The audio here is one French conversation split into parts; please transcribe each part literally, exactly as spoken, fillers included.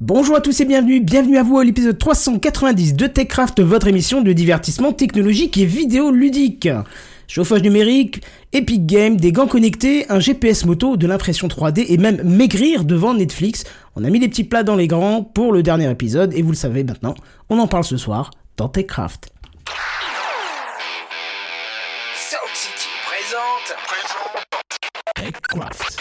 Bonjour à tous et bienvenue, bienvenue à vous à l'épisode trois cent quatre-vingt-dix de TechCraft, votre émission de divertissement technologique et vidéo ludique. Chauffage numérique, Epic Games, des gants connectés, un G P S moto, de l'impression trois D et même maigrir devant Netflix. On a mis les petits plats dans les grands pour le dernier épisode et vous le savez maintenant, on en parle ce soir dans TechCraft. Sound City présente, présente TechCraft.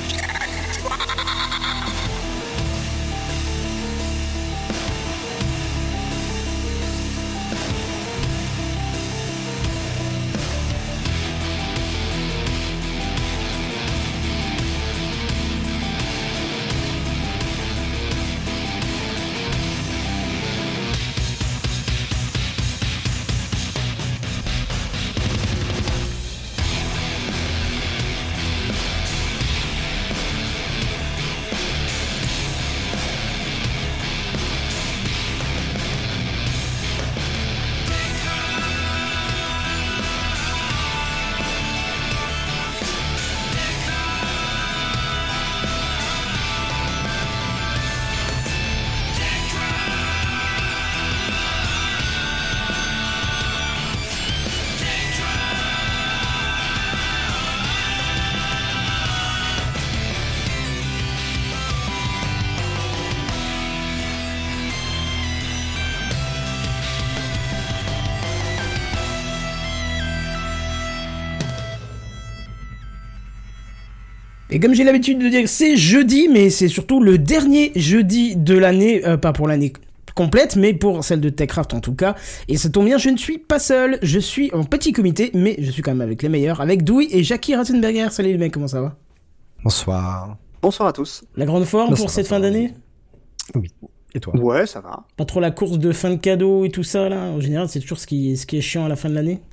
Et comme j'ai l'habitude de dire, c'est jeudi, mais c'est surtout le dernier jeudi de l'année, euh, pas pour l'année complète, mais pour celle de TechCraft en tout cas. Et ça tombe bien, je ne suis pas seul, je suis en petit comité, mais je suis quand même avec les meilleurs, avec Douy et Jackie Ratzenberger. Salut les mecs, comment ça va ? Bonsoir. Bonsoir à tous. La grande forme Non, pour ça cette va, fin ça va. d'année ? Oui. Et toi ? Ouais, ça va. Pas trop la course de fin de cadeaux et tout ça là ? En général, c'est toujours ce qui, ce qui est chiant à la fin de l'année.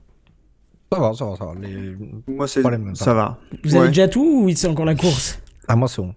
Ça va, ça va, ça va. Les... Moi, c'est Problème, ça va. Vous Ouais. avez déjà tout ou c'est encore la course ? Ah, moi, c'est bon.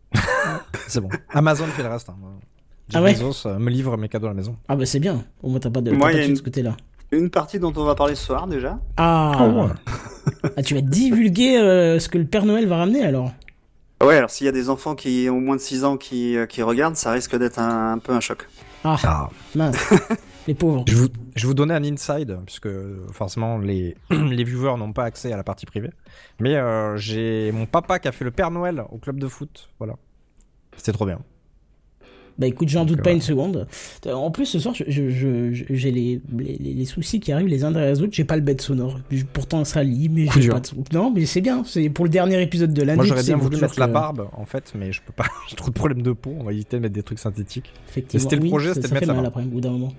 C'est bon. Amazon fait le reste. Hein. Jeff Ah ouais Bezos euh, me livre mes cadeaux à la maison. Ah bah c'est bien, au moins t'as pas de, Moi, t'as pas il y a de une- ce côté-là. Une partie dont on va parler ce soir déjà. Ah, Oh, ouais. ah tu vas divulguer euh, ce que le Père Noël va ramener alors ? Ouais, alors s'il y a des enfants qui ont moins de six ans qui, euh, qui regardent, ça risque d'être un, un peu un choc. Ah, Ah. mince, les pauvres. Je vous, je vais vous donner un inside, puisque forcément les, les viewers n'ont pas accès à la partie privée. Mais euh, j'ai mon papa qui a fait le Père Noël au club de foot. Voilà. C'était trop bien. Bah écoute, j'en doute Donc, pas euh, une seconde. En plus, ce soir, je, je, je- je- j'ai les, les, les soucis qui arrivent les uns derrière les autres. J'ai pas le bed sonore. Je- Pourtant, ça lit, mais Coup j'ai dur. pas de... Non, mais c'est bien. C'est pour le dernier épisode de l'année. Moi, j'aurais tu sais, bien il faut voulu toujours mettre la que- barbe, en fait, mais je peux pas. J'ai trop de problèmes de peau. On va éviter de mettre des trucs synthétiques. Effectivement. C'était le Oui, projet, ça- c'était ça de fait mettre la mal barbe. après, au bout d'un moment.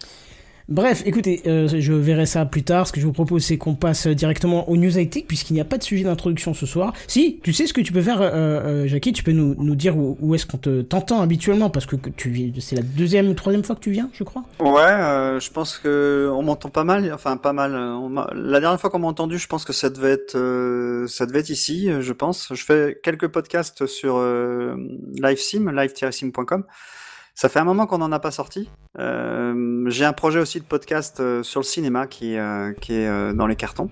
Bref, écoutez, euh, je verrai ça plus tard. Ce que je vous propose, c'est qu'on passe directement aux news high-tech, puisqu'il n'y a pas de sujet d'introduction ce soir. Si, tu sais ce que tu peux faire, euh, euh, Jackie, tu peux nous, nous dire où, où est-ce qu'on te, t'entend habituellement, parce que, que tu vis- c'est la deuxième ou troisième fois que tu viens, je crois. Ouais, euh, je pense que on m'entend pas mal. Enfin, pas mal. euh, on m'a- La dernière fois qu'on m'a entendu, je pense que ça devait être, euh, ça devait être ici. euh, Je pense. Je fais quelques podcasts sur euh, LiveSim, live tiret sim point com. Ça fait un moment qu'on n'en a pas sorti. Euh, j'ai un projet aussi de podcast euh, sur le cinéma qui, euh, qui est euh, dans les cartons.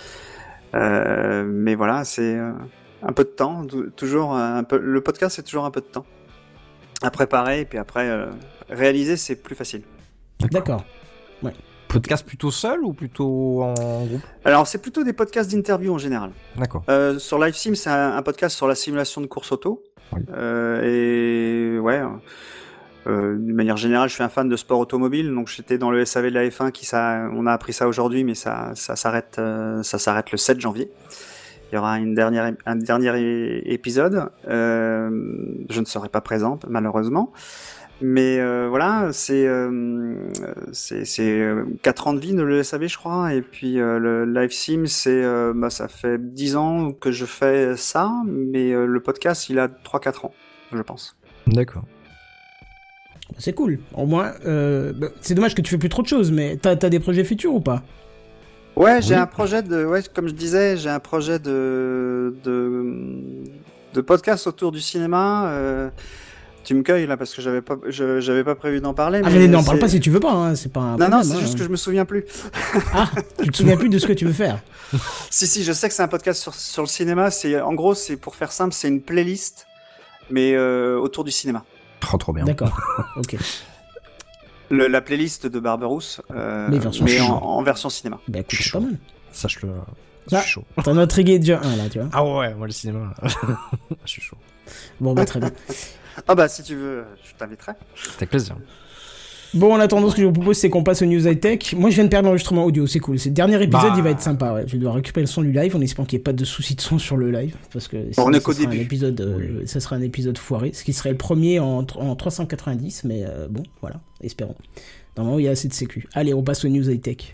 Euh, mais voilà, c'est euh, un peu de temps. tou- Toujours un peu. Le podcast, c'est toujours un peu de temps à préparer et puis après euh, réaliser, c'est plus facile. D'accord. Podcast plutôt seul ou plutôt en groupe ? Alors, c'est plutôt des podcasts d'interview en général. D'accord. Euh, sur LiveSim, c'est un, un podcast sur la simulation de course auto. Oui. Euh, et ouais. Euh, d'une manière générale, je suis un fan de sport automobile, donc j'étais dans le S A V de la F un, qui ça, on a appris ça aujourd'hui, mais ça, ça s'arrête, euh, ça s'arrête le sept janvier. Il y aura une dernière, un dernier é- épisode. Euh, je ne serai pas présent, malheureusement. Mais euh, voilà, c'est euh, c'est c'est euh, quatre ans de vie de le S A V, je crois, et puis euh, le LiveSim, c'est euh, bah ça fait dix ans que je fais ça, mais euh, le podcast, il a trois quatre ans, je pense. D'accord. C'est cool. Au moins, euh, bah, c'est dommage que tu fais plus trop de choses, mais t'as, t'as des projets futurs ou pas ? Ouais, j'ai Oui. un projet de, ouais, comme je disais, j'ai un projet de de de podcast autour du cinéma. Euh, tu me cueilles là parce que j'avais pas, je- j'avais pas prévu d'en parler. Ah mais mais n'en parle c'est- pas si tu veux pas, hein, c'est pas un Non, problème, non, c'est hein. juste que je me souviens plus. Ah, tu te souviens plus de ce que tu veux faire ? Si, si, je sais que c'est un podcast sur, sur le cinéma. C'est, en gros, c'est pour faire simple, c'est une playlist, mais euh, autour du cinéma. Trop trop bien. D'accord, ok. Le, la playlist de Barberousse, euh, Mais version mais en, chaud. en version cinéma. Bah écoute, Je suis c'est pas mal. Sache-le. Ah. Je suis chaud. T'en as intrigué déjà un là, tu vois. Ah ouais, moi le cinéma. Je suis chaud. Bon, bah très bien. Ah bah si tu veux, je t'inviterai. C'était avec plaisir. Bon, en attendant, ce que je vous propose, c'est qu'on passe aux news high-tech. Moi, je viens de perdre l'enregistrement audio, c'est cool. C'est le dernier épisode, Bah. il va être sympa, ouais. Je vais devoir récupérer le son du live en espérant qu'il n'y ait pas de soucis de son sur le live. Parce que sinon, on est ça qu'au sera un début. épisode, euh, ça sera un épisode foiré. Ce qui serait le premier en, en trois cent quatre-vingt-dix, mais euh, bon, voilà, espérons. Normalement, il y a assez de sécu. Allez, on passe aux news high-tech.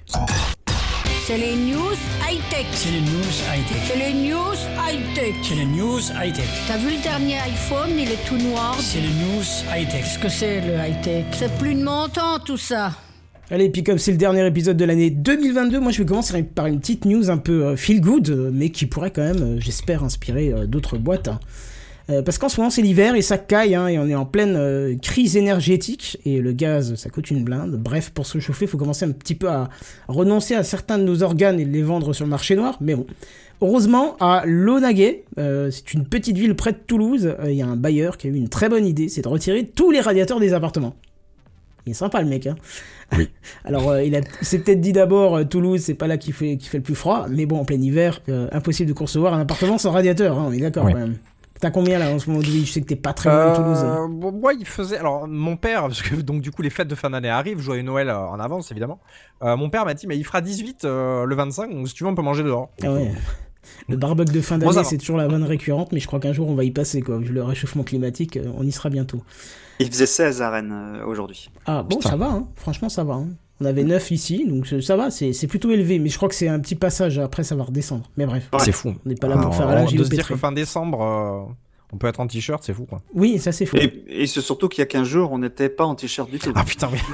C'est les news high-tech. C'est les news high-tech. C'est les news high-tech. C'est les news high-tech. T'as vu le dernier iPhone, il est tout noir. C'est les news high-tech. Qu'est-ce que c'est le high-tech? C'est plus de mon temps tout ça. Allez, puis comme c'est le dernier épisode de l'année deux mille vingt-deux, moi je vais commencer par une petite news un peu euh, feel good, euh, mais qui pourrait quand même, euh, j'espère, inspirer euh, d'autres boîtes. Hein. Euh, parce qu'en ce moment c'est l'hiver et ça caille, hein, et on est en pleine euh, crise énergétique, et le gaz ça coûte une blinde. Bref, pour se chauffer, il faut commencer un petit peu à renoncer à certains de nos organes et les vendre sur le marché noir, mais bon. Heureusement, à Launaguet, euh, c'est une petite ville près de Toulouse, il euh, y a un bailleur qui a eu une très bonne idée, c'est de retirer tous les radiateurs des appartements. Il est sympa le mec, hein. Oui. Alors, euh, il, a, il s'est peut-être dit d'abord, euh, Toulouse, c'est pas là qu'il fait, qu'il fait le plus froid, mais bon, en plein hiver, euh, impossible de concevoir un appartement sans radiateur, hein, on est d'accord Oui. quand même. T'as combien là en ce moment, Louis? Je sais que t'es pas très loin de Toulouse. Euh, bon, moi, il faisait. Alors, mon père, parce que donc du coup, les fêtes de fin d'année arrivent, joyeux Noël euh, en avance, évidemment. Euh, mon père m'a dit, mais il fera dix-huit euh, le vingt-cinq, donc si tu veux, on peut manger dehors. Ah ouais. Le barbecue de fin Moi, ça d'année, va. c'est toujours la vanne récurrente, mais je crois qu'un jour on va y passer, quoi. Vu le réchauffement climatique, euh, on y sera bientôt. Il faisait seize à Rennes euh, aujourd'hui. Ah bon, Putain. ça va, hein. Franchement, ça va. Hein. On avait neuf ici, donc ça va, c'est, c'est plutôt élevé, mais je crois que c'est un petit passage, après ça va redescendre. Mais bref, Ouais. C'est fou. on n'est pas là pour Alors, faire à la de se dire géopétrie. que fin décembre, euh, on peut être en t-shirt, c'est fou, quoi. Oui, ça c'est fou. Et, et c'est surtout qu'il y a quinze jours, on n'était pas en t-shirt du tout. Ah putain, oui.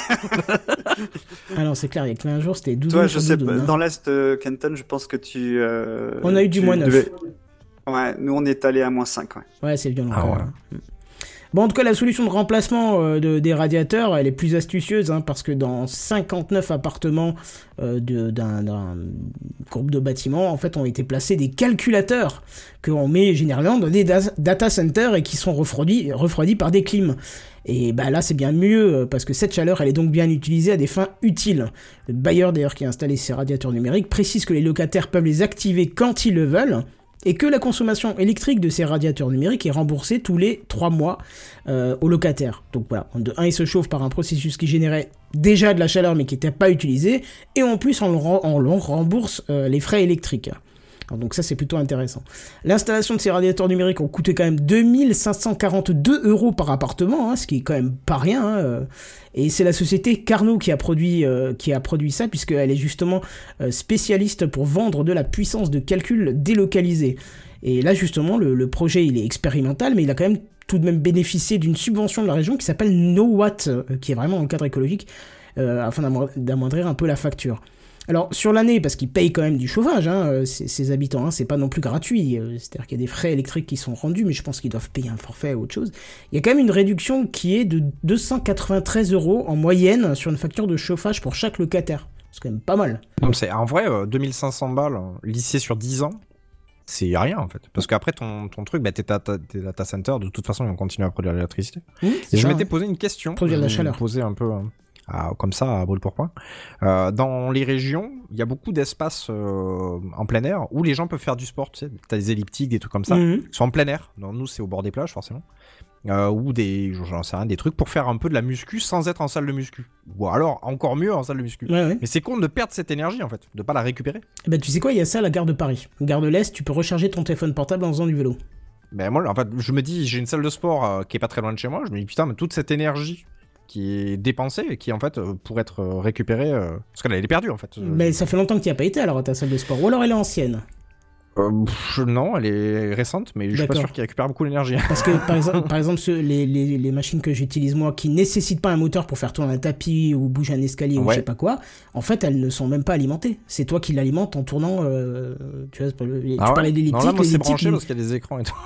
Ah non, c'est clair, il y a quinze jours, c'était douze Toi, jours je sur sais doudoune, pas, hein. dans l'Est, euh, Kenton, je pense que tu... euh, On a eu du tu moins neuf. devais- Ouais, nous on est allé à moins cinq, ouais. Ouais, c'est violent. Ah quand ouais. même. Mm. Bon, en tout cas, la solution de remplacement euh, de, des radiateurs, elle est plus astucieuse, hein, parce que dans cinquante-neuf appartements euh, de, d'un, d'un groupe de bâtiments, en fait, ont été placés des calculateurs qu'on met généralement dans des da- data centers et qui sont refroidis, refroidis par des clims. Et bah là, c'est bien mieux, euh, parce que cette chaleur, elle est donc bien utilisée à des fins utiles. Le bailleur, d'ailleurs, qui a installé ces radiateurs numériques, précise que les locataires peuvent les activer quand ils le veulent, et que la consommation électrique de ces radiateurs numériques est remboursée tous les trois mois euh, aux locataires. Donc voilà, de un, ils se chauffent par un processus qui générait déjà de la chaleur mais qui n'était pas utilisé, et en plus on leur, on leur rembourse euh, les frais électriques. Alors donc ça c'est plutôt intéressant. L'installation de ces radiateurs numériques ont coûté quand même deux mille cinq cent quarante-deux euros par appartement, hein, ce qui est quand même pas rien. Hein, euh. Et c'est la société Carnot qui a produit, euh, qui a produit ça, puisqu'elle est justement euh, spécialiste pour vendre de la puissance de calcul délocalisée. Et là justement le, le projet il est expérimental, mais il a quand même tout de même bénéficié d'une subvention de la région qui s'appelle NoWatt, euh, qui est vraiment dans le cadre écologique, euh, afin d'amo- d'amoindrir un peu la facture. Alors, sur l'année, parce qu'ils payent quand même du chauffage, hein, ces, ces habitants, hein, c'est pas non plus gratuit, euh, c'est-à-dire qu'il y a des frais électriques qui sont rendus, mais je pense qu'ils doivent payer un forfait ou autre chose. Il y a quand même une réduction qui est de deux cent quatre-vingt-treize euros en moyenne sur une facture de chauffage pour chaque locataire. C'est quand même pas mal. Non, c'est, en vrai, euh, deux mille cinq cents balles, euh, lissé sur dix ans, c'est rien, en fait. Parce qu'après, ton, ton truc, bah, tes data, tes data centers, de toute façon, ils vont continuer à produire de l'électricité. Mmh, Et c'est je ça, m'étais hein. posé une question. Produire de la je chaleur. me posais un peu euh, à- comme ça, à brûle pour point. Euh, dans les régions, il y a beaucoup d'espaces euh, en plein air où les gens peuvent faire du sport. Tu sais, t'as des elliptiques, des trucs comme ça, Mhm. qui sont en plein air. Non, nous, c'est au bord des plages, forcément. Euh, ou des, j'en sais rien, des trucs pour faire un peu de la muscu sans être en salle de muscu. Ou alors, encore mieux, en salle de muscu. Ouais, ouais. Mais c'est con de perdre cette énergie, en fait, de pas la récupérer. Eh ben, tu sais quoi, il y a ça à la gare de Paris. Gare de l'Est, tu peux recharger ton téléphone portable en faisant du vélo. Ben moi, en fait, je me dis, j'ai une salle de sport euh, qui est pas très loin de chez moi. Je me dis, putain, mais toute cette énergie qui est dépensée et qui, en fait, euh, pourrait être euh, récupérée... euh, parce qu'elle elle est perdue, en fait. Mais ça fait longtemps que tu n'y as pas été alors à ta salle de sport, ou alors elle est ancienne. Euh, pff, non, elle est récente, mais je suis pas D'accord. sûr qu'elle récupère beaucoup d'énergie. Parce que par exemple, par exemple ceux- les, les, les machines que j'utilise moi qui nécessitent pas un moteur pour faire tourner un tapis ou bouger un escalier ou Ouais. je sais pas quoi, en fait elles ne sont même pas alimentées. C'est toi qui l'alimentes en tournant. Euh, tu vois, c'est pas le- tu Ah ouais. parlais Non, d'elliptique. là, moi, c'est l'elliptique, branché il- parce qu'il y a des écrans et tout.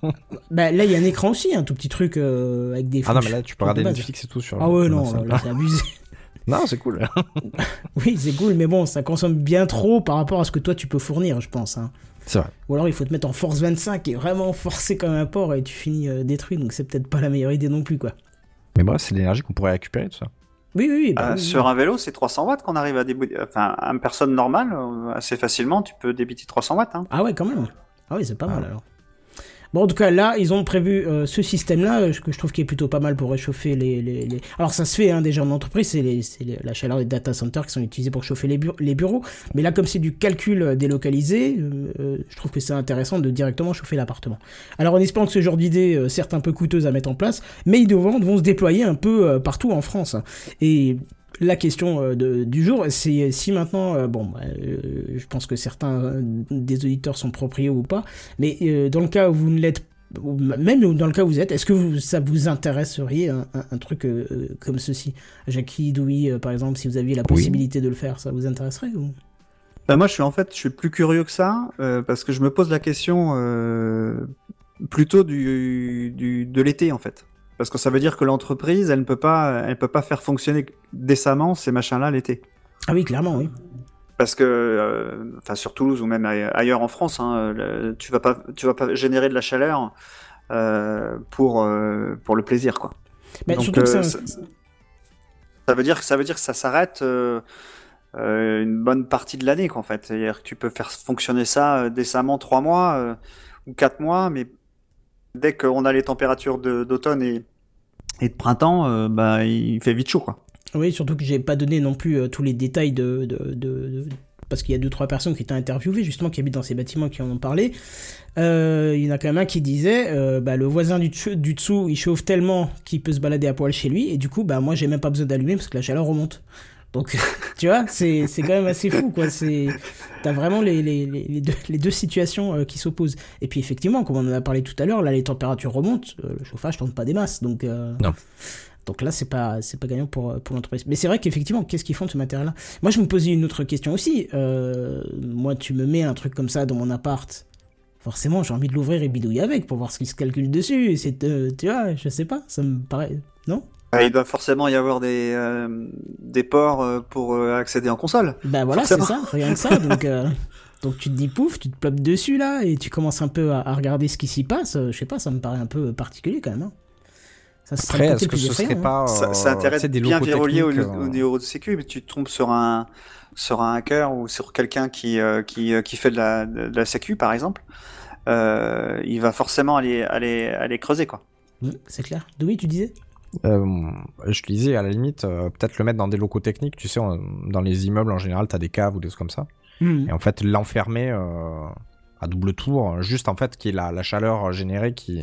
bah, là il y a un écran aussi, un tout petit truc euh, avec des. Ah non, mais fonctions- là, tu peux regarder de base. Netflix et tout sur... Ah ouais sur non, la salle. là, c'est abusé. Non, c'est cool. Oui c'est cool, mais bon ça consomme bien trop par rapport à ce que toi tu peux fournir, je pense. Hein. C'est vrai. Ou alors il faut te mettre en force vingt-cinq et vraiment forcer comme un porc et tu finis euh, détruit, donc c'est peut-être pas la meilleure idée non plus, quoi. Mais bref, c'est de l'énergie qu'on pourrait récupérer, tout ça. Oui, oui, oui. Bah, Euh, oui, sur oui. un vélo, c'est trois cents watts qu'on arrive à débiter. Enfin, une personne normale, euh, assez facilement, tu peux débiter trois cents watts. Hein. Ah ouais, quand même. Ah oui, c'est pas Ah. mal alors. Bon, en tout cas, là, ils ont prévu euh, ce système-là, euh, que je trouve qui est plutôt pas mal pour réchauffer les... les, les... Alors, ça se fait hein, déjà en entreprise, c'est, les, c'est les, la chaleur des data centers qui sont utilisés pour chauffer les, bu- les bureaux. Mais là, comme c'est du calcul euh, délocalisé, euh, euh, je trouve que c'est intéressant de directement chauffer l'appartement. Alors, en espérant que ce genre d'idée, euh, certes un peu coûteuse à mettre en place, mais ils devront, vont se déployer un peu euh, partout en France. Hein. Et... La question euh, de, du jour, c'est si maintenant, euh, bon, bah, euh, je pense que certains euh, des auditeurs sont proprios ou pas, mais euh, dans le cas où vous ne l'êtes, ou même dans le cas où vous êtes, est-ce que vous, ça vous intéresserait un, un, un truc euh, comme ceci, Jackie, Douy, euh, par exemple, si vous aviez la possibilité oui. de le faire, ça vous intéresserait ou... Ben moi, je suis en fait, je suis plus curieux que ça, euh, parce que je me pose la question euh, plutôt du, du de l'été en fait. Parce que ça veut dire que l'entreprise, elle ne peut pas, elle peut pas faire fonctionner décemment ces machins-là l'été. Ah oui, clairement, oui. Parce que, euh, enfin, sur Toulouse ou même ailleurs en France, hein, le, tu vas pas, tu vas pas générer de la chaleur euh, pour euh, pour le plaisir, quoi. Mais Donc, surtout euh, que ça... ça, ça veut dire que ça veut dire que ça s'arrête euh, euh, une bonne partie de l'année, quoi, en fait. C'est-à-dire que tu peux faire fonctionner ça euh, décemment trois mois euh, ou quatre mois, mais dès qu'on a les températures de, d'automne et, et de printemps, euh, bah, il fait vite chaud, quoi. Oui, surtout que j'ai pas donné non plus euh, tous les détails de, de, de, de... parce qu'il y a deux trois personnes qui étaient interviewées justement qui habitent dans ces bâtiments qui en ont parlé. Euh, il y en a quand même un qui disait euh, bah, le voisin du, tch- du dessous il chauffe tellement qu'il peut se balader à poil chez lui et du coup bah moi j'ai même pas besoin d'allumer parce que la chaleur remonte. Donc, tu vois, c'est, c'est quand même assez fou, quoi. C'est, t'as vraiment les, les, les, deux, les deux situations euh, qui s'opposent. Et puis, effectivement, comme on en a parlé tout à l'heure, là, les températures remontent, euh, le chauffage tourne pas des masses. Donc, euh, non. Donc là, c'est pas, c'est pas gagnant pour, pour l'entreprise. Mais c'est vrai qu'effectivement, qu'est-ce qu'ils font de ce matériel-là ? Moi, je me posais une autre question aussi. Euh, moi, tu me mets un truc comme ça dans mon appart. Forcément, j'ai envie de l'ouvrir et bidouiller avec pour voir ce qui se calcule dessus. C'est, euh, tu vois, je sais pas, ça me paraît... Non ? Il doit forcément y avoir des, euh, des ports pour euh, accéder en console. Ben voilà, forcément. C'est ça, rien que ça. Donc, euh, donc tu te dis pouf, tu te plopes dessus là, et tu commences un peu à, à regarder ce qui s'y passe. Je sais pas, ça me paraît un peu particulier quand même. Hein. Ça Après, est-ce que ce serait pas... Hein. Ça, ça intéresse des bien verrouillé au, euh... au niveau de sécu, mais tu te trompes sur un, sur un hacker ou sur quelqu'un qui, euh, qui, qui fait de la, de la sécu, par exemple. Euh, il va forcément aller, aller, aller creuser, quoi. Mmh, c'est clair. Douy, tu disais ? Euh, je te disais, à la limite, euh, peut-être le mettre dans des locaux techniques. Tu sais, on, dans les immeubles, en général, t'as des caves ou des choses comme ça. Mmh. Et en fait, l'enfermer euh, à double tour, juste en fait, qu'il y ait la, la chaleur générée qui...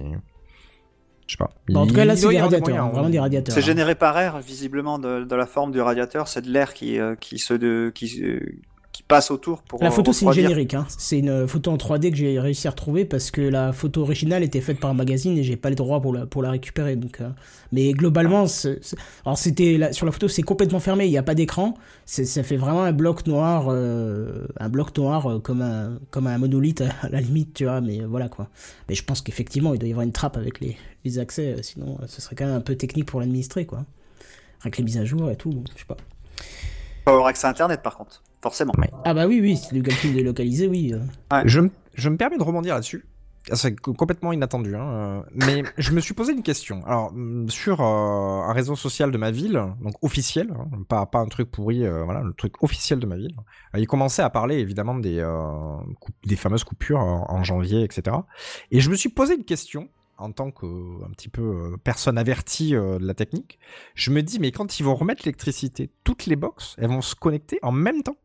Je sais pas. Bon, en tout cas, là, c'est des radiateurs, moyens, vraiment des radiateurs. C'est hein. généré par air, visiblement, de, de la forme du radiateur. C'est de l'air qui, euh, qui se... De, qui, euh, qui passe autour pour la photo, refroidir. C'est une générique, hein. C'est une photo en trois D que j'ai réussi à retrouver parce que la photo originale était faite par un magazine et j'ai pas les droits pour la, pour la récupérer. Donc, euh... mais globalement, c'est, c'est... alors c'était là, sur la photo, c'est complètement fermé, il y a pas d'écran. C'est, ça fait vraiment un bloc noir, euh... un bloc noir euh, comme un comme un monolithe à, à la limite, tu vois. Mais voilà quoi. Mais je pense qu'effectivement, il doit y avoir une trappe avec les, les accès, euh, sinon, euh, ce serait quand même un peu technique pour l'administrer, quoi. Avec les mises à jour et tout, bon, je sais pas. Faut avoir accès à Internet, par contre. Forcément. Ouais. Ah bah oui, oui, c'est le calcul délocalisé, oui. Ouais. Je, m- je me permets de rebondir là-dessus. C'est complètement inattendu, hein. Mais je me suis posé une question. Alors, sur euh, un réseau social de ma ville, donc officiel, hein, pas, pas un truc pourri, euh, voilà, le truc officiel de ma ville, euh, il commençait à parler évidemment des, euh, coup- des fameuses coupures en, en janvier, et cetera. Et je me suis posé une question, en tant que un petit peu euh, personne avertie euh, de la technique. Je me dis, mais quand ils vont remettre l'électricité, toutes les box, elles vont se connecter en même temps.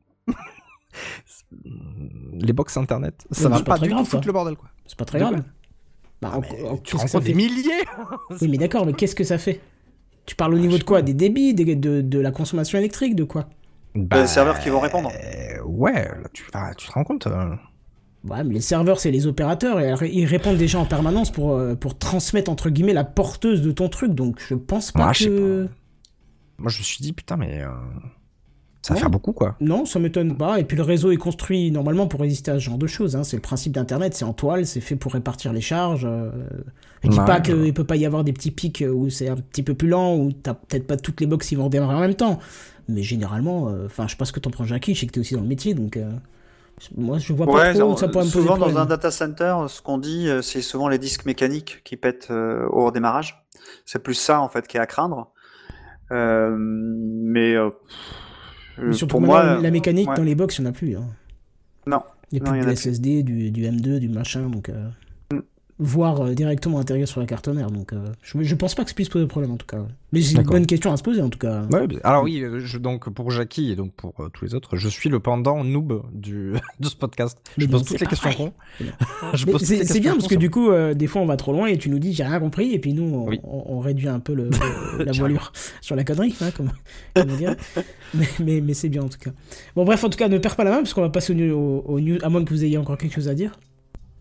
Les box internet, ça oui, va pas, pas du grave, tout foutre le bordel, quoi. C'est pas très grave. Bah, ah, on, on, tu rends compte des milliers. Oui, mais d'accord, mais qu'est-ce que ça fait ? Tu parles au niveau de quoi ? Des débits, des, de, de la consommation électrique, de quoi ? Bah, les serveurs qui vont répondre. Euh, ouais, là, tu, ah, tu te rends compte euh... Ouais, mais les serveurs, c'est les opérateurs, et ils répondent déjà en permanence pour, pour transmettre, entre guillemets, la porteuse de ton truc, donc je pense pas ouais, que... Je sais pas. Moi, je me suis dit, putain, mais... Euh... Ça va faire beaucoup, quoi. Non, ça m'étonne pas. Et puis le réseau est construit normalement pour résister à ce genre de choses. Hein. C'est le principe d'Internet, c'est en toile, c'est fait pour répartir les charges. Euh... Je dis ouais, pas qu'il ouais. peut pas y avoir des petits pics où c'est un petit peu plus lent, où t'as peut-être pas toutes les box qui vont redémarrer en même temps. Mais généralement, enfin, euh, je sais pas ce que t'en prends, Jackie, je sais que t'es aussi dans le métier, donc... Euh... Moi, je vois pas Ouais, trop où on- ça pourrait me poser souvent problème. dans un data center, ce qu'on dit, euh, c'est souvent les disques mécaniques qui pètent euh, au redémarrage. C'est plus ça en fait qui est à craindre. Euh, mais euh, Mais surtout pour que moi, maintenant, la mécanique ouais. dans les box, il n'y en a plus. Hein. Non. Il n'y a Non, plus il y du en a S S D, du, du M deux, du machin, donc... Euh... Voire euh, directement intégré sur la carte mère, donc euh, je, je pense pas que ça puisse poser problème en tout cas. Mais c'est une D'accord. bonne question à se poser en tout cas. Ouais, alors oui, euh, je, donc pour Jackie et donc pour euh, tous les autres, je suis le pendant noob du, de ce podcast. Mais Je non, pose toutes c'est les pas questions vrai. cons. Je Mais pose toutes c'est les c'est questions bien parce cons, que ça du coup, euh, des fois on va trop loin et tu nous dis j'ai rien compris et puis nous on, Oui. on, on réduit un peu le, le- la voilure sur la connerie, hein, comme, comme on dirait. Mais, mais, mais c'est bien en tout cas. Bon bref, en tout cas, ne perds pas la main parce qu'on va passer au, au, au news, à moins que vous ayez encore quelque chose à dire. Là-dessus ?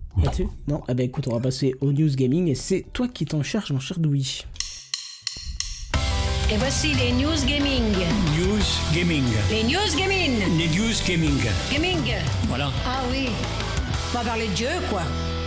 Non ? Eh ben écoute, on va passer au news gaming et c'est toi qui t'en cherches, mon cher Dewey. Et voici les news gaming. News gaming. Les news gaming. Les news gaming. Gaming. Voilà. Ah oui. On va parler de jeu, quoi.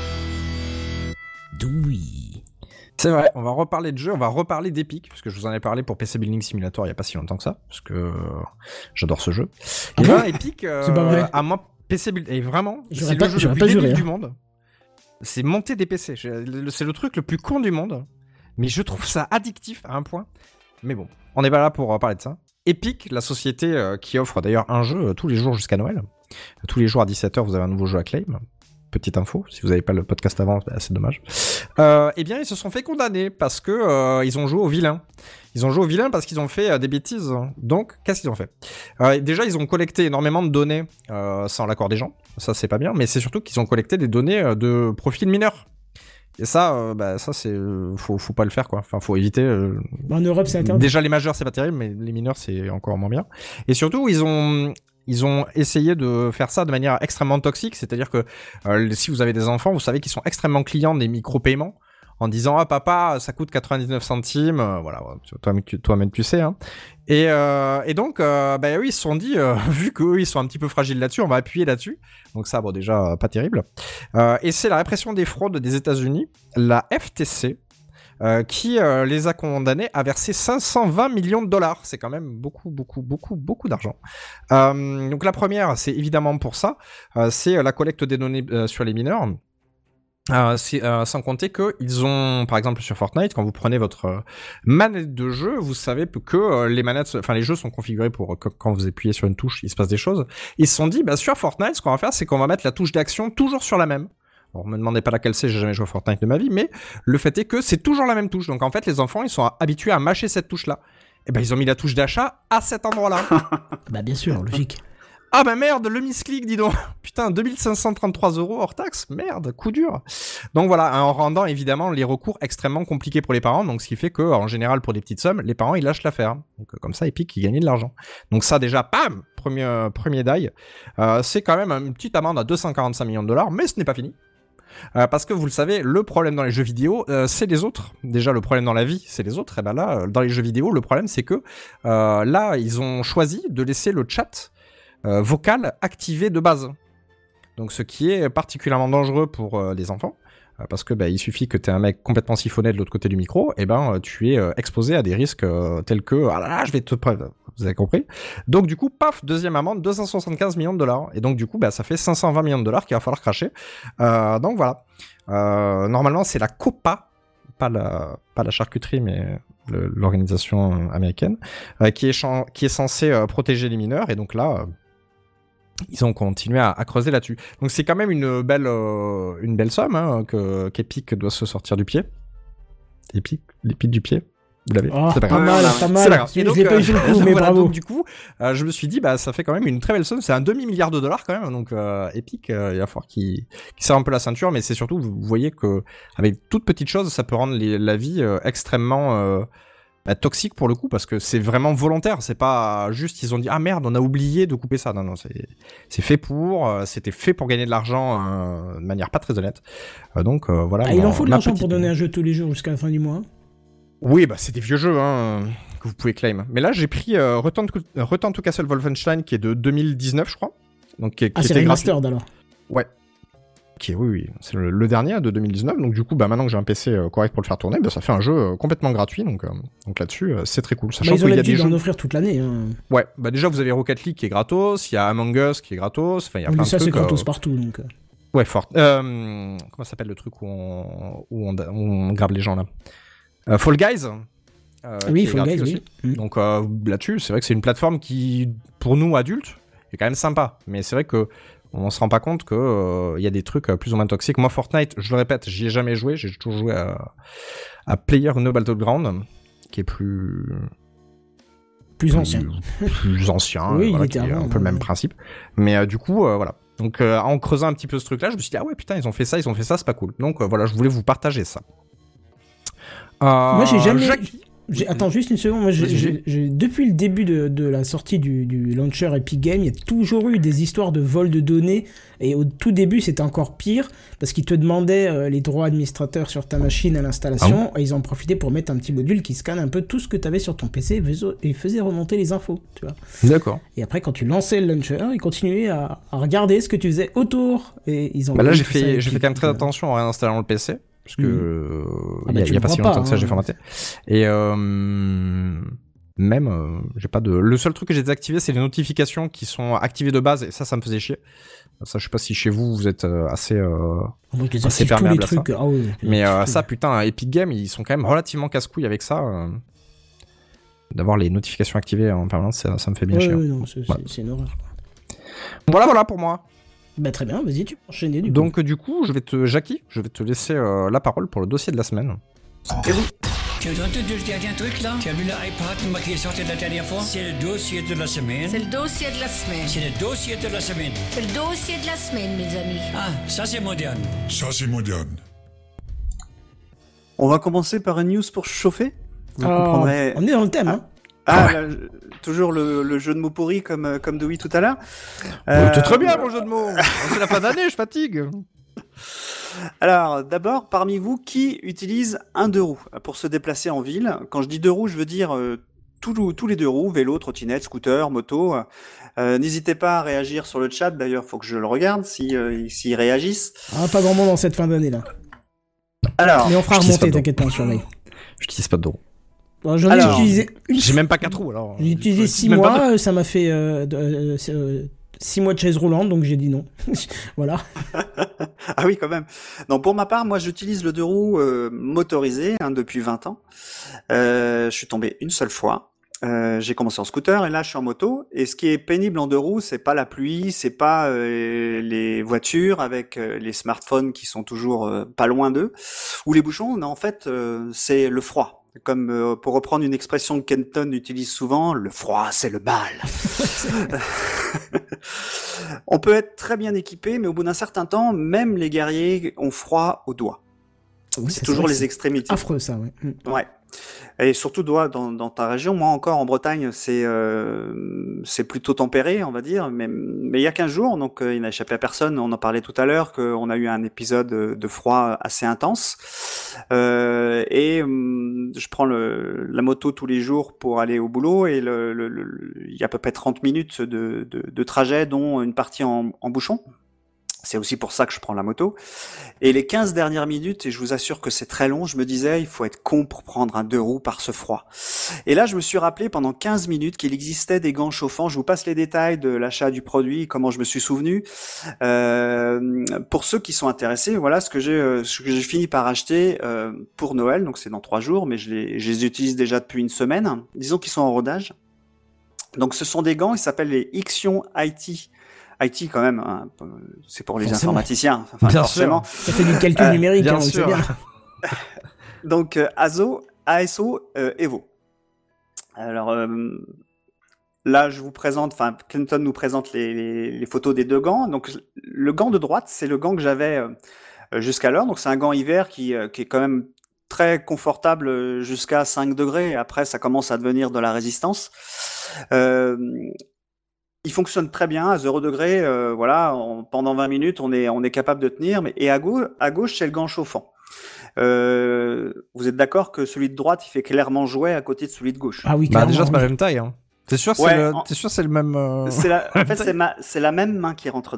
Dewey. C'est vrai, on va reparler de jeux, on va reparler d'Epic, parce que je vous en ai parlé pour P C Building Simulator il y a pas si longtemps que ça, parce que euh, j'adore ce jeu. Ah et bon ben Epic, euh, C'est pas vrai. à moi, P C Building, et vraiment, J'aurais c'est pas- le jeu j'aurais le pas plus juré, débile hein. du monde. C'est monter des P C, Je- c'est le truc le plus con du monde, mais je trouve ça addictif à un point. Mais bon, on n'est pas là pour euh, parler de ça. Epic, la société euh, qui offre d'ailleurs un jeu euh, tous les jours jusqu'à Noël. Tous les jours à dix-sept heures, vous avez un nouveau jeu à claim. Petite info, si vous n'avez pas le podcast avant, bah, c'est dommage. Euh, eh bien, ils se sont fait condamner parce que euh, ils ont joué au vilain. Ils ont joué au vilain parce qu'ils ont fait euh, des bêtises. Donc, qu'est-ce qu'ils ont fait ? euh, Déjà, ils ont collecté énormément de données euh, sans l'accord des gens. Ça, c'est pas bien. Mais c'est surtout qu'ils ont collecté des données euh, de profils mineurs. Et ça, euh, bah, ça c'est, euh, faut, faut pas le faire quoi. Enfin, faut éviter. Euh... En Europe, c'est interdit. Déjà, les majeurs, c'est pas terrible, mais les mineurs, c'est encore moins bien. Et surtout, ils ont Ils ont essayé de faire ça de manière extrêmement toxique, c'est-à-dire que euh, si vous avez des enfants, vous savez qu'ils sont extrêmement clients des micro-paiements, en disant « Ah papa, ça coûte quatre-vingt-dix-neuf centimes euh, » voilà, toi-même tu, toi-même, tu sais. Hein. Et, euh, et donc, euh, bah oui, ils se sont dit, euh, vu qu'eux, ils sont un petit peu fragiles là-dessus, on va appuyer là-dessus. Donc ça, bon, déjà, pas terrible. Euh, et c'est la répression des fraudes des États-Unis, la F T C, Euh, qui euh, les a condamnés à verser cinq cent vingt millions de dollars. C'est quand même beaucoup, beaucoup, beaucoup, beaucoup d'argent. Euh, donc la première, c'est évidemment pour ça, euh, c'est la collecte des données euh, sur les mineurs. Euh, c'est, euh, sans compter qu'ils ont, par exemple sur Fortnite, quand vous prenez votre euh, manette de jeu, vous savez que euh, les manettes, enfin les jeux sont configurés pour que quand vous appuyez sur une touche, il se passe des choses. Ils se sont dit, bah sur Fortnite, ce qu'on va faire, c'est qu'on va mettre la touche d'action toujours sur la même. Alors, me demandez pas laquelle c'est, j'ai jamais joué à Fortnite de ma vie, mais le fait est que c'est toujours la même touche. Donc en fait, les enfants, ils sont habitués à mâcher cette touche-là. Et ben, ils ont mis la touche d'achat à cet endroit-là. Bah bien sûr, logique. Ah bah merde, le misclick, dis donc. Putain, deux mille cinq cent trente-trois euros hors taxe, merde, coup dur. Donc voilà, en rendant évidemment les recours extrêmement compliqués pour les parents, donc ce qui fait que en général pour des petites sommes, les parents ils lâchent l'affaire. Donc comme ça, Epic ils gagnent de l'argent. Donc ça déjà, pam, premier euh, premier die. Euh, c'est quand même une petite amende à deux cent quarante-cinq millions de dollars, mais ce n'est pas fini. Euh, parce que vous le savez, le problème dans les jeux vidéo, euh, c'est les autres. Déjà, le problème dans la vie, c'est les autres. Et ben là, dans les jeux vidéo, le problème, c'est que euh, là, ils ont choisi de laisser le chat euh, vocal activé de base. Donc, ce qui est particulièrement dangereux pour euh, les enfants. Euh, parce que bah, il suffit que tu aies un mec complètement siphonné de l'autre côté du micro, et ben tu es euh, exposé à des risques euh, tels que ah là là, je vais te vous avez compris. Donc du coup, paf, deuxième amende, deux cent soixante-quinze millions de dollars. Et donc du coup, bah ça fait cinq cent vingt millions de dollars qu'il va falloir cracher. Euh, donc voilà. Euh, normalement, c'est la COPA, pas la pas la charcuterie, mais le, l'organisation américaine, euh, qui est chan- qui est censée euh, protéger les mineurs. Et donc là. Euh, Ils ont continué à, à creuser là-dessus. Donc c'est quand même une belle, euh, une belle somme hein, que, qu'Epic doit se sortir du pied. Epic, l'Epic du pied. Vous l'avez Oh, c'est pas pas grave. mal, Ouais, pas C'est mal. pas grave. Je Et donc, l'ai pas eu sur le coup, mais voilà, bravo. donc du coup, euh, je me suis dit, bah ça fait quand même une très belle somme. C'est un demi-milliard de dollars quand même. Donc euh, Epic, euh, il va falloir qu'il, qu'il serre un peu la ceinture. Mais c'est surtout, vous voyez que avec toute petite chose, ça peut rendre les, la vie euh, extrêmement... Euh, Bah, toxique pour le coup parce que c'est vraiment volontaire, c'est pas juste ils ont dit ah merde on a oublié de couper ça, non non c'est c'est fait pour euh, c'était fait pour gagner de l'argent euh, de manière pas très honnête euh, donc euh, voilà. Ah, il en ma- faut de ma l'argent petite- pour donner un jeu tous les jours jusqu'à la fin du mois. Oui bah c'est des vieux jeux hein que vous pouvez claim, mais là j'ai pris euh, Return, to... Return to Castle Wolfenstein qui est de deux mille dix-neuf je crois, donc qui, Ah, qui c'est était gratuit. remastered alors. Ouais. qui est, oui, oui, c'est le, le dernier de deux mille dix-neuf. Donc du coup, bah maintenant que j'ai un P C euh, correct pour le faire tourner, bah ça fait un jeu euh, complètement gratuit. Donc, euh, donc là-dessus, euh, c'est très cool. Sachant Bah, ils ont qu'il y a des l'habitude jeux. d'en offrir toute l'année. Hein. Ouais, bah déjà vous avez Rocket League qui est gratos, il y a Among Us qui est gratos. Enfin, il y a Mais plein ça, de c'est trucs. gratos euh, partout. Donc. euh. Ouais, fort. Euh, comment ça s'appelle le truc où on, où on, où on grabe les gens là euh, Fall Guys. Euh, Oui, qui est Fall gratuit Guys, aussi. oui. Mm. Donc euh, là-dessus, c'est vrai que c'est une plateforme qui, pour nous adultes, est quand même sympa. Mais c'est vrai que on se rend pas compte que il euh, y a des trucs euh, plus ou moins toxiques. Moi, Fortnite, je le répète, j'y ai jamais joué. J'ai toujours joué à, à PlayerUnknown's Battleground, qui est plus Plus, plus ancien. plus ancien. Oui, euh, voilà, il était qui est avant, un peu le ouais. même principe. Mais euh, du coup, euh, voilà. Donc euh, en creusant un petit peu ce truc-là, je me suis dit ah ouais putain ils ont fait ça, ils ont fait ça, c'est pas cool. Donc euh, voilà, je voulais vous partager ça. Euh, Moi, j'ai jamais. Jackie... J'ai... Attends juste une seconde. Moi, j'ai, Vas-y. j'ai, j'ai- depuis le début de, de la sortie du, du launcher Epic Games, il y a toujours eu des histoires de vol de données. Et au tout début, c'était encore pire parce qu'ils te demandaient euh, les droits administrateurs sur ta machine à l'installation. Ah et ils en profitaient pour mettre un petit module qui scanne un peu tout ce que tu avais sur ton P C et faisait- et faisait remonter les infos. Tu vois. D'accord. Et après, quand tu lançais le launcher, ils continuaient à, à regarder ce que tu faisais autour. Et ils ont Bah là mis j'ai tout ça fait, Epic, j'ai fait quand même très donc, euh, attention en réinstallant le P C. Parce que Mhm. euh, Ah il bah, y a, tu il y a le pas si vois longtemps pas, que ça hein. j'ai formaté. Et euh, même euh, j'ai pas de. Le seul truc que j'ai désactivé c'est les notifications qui sont activées de base et ça ça me faisait chier. Ça je sais pas si chez vous vous êtes euh, assez. Euh... Moi, je les Ah, c'est active tous les perméable à ça. trucs. Ah oui, je les Mais active euh, tous. ça putain Epic Games ils sont quand même relativement casse-couilles avec ça. euh, D'avoir les notifications activées en permanence ça, ça me fait bien Ouais, chier. ouais, non, c'est, Ouais. c'est, c'est une horreur. Quoi. Voilà voilà pour moi. Bah très bien, vas-y, tu peux enchaîner du Donc euh, du coup je vais te Jackie je vais te laisser euh, la parole pour le dossier de la semaine. Tu as entendu le dernier truc là? Tu as vu l'iPad qui est sorti la dernière fois? C'est le dossier de la semaine. C'est le dossier de la semaine. C'est le dossier de la semaine. C'est le dossier de la semaine, mes amis. Ah, ça c'est moderne. Ça, c'est moderne. On va commencer par une news pour chauffer. Vous coup. comprendrez. Ah, on est dans le thème, hein. Ah, là, je- toujours le, le jeu de mots pourri comme, euh, comme Dewey tout à l'heure. Euh... Euh, très bien mon jeu de mots. C'est la fin d'année je fatigue. Alors, d'abord, parmi vous, qui utilise un deux roues pour se déplacer en ville? Quand je dis deux roues, je veux dire euh, tous, tous les deux roues, vélo, trottinette, scooter, moto. Euh, n'hésitez pas à réagir sur le chat, d'ailleurs, faut que je le regarde, si, euh, s'ils réagissent. Ah, pas grand monde en cette fin d'année là. Alors, Mais on fera je dis pas remonter, de- t'inquiète pas, on surveille. J'utilise pas de dos. Bon, j'en ai Alors, utilisé une J'ai même pas quatre roues alors. J'ai utilisé six Même pas mois, euh, ça m'a fait euh, de- euh, euh, six mois de chaise roulante, donc j'ai dit non. Voilà. ah oui, quand même. Non, pour ma part, moi, j'utilise le deux roues euh, motorisé hein, depuis vingt ans. Euh, je suis tombé une seule fois. Euh, j'ai commencé en scooter et là je suis en moto. Et ce qui est pénible en deux roues, c'est pas la pluie, c'est pas euh, les voitures avec euh, les smartphones qui sont toujours euh, pas loin d'eux, ou les bouchons. Non, en fait, euh, c'est le froid. Comme euh, pour reprendre une expression que Kenton utilise souvent, le froid c'est le mal. On peut être très bien équipé, mais au bout d'un certain temps, même les guerriers ont froid aux doigts. Oui, C'est ça, toujours vrai les que extrémités. c'est affreux ça, ouais. Mm. Ouais. Et surtout, toi, dans, dans ta région, moi encore en Bretagne, c'est euh, c'est plutôt tempéré, on va dire. Mais mais il y a quinze jours, donc euh, il n'a échappé à personne. On en parlait tout à l'heure qu'on a eu un épisode de froid assez intense. Euh, et hum, je prends le, la moto tous les jours pour aller au boulot et le, le, le, il y a à peu près trente minutes de, de, de trajet, dont une partie en, en bouchon. C'est aussi pour ça que je prends la moto. Et les quinze dernières minutes, et je vous assure que c'est très long, je me disais, il faut être con pour prendre un deux roues par ce froid. Et là, je me suis rappelé pendant quinze minutes qu'il existait des gants chauffants. Je vous passe les détails de l'achat du produit, comment je me suis souvenu. Euh, pour ceux qui sont intéressés, voilà ce que j'ai, euh, ce que j'ai fini par acheter euh, pour Noël. Donc c'est dans trois jours, mais je les, je les utilise déjà depuis une semaine. Disons qu'ils sont en rodage. Donc ce sont des gants, ils s'appellent les Ixion I T. I T quand même, hein, c'est pour les Forcément. informaticiens, enfin, Bien forcément. Ça fait du calcul Euh, numérique, bien hein, on le sait sûr. bien. Donc euh, A S O, A S O euh, Evo. Alors euh, là, je vous présente, enfin Clinton nous présente les, les, les photos des deux gants. Donc le gant de droite, c'est le gant que j'avais euh, jusqu'alors. Donc c'est un gant hiver qui, euh, qui est quand même très confortable jusqu'à cinq degrés. Après, ça commence à devenir de la résistance. Euh, Il fonctionne très bien à zéro degré, euh, voilà, on, pendant vingt minutes, on est, on est capable de tenir. Mais, et à gauche, à gauche, c'est le gant chauffant. Euh, vous êtes d'accord que celui de droite, il fait clairement jouet à côté de celui de gauche. Ah oui, Bah clairement. déjà c'est pas oui. la même taille. Hein. T'es sûr, Ouais, c'est le... en- T'es sûr c'est le même. euh, C'est la, en fait, c'est, ma, c'est la même main qui rentre dedans.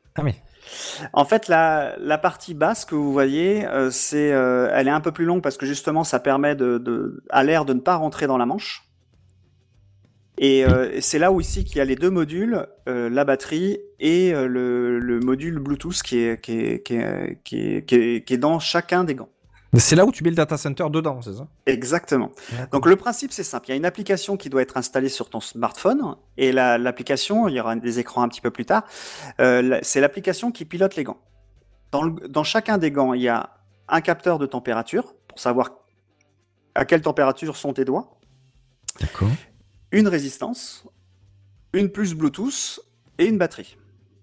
Ah oui. En fait, la, la partie basse que vous voyez, euh, c'est, euh, elle est un peu plus longue parce que justement, ça permet de, de, à l'air de ne pas rentrer dans la manche. Et euh, c'est là où ici qu'il y a les deux modules, euh, la batterie et euh, le, le module Bluetooth qui est, qui est, qui est, qui est, qui est, qui est dans chacun des gants. C'est là où tu mets le data center dedans, c'est ça? Exactement. Donc le principe c'est simple, il y a une application qui doit être installée sur ton smartphone et la, l'application, il y aura des écrans un petit peu plus tard, euh, c'est l'application qui pilote les gants. Dans, le, dans chacun des gants, il y a un capteur de température pour savoir à quelle température sont tes doigts. D'accord. Une résistance, une puce Bluetooth et une batterie.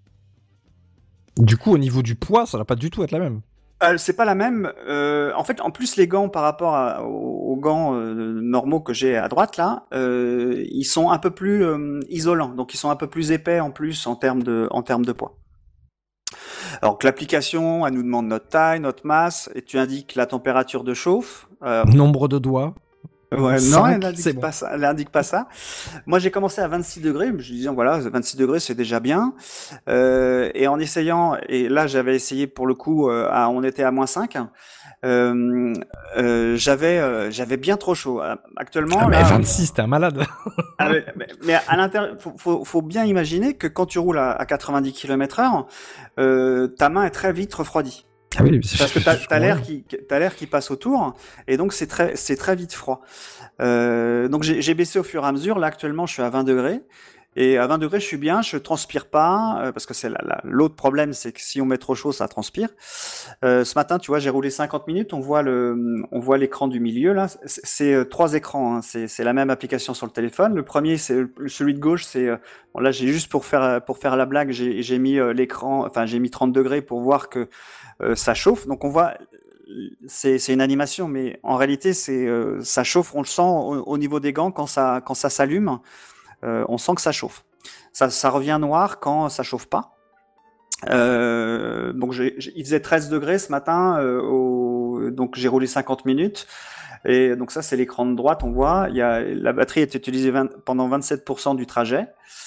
Du coup, au niveau du poids, ça va pas du tout être la même. Euh, c'est pas la même. Euh, en fait, en plus, les gants par rapport à, aux, aux gants euh, normaux que j'ai à droite là, euh, ils sont un peu plus euh, isolants, donc ils sont un peu plus épais en plus en termes de, en termes de poids. Alors que l'application, elle nous demande notre taille, notre masse, et tu indiques la température de chauffe. Euh, Nombre de doigts. Ouais, Cinq, non, elle n'indique c'est bon. pas ça. Elle indique pas ça. Moi, j'ai commencé à vingt-six degrés. Je disais, voilà, vingt-six degrés, c'est déjà bien. Euh, et en essayant, et là, j'avais essayé pour le coup, euh, à, on était à moins cinq. Euh, euh, j'avais, euh, j'avais bien trop chaud. Actuellement, Ah, mais là, vingt-six, t'es un malade. ah, mais, mais- mais à l'intérieur, faut, faut, faut bien imaginer que quand tu roules à, à quatre-vingt-dix kilomètres heure, euh, ta main est très vite refroidie. Ah oui, Parce que t'as, t'as l'air qui, t'as l'air qui passe autour, et donc c'est très, c'est très vite froid. Euh, donc j'ai, j'ai baissé au fur et à mesure. Là actuellement, je suis à vingt degrés, et à vingt degrés, je suis bien. Je transpire pas, euh, parce que c'est la, la- l'autre problème, c'est que si on met trop chaud, ça transpire. Euh, ce matin, tu vois, j'ai roulé cinquante minutes. On voit le, on voit l'écran du milieu là. C'est, c'est euh, trois écrans. Hein. C'est, c'est la même application sur le téléphone. Le premier, c'est celui de gauche. C'est euh, bon, là, j'ai juste pour faire, pour faire la blague, j'ai, j'ai mis euh, l'écran, enfin, j'ai mis trente degrés pour voir que Euh, ça chauffe. Donc on voit, c'est, c'est une animation, mais en réalité, c'est, euh, ça chauffe. On le sent au, au niveau des gants quand ça, quand ça s'allume. Euh, on sent que ça chauffe. Ça, ça revient noir quand ça chauffe pas. Euh, donc j'ai, j'ai- il faisait treize degrés ce matin. Euh, au, donc j'ai roulé cinquante minutes. Et donc ça, c'est l'écran de droite. On voit, il y a la batterie est utilisée vingt pendant vingt-sept pour cent du trajet.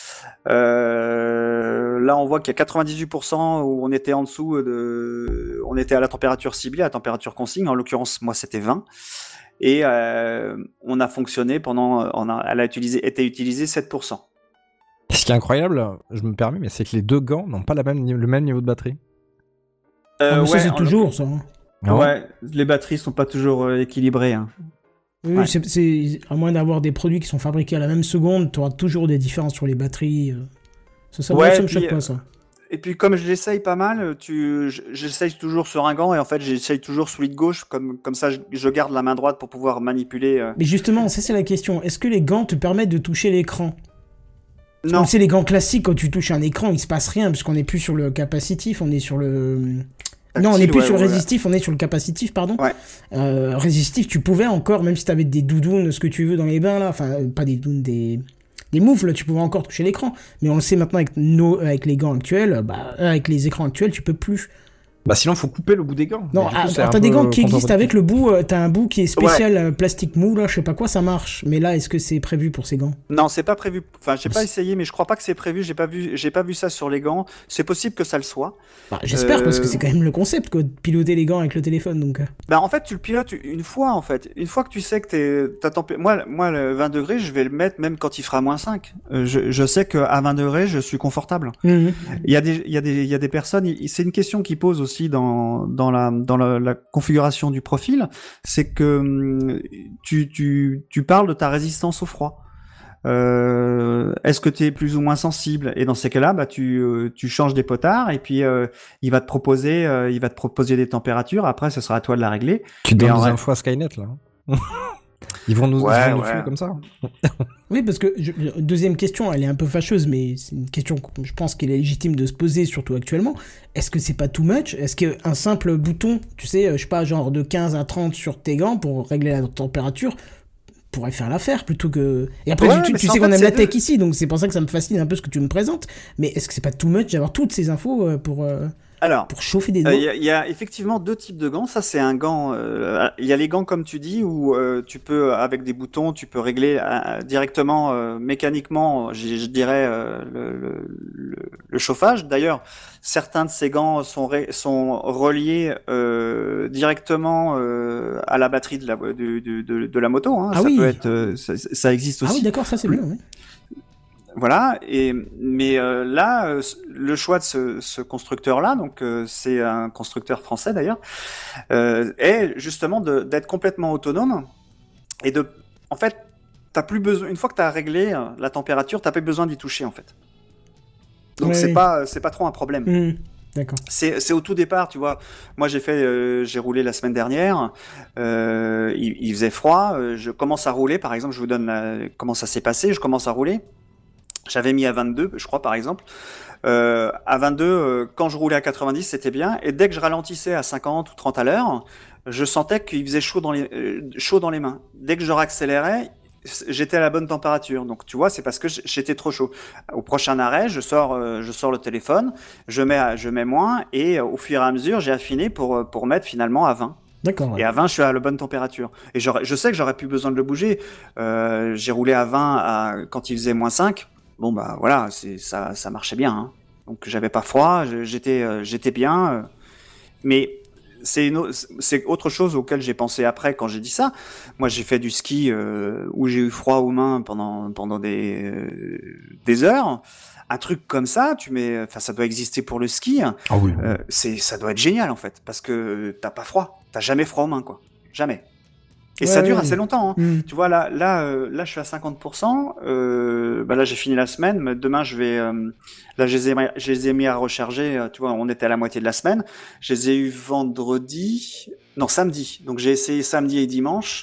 Euh, là, on voit qu'il y a quatre-vingt-dix-huit pour cent où on était en dessous de, on était à la température ciblée, à la température consigne. En l'occurrence, moi, c'était vingt. Et euh, on a fonctionné pendant, on a, elle a utilisé, été utilisée sept pour cent. Ce qui est incroyable, je me permets, mais c'est que les deux gants n'ont pas la même, le même niveau de batterie. Euh, Ah, mais ça, ouais, c'est en toujours ça. hein. Ah ouais. Ouais, les batteries sont pas toujours euh, équilibrées. Hein. Oui, Ouais. c'est, c'est- à moins d'avoir des produits qui sont fabriqués à la même seconde, tu auras toujours des différences sur les batteries. euh. Ça, ça, Ouais, moi, ça me puis, choque euh, pas, ça. Et puis comme je l'essaye pas mal, tu, j- j'essaye toujours sur un gant et en fait j'essaye toujours celui de gauche, comme, comme ça je, je garde la main droite pour pouvoir manipuler. euh. Mais justement, ça, c'est la question. Est-ce que les gants te permettent de toucher l'écran? Non, Comme c'est les gants classiques, quand tu touches un écran, il se passe rien, parce qu'on n'est plus sur le capacitif, on est sur le... non, on n'est Tactile, plus ouais, sur le ouais, résistif, on est sur le capacitif, pardon. Ouais. Euh, résistif, tu pouvais encore, même si t'avais des doudounes, ce que tu veux dans les bains, là, enfin, euh, pas des doudounes, des... des moufles, tu pouvais encore toucher l'écran. Mais on le sait maintenant avec, nos, avec les gants actuels, bah, euh, avec les écrans actuels, tu peux plus. Bah sinon, faut couper le bout des gants. Non, Mais du coup, ah, c'est alors un t'as des peu gants qui existent contre-productif. avec le bout, euh, t'as un bout qui est spécial, euh, plastique mou, là, je sais pas quoi, ça marche. Mais là, est-ce que c'est prévu pour ces gants? non, c'est pas prévu. Enfin, j'ai pas essayé, mais je crois pas que c'est prévu. J'ai pas vu, j'ai pas vu ça sur les gants. C'est possible que ça le soit. Bah, j'espère, Euh, parce que c'est quand même le concept, quoi, de piloter les gants avec le téléphone, donc... euh. Bah en fait, tu le pilotes une fois en fait. Une fois que tu sais que t'es, ta tempé- moi, moi, le vingt degrés, je vais le mettre même quand il fera moins cinq. Euh, je, je sais qu'à vingt degrés, je suis confortable. Mhm. Il y a des, il y a des, il y a des personnes. il- C'est une question qui pose aussi dans dans la dans la, la configuration du profil, c'est que hum, tu tu tu parles de ta résistance au froid. Euh, est-ce que tu es plus ou moins sensible? Et dans ces cas-là, bah tu euh, tu changes des potards et puis euh, il va te proposer euh, il va te proposer des températures. Après, ce sera à toi de la régler. Tu donnes Mais en des vrai- infos à Skynet, là. hein. Ils vont nous, Ouais, ils vont nous ouais. tuer comme ça. Oui, parce que, je- deuxième question, elle est un peu fâcheuse, mais c'est une question que je pense qu'il est légitime de se poser, surtout actuellement. Est-ce que c'est pas too much? Est-ce qu'un simple bouton, tu sais, euh, je sais pas, genre de quinze à trente sur tes gants pour régler la température, pourrait faire l'affaire plutôt que... Et après, Ouais, tu, mais tu c'est- sais en qu'on fait, aime c'est la tech deux- ici, donc c'est pour ça que ça me fascine un peu ce que tu me présentes. Mais est-ce que c'est pas too much d'avoir toutes ces infos euh, pour... euh, Alors, pour chauffer des il doigts. euh, y, y a effectivement deux types de gants. Ça, c'est un gant. Il euh, y a les gants, comme tu dis, où euh, tu peux, avec des boutons, tu peux régler euh, directement, euh, mécaniquement, je, je dirais, euh, le, le, le, le chauffage. D'ailleurs, certains de ces gants sont, ré, sont reliés euh, directement euh, à la batterie de la, de, de, de, de la moto. Hein. Ah ça oui. peut être, euh, ça, ça existe aussi. Ah oui, d'accord, ça c'est bien. Oui. Voilà, et mais euh, là, euh, le choix de ce, ce constructeur-là, donc euh, c'est un constructeur français d'ailleurs, euh, est justement de, d'être complètement autonome et de, en fait, t'as plus besoin. Une fois que t'as réglé euh, la température, t'as pas besoin d'y toucher en fait. Donc Ouais, c'est oui. pas, c'est pas trop un problème. Mmh. D'accord. C'est, c'est au tout départ, tu vois. Moi, j'ai fait, euh, j'ai roulé la semaine dernière. Euh, il, il faisait froid. euh, Je commence à rouler, par exemple. Je vous donne la, comment ça s'est passé. Je commence à rouler. J'avais mis à vingt-deux, je crois, par exemple. Euh, à vingt-deux, euh, quand je roulais à quatre-vingt-dix, c'était bien. Et dès que je ralentissais à cinquante ou trente à l'heure, je sentais qu'il faisait chaud dans les, euh, chaud dans les mains. Dès que je raccélérais, j'étais à la bonne température. Donc, tu vois, c'est parce que j'étais trop chaud. Au prochain arrêt, je sors, euh, je sors le téléphone, je mets, à, je mets moins, et euh, au fur et à mesure, j'ai affiné pour, pour mettre finalement à vingt. D'accord. Ouais. Et à vingt, je suis à la bonne température. Et je sais que j'aurais plus besoin de le bouger. Euh, j'ai roulé à vingt à, quand il faisait moins cinq. Bon, bah voilà, c'est, ça, ça marchait bien. Hein. Donc, j'avais pas froid, j'étais, euh, j'étais bien. Euh, mais c'est, une, c'est autre chose auquel j'ai pensé après quand j'ai dit ça. Moi, j'ai fait du ski euh, où j'ai eu froid aux mains pendant, pendant des, euh, des heures. Un truc comme ça, tu mets, enfin, ça doit exister pour le ski. Ah oui. Euh, c'est, ça doit être génial en fait, parce que t'as pas froid, t'as jamais froid aux mains, quoi, jamais. Et ouais, ça dure ouais, assez ouais. longtemps. Hein. Mmh. Tu vois, là, là, euh, là, je suis à cinquante pour cent. Euh, bah là, j'ai fini la semaine. Mais demain, je vais. Euh, là, je les, ai, je les ai mis à recharger. Euh, tu vois, on était à la moitié de la semaine. Je les ai eu vendredi, non samedi. Donc j'ai essayé samedi et dimanche.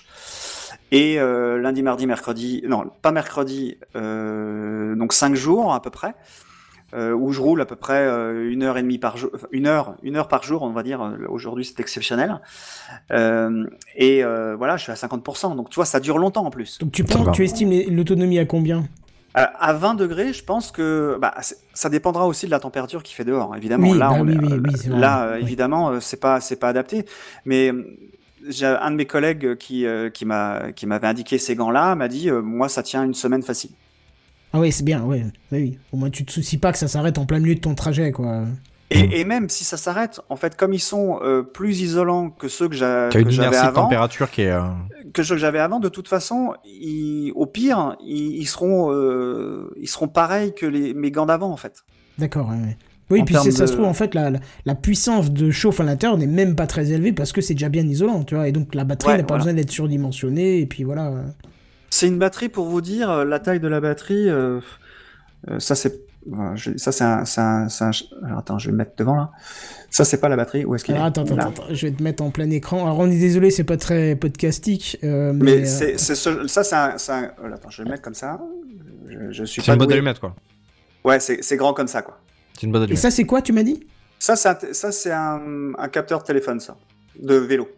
Et euh, lundi, mardi, mercredi. Non, pas mercredi. Euh, donc cinq jours à peu près. Euh, où je roule à peu près euh, une heure et demie par jour, une heure, une heure par jour, on va dire. Aujourd'hui, c'est exceptionnel. Euh, et euh, voilà, je suis à cinquante pour cent. Donc, tu vois, ça dure longtemps en plus. Donc tu penses, tu estimes les- l'autonomie à combien? Euh, à vingt degrés, je pense que bah, ça dépendra aussi de la température qu'il fait dehors, évidemment. Oui, là, bah on oui, est, oui, euh, oui, c'est vrai. là, euh, Oui. évidemment, euh, c'est pas, c'est pas adapté. Mais euh, j'ai un de mes collègues qui, euh, qui m'a, qui m'avait indiqué ces gants-là, m'a dit, euh, moi, ça tient une semaine facile. Ah oui, c'est bien, ouais. Oui, oui. Au moins tu te soucies pas que ça s'arrête en plein milieu de ton trajet, quoi. Et, et même si ça s'arrête, en fait, comme ils sont euh, plus isolants que ceux que, j'a, Qui a une que j'avais inertie de avant, température qui est. euh, que ceux que j'avais avant, de toute façon, ils, au pire, ils, ils seront, euh, ils seront pareils que les, mes gants d'avant, en fait. D'accord, ouais, ouais. Oui, En puis c'est- termes ça de- se trouve, en fait, la, la, la puissance de chauffe à l'intérieur n'est même pas très élevée parce que c'est déjà bien isolant, tu vois. Et donc la batterie Ouais, n'a pas voilà. besoin d'être surdimensionnée, et puis voilà. C'est une batterie, pour vous dire, euh, la taille de la batterie, euh, euh, ça c'est, voilà, je- ça c'est un, c'est un, c'est un, alors attends, je vais le mettre devant là. Ça c'est pas la batterie, où est-ce qu'il Alors est attends, attends, Là. attends, je vais te mettre en plein écran. Alors on est désolé, c'est pas très podcastique, euh, mais, Mais euh, c'est, c'est ce- ça c'est un, c'est un, euh, attends, je vais le mettre comme ça. Je, je suis C'est pas une boîte doué. d'allumettes, quoi. Ouais, c'est, c'est grand comme ça, quoi. C'est une boîte Et d'allumettes. ça, c'est quoi, tu m'as dit? Ça, c'est un, ça c'est un, un capteur téléphone, ça, de vélo.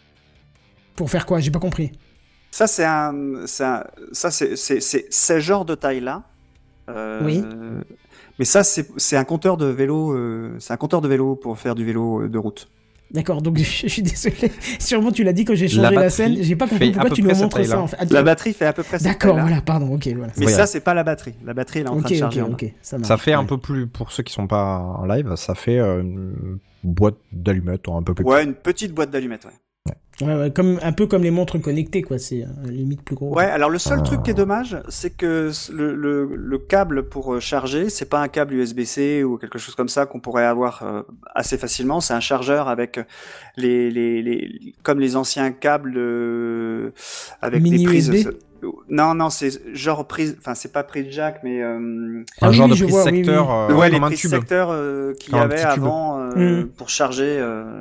Pour faire quoi? J'ai pas compris. Ça, c'est un, c'est un- ça, c'est, c'est, c'est, ce genre de taille-là. Euh, Oui. Mais ça, c'est, c'est un compteur de vélo, euh, c'est un compteur de vélo pour faire du vélo euh, de route. D'accord, donc je suis désolé. Sûrement tu l'as dit quand j'ai changé La la, batterie scène. J'ai pas fait compris à pourquoi peu tu près nous cette montres ça. taille-là. En fait. La batterie fait à peu près cette D'accord, taille-là. voilà, pardon, ok, voilà. Mais Voilà. ça, c'est pas la batterie. La batterie, elle est en Ok, train de ok, charger. en ok, ça marche. Ça fait un Ouais. peu plus, pour ceux qui sont pas en live, ça fait euh, une boîte d'allumettes, un peu plus. Ouais, une petite boîte d'allumettes, ouais. Ouais, ouais, comme, un peu comme les montres connectées, quoi. C'est euh, limite plus gros. Ouais, alors le seul truc qui est dommage, c'est que le, le, le câble pour euh, charger, c'est pas un câble U S B C ou quelque chose comme ça qu'on pourrait avoir euh, assez facilement. C'est un chargeur avec les, les, les comme les anciens câbles euh, avec Mini des prises. U S B? Non, non, c'est genre prise. Enfin, c'est pas prise jack, mais euh, Ah un oui, genre oui, de je prise vois, oui, secteur oui. euh, ouais, les comme un prises tube. secteurs euh, qu'il y Comme un avait petit tube. avant euh, Mm. pour charger.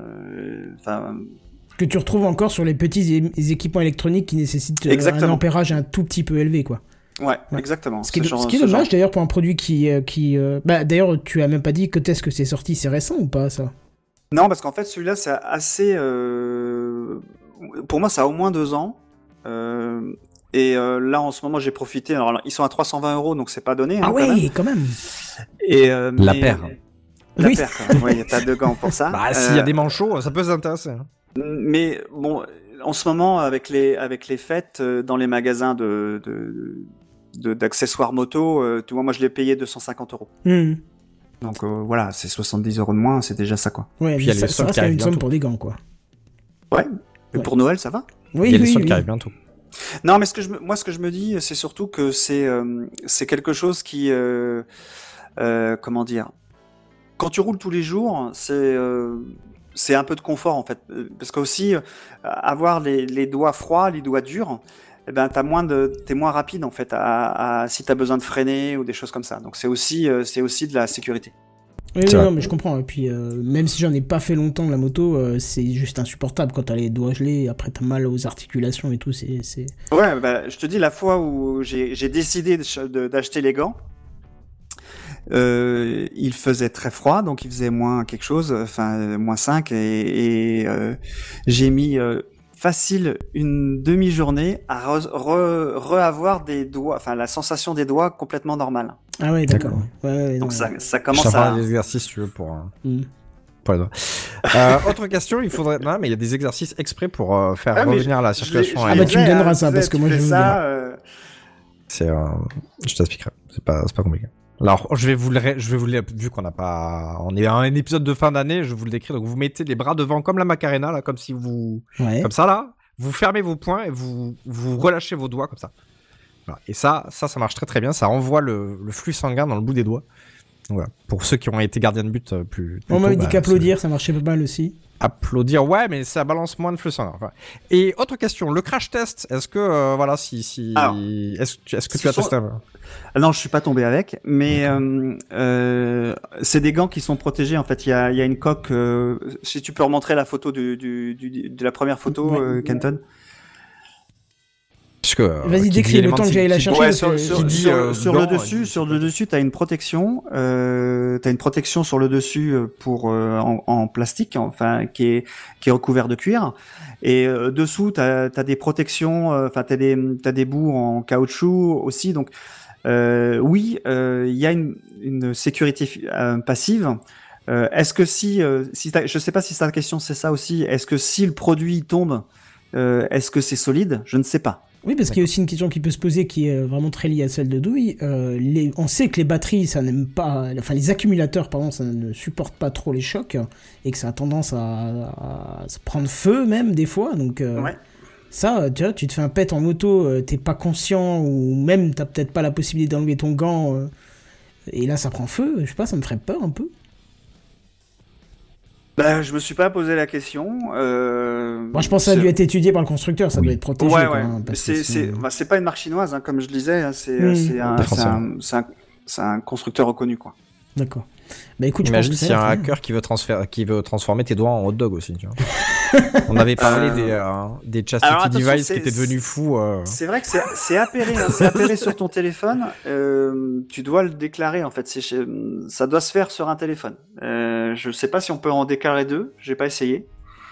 Enfin. Euh, Que tu retrouves encore sur les petits é- les équipements électroniques qui nécessitent euh, un Exactement. ampérage un tout petit peu élevé, quoi. ouais, Ouais. exactement. Ce qui est, Ce genre- ce qui est ce dommage genre. d'ailleurs pour un produit qui... euh, qui euh, Bah d'ailleurs, tu as même pas dit quand est-ce que c'est sorti, c'est récent ou pas, ça? Non, parce qu'en fait, celui-là, c'est assez. Euh... Pour moi, ça a au moins deux ans. Euh... Et euh, là, en ce moment, j'ai profité. Alors, ils sont à trois cent vingt euros, donc c'est pas donné. Hein, Ah quand même. ouais, quand même. Et, euh, La mais- paire. La Oui. paire, quand même. Ouais, il y a pas de gants pour ça. Bah, s'il y a Euh, des manchots, ça peut s'intéresser. hein. Mais bon, en ce moment, avec les avec les fêtes euh, dans les magasins de, de, de d'accessoires moto, euh, tu vois, moi je l'ai payé deux cent cinquante euros. Hmm. Donc euh, voilà, c'est soixante-dix euros de moins, c'est déjà ça quoi. Ouais, Puis il y a mais les ça, ça soldes reste qui quand même arrivent une somme bientôt. pour des gants, quoi. Ouais. Et Ouais. pour Noël, ça va? Oui, Il y a les oui, soldes oui. qui arrivent bientôt. Non, mais ce que je me, moi ce que je me dis, c'est surtout que c'est euh, c'est quelque chose qui euh, euh, comment dire, quand tu roules tous les jours, c'est euh, c'est un peu de confort en fait, Euh, parce que aussi euh, avoir les, les doigts froids, les doigts durs, eh ben t'as moins de, t'es moins rapide en fait à, à si t'as besoin de freiner ou des choses comme ça. Donc c'est aussi euh, c'est aussi de la sécurité. Oui, C'est oui, vrai. non, mais je comprends. Et puis, euh, même si j'en ai pas fait longtemps de la moto, euh, c'est juste insupportable quand t'as les doigts gelés. Après, t'as mal aux articulations et tout. C'est, c'est... Ouais, bah, je te dis la fois où j'ai j'ai décidé de ch- de- d'acheter les gants. Euh, il faisait très froid, donc il faisait moins quelque chose, enfin euh, moins cinq, et, et euh, j'ai mis euh, facile une demi-journée à re, re, re-avoir des doigts, enfin la sensation des doigts complètement normale. Ah ouais, d'accord. D'accord. Ouais, ouais, non, Donc ça, ouais. ça Je commence t'apprends à... des exercices, si tu veux, pour, euh, Hmm. pour les doigts. Euh, autre question, il faudrait... Non, mais il y a des exercices exprès pour euh, faire Ah, mais revenir la je l'ai- circulation je Ah à bah, l'ai tu me fait, donneras hein, ça, tu parce sais, que tu moi, fais je veux ça, bien. euh, C'est, euh, je t'expliquerai. C'est pas, c'est pas compliqué. Alors, je vais vous le, ré- je vais vous le, vu qu'on n'a pas, on est à un épisode de fin d'année, je vous le décris. Donc, vous mettez les bras devant comme la Macarena, là, comme si vous, Ouais. comme ça, là. Vous fermez vos poings et vous, vous relâchez vos doigts comme ça. Voilà. Et ça, ça, ça marche très très bien. Ça envoie le, le flux sanguin dans le bout des doigts. Donc, voilà. Pour ceux qui ont été gardiens de but euh, plus, plus On m'avait tôt, dit bah, qu'applaudir, ça marchait pas mal aussi. applaudir, ouais, mais ça balance moins de flux sanguin. Enfin. Et autre question, le crash test, est-ce que, euh, voilà, si, si, Alors, est-ce, que tu- est-ce que ce tu as sont- testé un... Ah non, je suis pas tombé avec, mais euh, euh, c'est des gants qui sont protégés. En fait, il y a, il y a une coque. Euh, si tu peux remontrer la photo du, du, du- de la première photo, Ouais. euh, Kenton. Puisque, euh, Vas-y, qui dit décris le élément temps de que j'aille la qui- chercher. Ouais, parce sur, que- sur, qui dit, sur- euh, sur gants, le dit- dessus, sur le dessus, t'as une protection. Euh, t'as une protection sur le dessus euh, pour euh, en, en plastique, enfin qui est qui est recouvert de cuir. Et euh, dessous, t'as as des protections. Enfin, t'as des t'as des bouts en caoutchouc aussi. Donc euh, oui, euh, il y a une, une sécurité fi- euh, passive. Euh, est-ce que si, euh, si ta- je sais pas si ta question c'est ça aussi. Est-ce que si le produit tombe, euh, est-ce que c'est solide? Je ne sais pas. Oui, parce qu'il y a aussi une question qui peut se poser qui est vraiment très liée à celle de Douille. Euh, les... On sait que les batteries, ça n'aime pas... Enfin, les accumulateurs, pardon, ça ne supporte pas trop les chocs et que ça a tendance à, à se prendre feu même des fois. Donc euh, Ouais. ça, tu vois, tu te fais un pet en moto, euh, t'es pas conscient ou même t'as peut-être pas la possibilité d'enlever ton gant euh, et là ça prend feu. Je sais pas, ça me ferait peur un peu. Ben, je me suis pas posé la question. Euh, Moi, je pense que ça a c'est- dû être étudié par le constructeur, ça Oui. doit être protégé. Ouais, quoi, ouais. hein, parce que c'est, c'est, sinon- bah, c'est pas une marque chinoise, hein, comme je le disais. hein, C'est, Mm. c'est, un, Pas c'est, forcément. un, c'est, un, c'est un constructeur reconnu, quoi. D'accord. Bah écoute, je Imagine pense que s'il y a ça un va être, hacker qui veut, transférer, qui veut transformer tes doigts en hot dog aussi, tu vois. On avait parlé Euh, des, euh, des Alors, chastity attention, devices c'est- qui étaient devenus fous. euh. C'est vrai que c'est, c'est appairé, hein, c'est appairé sur ton téléphone. Euh, tu dois le déclarer, en fait. C'est chez- ça doit se faire sur un téléphone. Euh, je sais pas si on peut en déclarer deux. J'ai pas essayé.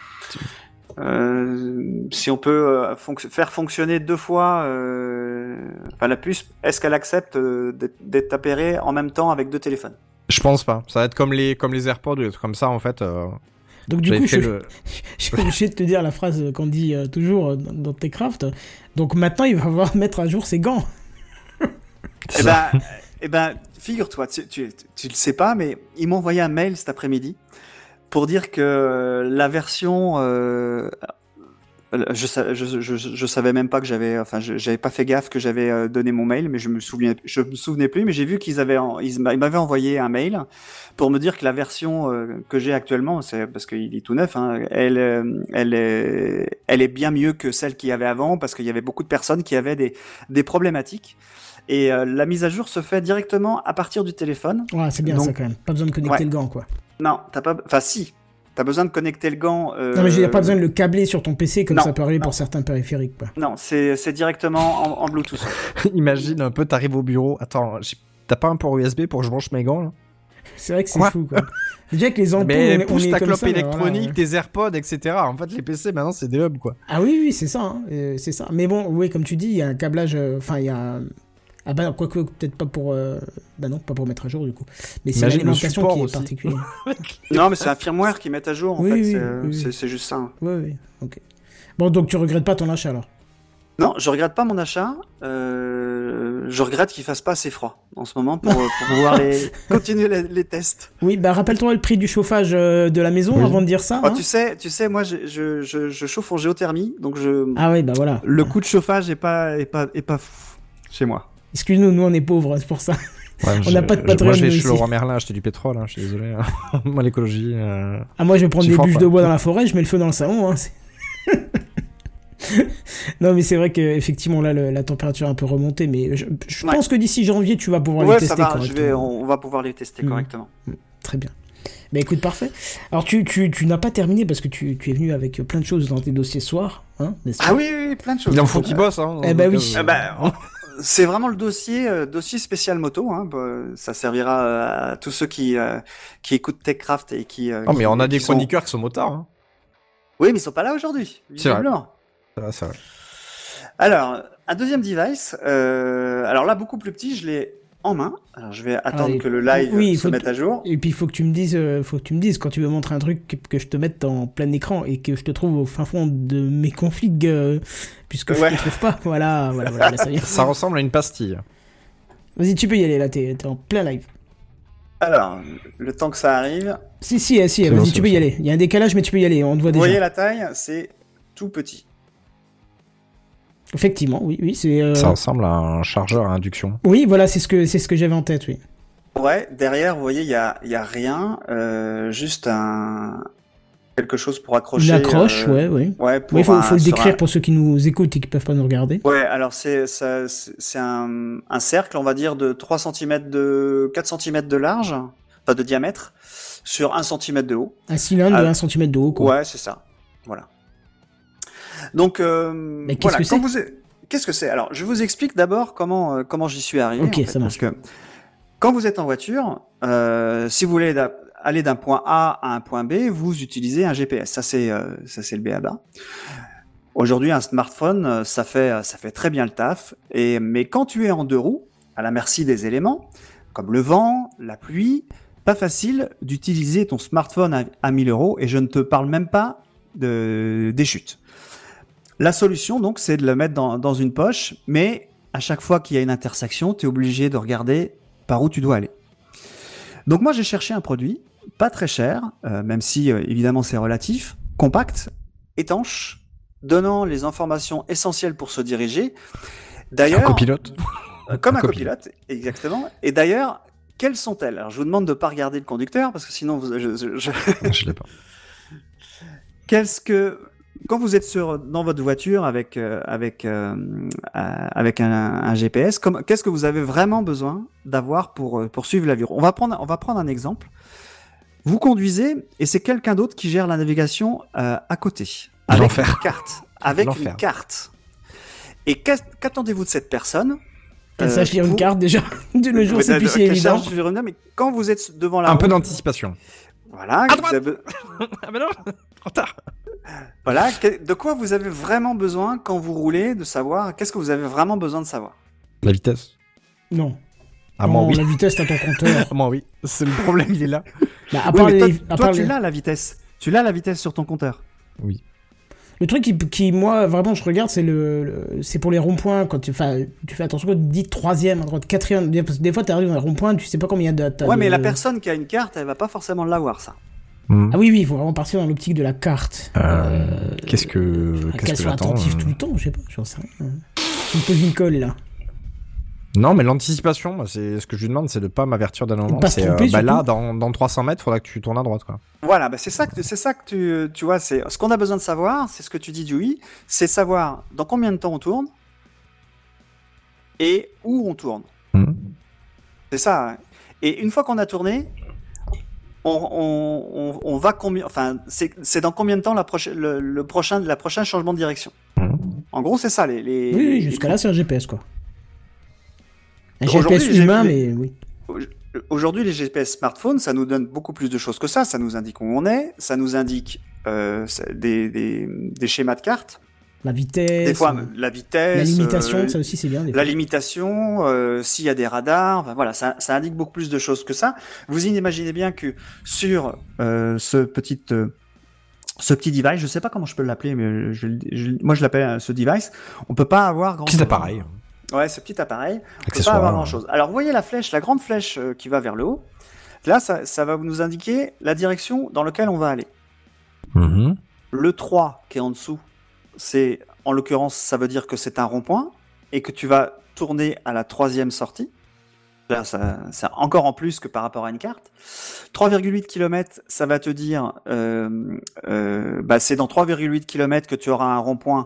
Euh, si on peut euh, fonc- faire fonctionner deux fois, euh, enfin la puce, est-ce qu'elle accepte euh, d'être, d'être appairée en même temps avec deux téléphones? Je pense pas. Ça va être comme les, comme les AirPods ou des trucs comme ça, en fait. Euh, Donc du j'avais coup, fait je, le... je suis obligé de te dire la phrase qu'on dit euh, toujours euh, dans, dans Techcraft. Donc maintenant, il va falloir mettre à jour ses gants. Eh ben, eh ben, figure-toi, tu, tu, tu le sais pas, mais ils m'ont envoyé un mail cet après-midi pour dire que la version, euh, je, sa- je, je, je savais même pas que j'avais, enfin, je- j'avais pas fait gaffe que j'avais euh, donné mon mail, mais je me souviens, je me souvenais plus, mais j'ai vu qu'ils avaient, en- ils m'a- ils m'avaient envoyé un mail pour me dire que la version euh, que j'ai actuellement, c'est parce qu'il est tout neuf, hein, elle, euh, elle est, elle est bien mieux que celle qu'il y avait avant, parce qu'il y avait beaucoup de personnes qui avaient des, des problématiques. Et euh, la mise à jour se fait directement à partir du téléphone. Ouais, c'est bien Donc- ça quand même. Pas besoin de connecter Ouais. le gant, quoi. Non, t'as pas. Enfin, si. T'as besoin de connecter le gant. Euh... Non, mais je veux dire, pas besoin de le câbler sur ton P C comme Non, ça peut arriver non. pour certains périphériques, quoi. Non, c'est c'est directement en, en Bluetooth. Imagine un peu, t'arrives au bureau. Attends, j'ai- t'as pas un port U S B pour que je branche mes gants, là? C'est vrai que c'est Quoi fou, quoi. Déjà que les ampoules, Mais on est, on pousse est ta comme clope ça, mais électronique, voilà, ouais. tes AirPods, et cetera. En fait, les P C, maintenant, c'est des hubs, quoi. Ah oui, oui, c'est ça, hein, euh, c'est ça. Mais bon, oui, comme tu dis, il y a un câblage, euh, enfin, il y a un, Ah bah non, quoique peut-être pas pour... Euh... Bah non, pas pour mettre à jour du coup. Mais c'est Imagine le l'alimentation support qui est aussi. particulière. Non, mais c'est un firmware qui met à jour, en Oui, fait. oui, c'est, oui, oui. c'est- c'est juste ça. Oui, oui, ok. Bon, donc tu regrettes pas ton achat alors? Non, je regrette pas mon achat. Euh, je regrette qu'il fasse pas assez froid en ce moment pour, pour pouvoir les, continuer les, les tests. Oui, bah rappelle-toi le prix du chauffage euh, de la maison Oui. avant de dire ça. Oh, hein. tu sais, tu sais, moi, je, je, je, je chauffe en géothermie, donc je, Ah oui, bah voilà. le coût de chauffage est pas, est pas, est pas fou chez moi. Excuse-nous, nous on est pauvres, c'est pour ça. Ouais, On je- n'a pas de je- Patreon, Moi, je vais nous, chez le ici. roi Merlin acheter du pétrole, hein, je suis désolé. hein. Moi, l'écologie. euh, Ah moi je vais prendre J'y des crois bûches pas. de bois dans la forêt, je mets le feu dans le salon. Hein. c'est- non mais c'est vrai qu'effectivement là le- la température est un peu remontée, mais je, je Ouais. pense que d'ici janvier tu vas pouvoir Ouais, les ça tester va, je correctement. vais, on, on va pouvoir les tester Mhm. correctement. Très bien. Bah écoute, parfait. Alors tu, tu, tu n'as pas terminé parce que tu, tu es venu avec plein de choses dans tes dossiers ce soir, hein, n'est-ce pas? Ah oui, oui, oui, plein de choses. Il en faut qu'il bosse. Hein, Eh bah donc, oui. euh, Ah bah, on- c'est vraiment le dossier, euh, dossier spécial moto. Hein. Bah, ça servira euh, à tous ceux qui, euh, qui écoutent TechCraft et qui. euh, Non, mais qui- on a des qui sont- chroniqueurs qui sont motards. Hein. Oui, mais ils sont pas là aujourd'hui. C'est vrai. visiblement. Ça va, ça va. Alors, un deuxième device. Euh, alors là, beaucoup plus petit, je l'ai en main. Alors, je vais attendre Allez. que le live Oui, il se faut mette que- à jour. Et puis il faut que tu me dises, euh, faut que tu me dises quand tu veux montrer un truc que, que je te mette en plein écran et que je te trouve au fin fond de mes configs euh, puisque je Ouais. ne trouve pas. Voilà, voilà, voilà, là, ça y est. Ça ressemble à une pastille. Vas-y, tu peux y aller là, t'es t'es en plein live. Alors, le temps que ça arrive. Si, si, eh, si, C'est vas-y, bon, tu c'est peux y bon. aller. Il y a un décalage, mais tu peux y aller. On te voit Vous déjà. voyez la taille, c'est tout petit. Effectivement, oui, oui, c'est. euh, Ça ressemble à un chargeur à induction. Oui, voilà, c'est ce que c'est ce que j'avais en tête, oui. Ouais, derrière, vous voyez, il y a, il y a rien, euh, juste un quelque chose pour accrocher. Une accroche, euh, ouais, ouais. Ouais, pour Il faut, un- faut le sur décrire un- pour ceux qui nous écoutent et qui peuvent pas nous regarder. Ouais, alors c'est ça, c'est c'est un, un cercle, on va dire, de trois centimètres de quatre centimètres de large, enfin de diamètre, sur un centimètre de haut. Un cylindre de Ah, un centimètre de haut, quoi. Ouais, c'est ça. Voilà. Donc, euh, Mais qu'est-ce voilà, que quand c'est vous êtes- Qu'est-ce que c'est? Alors, je vous explique d'abord comment euh, comment j'y suis arrivé. Ok, en fait, ça marche. Parce que quand vous êtes en voiture, euh, si vous voulez d'a- aller d'un point A à un point B, vous utilisez un G P S. Ça c'est euh, ça c'est le b a ba. Aujourd'hui, un smartphone, euh, ça fait ça fait très bien le taf. Et mais quand tu es en deux roues, à la merci des éléments comme le vent, la pluie, pas facile d'utiliser ton smartphone à, à mille euros. Et je ne te parle même pas de des chutes. La solution, donc, c'est de le mettre dans, dans une poche, mais à chaque fois qu'il y a une intersection, tu es obligé de regarder par où tu dois aller. Donc moi, j'ai cherché un produit, pas très cher, euh, même si, euh, évidemment, c'est relatif, compact, étanche, donnant les informations essentielles pour se diriger. D'ailleurs, Un copilote. euh, comme un un copilote. copilote, exactement. Et d'ailleurs, quelles sont-elles? Alors, je vous demande de pas regarder le conducteur, parce que sinon, vous, je, je- je- Je l'ai pas. Qu'est-ce que quand vous êtes sur dans votre voiture avec euh, avec euh, euh, avec un, un G P S, comme qu'est-ce que vous avez vraiment besoin d'avoir pour euh, pour suivre l'avion? On va prendre on va prendre un exemple. Vous conduisez et c'est quelqu'un d'autre qui gère la navigation euh, à côté avec L'enfer. une carte, avec une L'enfer. carte. Et qu'est- qu'attendez-vous de cette personne? Qu'elle Euh, sache lire une pour- carte déjà. De nos jours, Mais c'est plus qu'elle si évident. charge sur une- mais quand vous êtes devant la Un peu route, d'anticipation. voilà, À que droite. vous avez- Ah bah non, trop tard. Voilà, que- de quoi vous avez vraiment besoin quand vous roulez, de savoir, qu'est-ce que vous avez vraiment besoin de savoir? La vitesse. Non. Ah, moi, Non, oui. La vitesse, t'as ton compteur. Moi, oui. C'est le problème, il est là. Bah, à Oui, part mais les- toi, à toi, part tu les- l'as la vitesse. Tu l'as la vitesse sur ton compteur. Oui. Le truc qui, qui, moi, vraiment, je regarde, c'est le, le- c'est pour les ronds-points. Quand tu, enfin, tu fais attention quand tu dis troisième à droite, quatrième. Des, des fois, tu arrives dans un rond-point, tu sais pas combien de. t'as Ouais, de- mais la personne qui a une carte, elle va pas forcément l'avoir, ça. Hmm. Ah oui, oui, il faut vraiment partir dans l'optique de la carte. Euh, Qu'est-ce que, Qu'elle qu'est-ce que soit j'attends attentive euh tout le temps, je sais pas, j'en sais rien. Tu me poses une colle, là. Non, mais l'anticipation, moi, c'est ce que je lui demande, c'est de pas m'avertir d'un moment. pas se C'est tromper, bah là, surtout. dans, dans trois cents mètres, faudra que tu tournes à droite, quoi. Voilà, bah c'est ça que, c'est ça que tu, tu vois, c'est, ce qu'on a besoin de savoir, c'est ce que tu dis, Dewey, c'est savoir dans combien de temps on tourne et où on tourne. Hmm. C'est ça. Hein. Et une fois qu'on a tourné, on, on, on, on va combien, enfin, c'est, c'est dans combien de temps la prochaine, le, le prochain, la prochain changement de direction. Hmm. En gros, c'est ça, les, les, Oui, oui, les- jusqu'à là, c'est un G P S, quoi. Un Aujourd'hui, G P S j'ai humain, vu mais oui. Aujourd'hui, les G P S smartphones, ça nous donne beaucoup plus de choses que ça. Ça nous indique où on est, ça nous indique euh, ça- des, des, des schémas de cartes. La vitesse. Des fois, euh, la vitesse. La limitation, euh, ça aussi c'est bien. Des La fois. limitation, euh, s'il y a des radars, enfin, voilà, ça, ça indique beaucoup plus de choses que ça. Vous imaginez bien que sur euh, ce petit, euh, ce petit device, je sais pas comment je peux l'appeler, mais je, je, moi je l'appelle euh, ce device, on peut pas avoir grand Petit chose. appareil. Ouais, ce petit appareil, on peut pas Accessoire. avoir grand chose. Alors vous voyez la flèche, la grande flèche euh, qui va vers le haut. Là, ça, ça va nous indiquer la direction dans laquelle on va aller. Mhm. Le trois qui est en dessous, c'est, en l'occurrence, ça veut dire que c'est un rond-point et que tu vas tourner à la troisième sortie. Là, ça, c'est encore en plus que par rapport à une carte. trois virgule huit kilomètres, ça va te dire, euh, euh, bah, c'est dans trois virgule huit kilomètres que tu auras un rond-point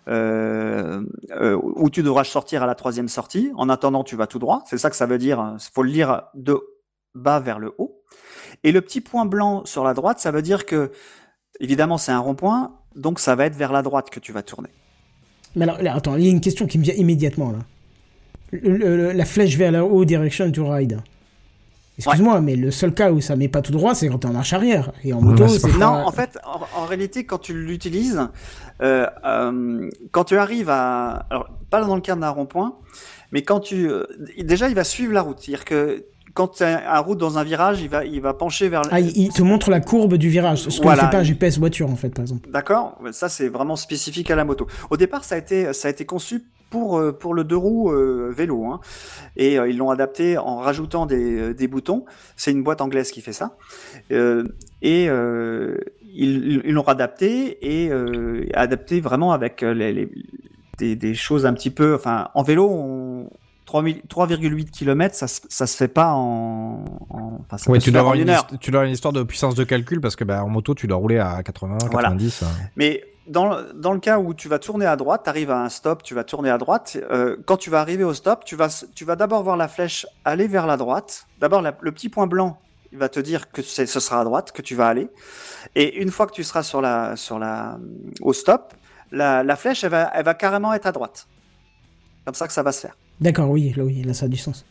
euh, euh, où tu devras sortir à la troisième sortie. En attendant, tu vas tout droit. C'est ça que ça veut dire. Il faut le lire de bas vers le haut. Et le petit point blanc sur la droite, ça veut dire que, évidemment, c'est un rond-point, donc ça va être vers la droite que tu vas tourner. Mais alors, là, attends, il y a une question qui me vient immédiatement là. Le- le- la flèche vers la haut, direction to ride. Excuse-moi, ouais. mais le seul cas où ça met pas tout droit, c'est quand t'es en marche arrière. Et en moto, Ouais, c'est c'est pas... Non, en fait, en, en réalité, quand tu l'utilises, euh, euh, quand tu arrives à... Alors, pas dans le cadre d'un rond-point, mais quand tu... Euh, déjà, il va suivre la route. C'est-à-dire que quand tu es en route dans un virage, il va, il va pencher vers... Ah, il, il te montre la courbe du virage. Ce que Voilà. ne fait pas un G P S voiture, en fait, par exemple. D'accord, ça c'est vraiment spécifique à la moto. Au départ, ça a été, ça a été conçu pour, pour le deux roues euh, vélo, hein. Et euh, ils l'ont adapté en rajoutant des, des boutons. C'est une boîte anglaise qui fait ça. Euh, et euh, ils, ils l'ont adapté et euh, adapté vraiment avec les, les, des, des choses un petit peu... Enfin, en vélo, on... trois virgule huit kilomètres, ça, ça se fait pas en... en enfin, ça Ouais, peut se tu dois faire en avoir une, une heure. hist- tu dois avoir une histoire de puissance de calcul parce que bah, en moto, tu dois rouler à quatre-vingts, Voilà. quatre-vingt-dix. hein. Mais dans, le- dans le cas où tu vas tourner à droite, tu arrives à un stop, tu vas tourner à droite. Euh, quand tu vas arriver au stop, tu vas, s- tu vas d'abord voir la flèche aller vers la droite. D'abord, la- le petit point blanc, il va te dire que c'est- ce sera à droite que tu vas aller. Et une fois que tu seras sur la, sur la, au stop, la, la flèche, elle va, elle va carrément être à droite. Comme ça que ça va se faire. D'accord, oui, là, oui, là, ça a du sens.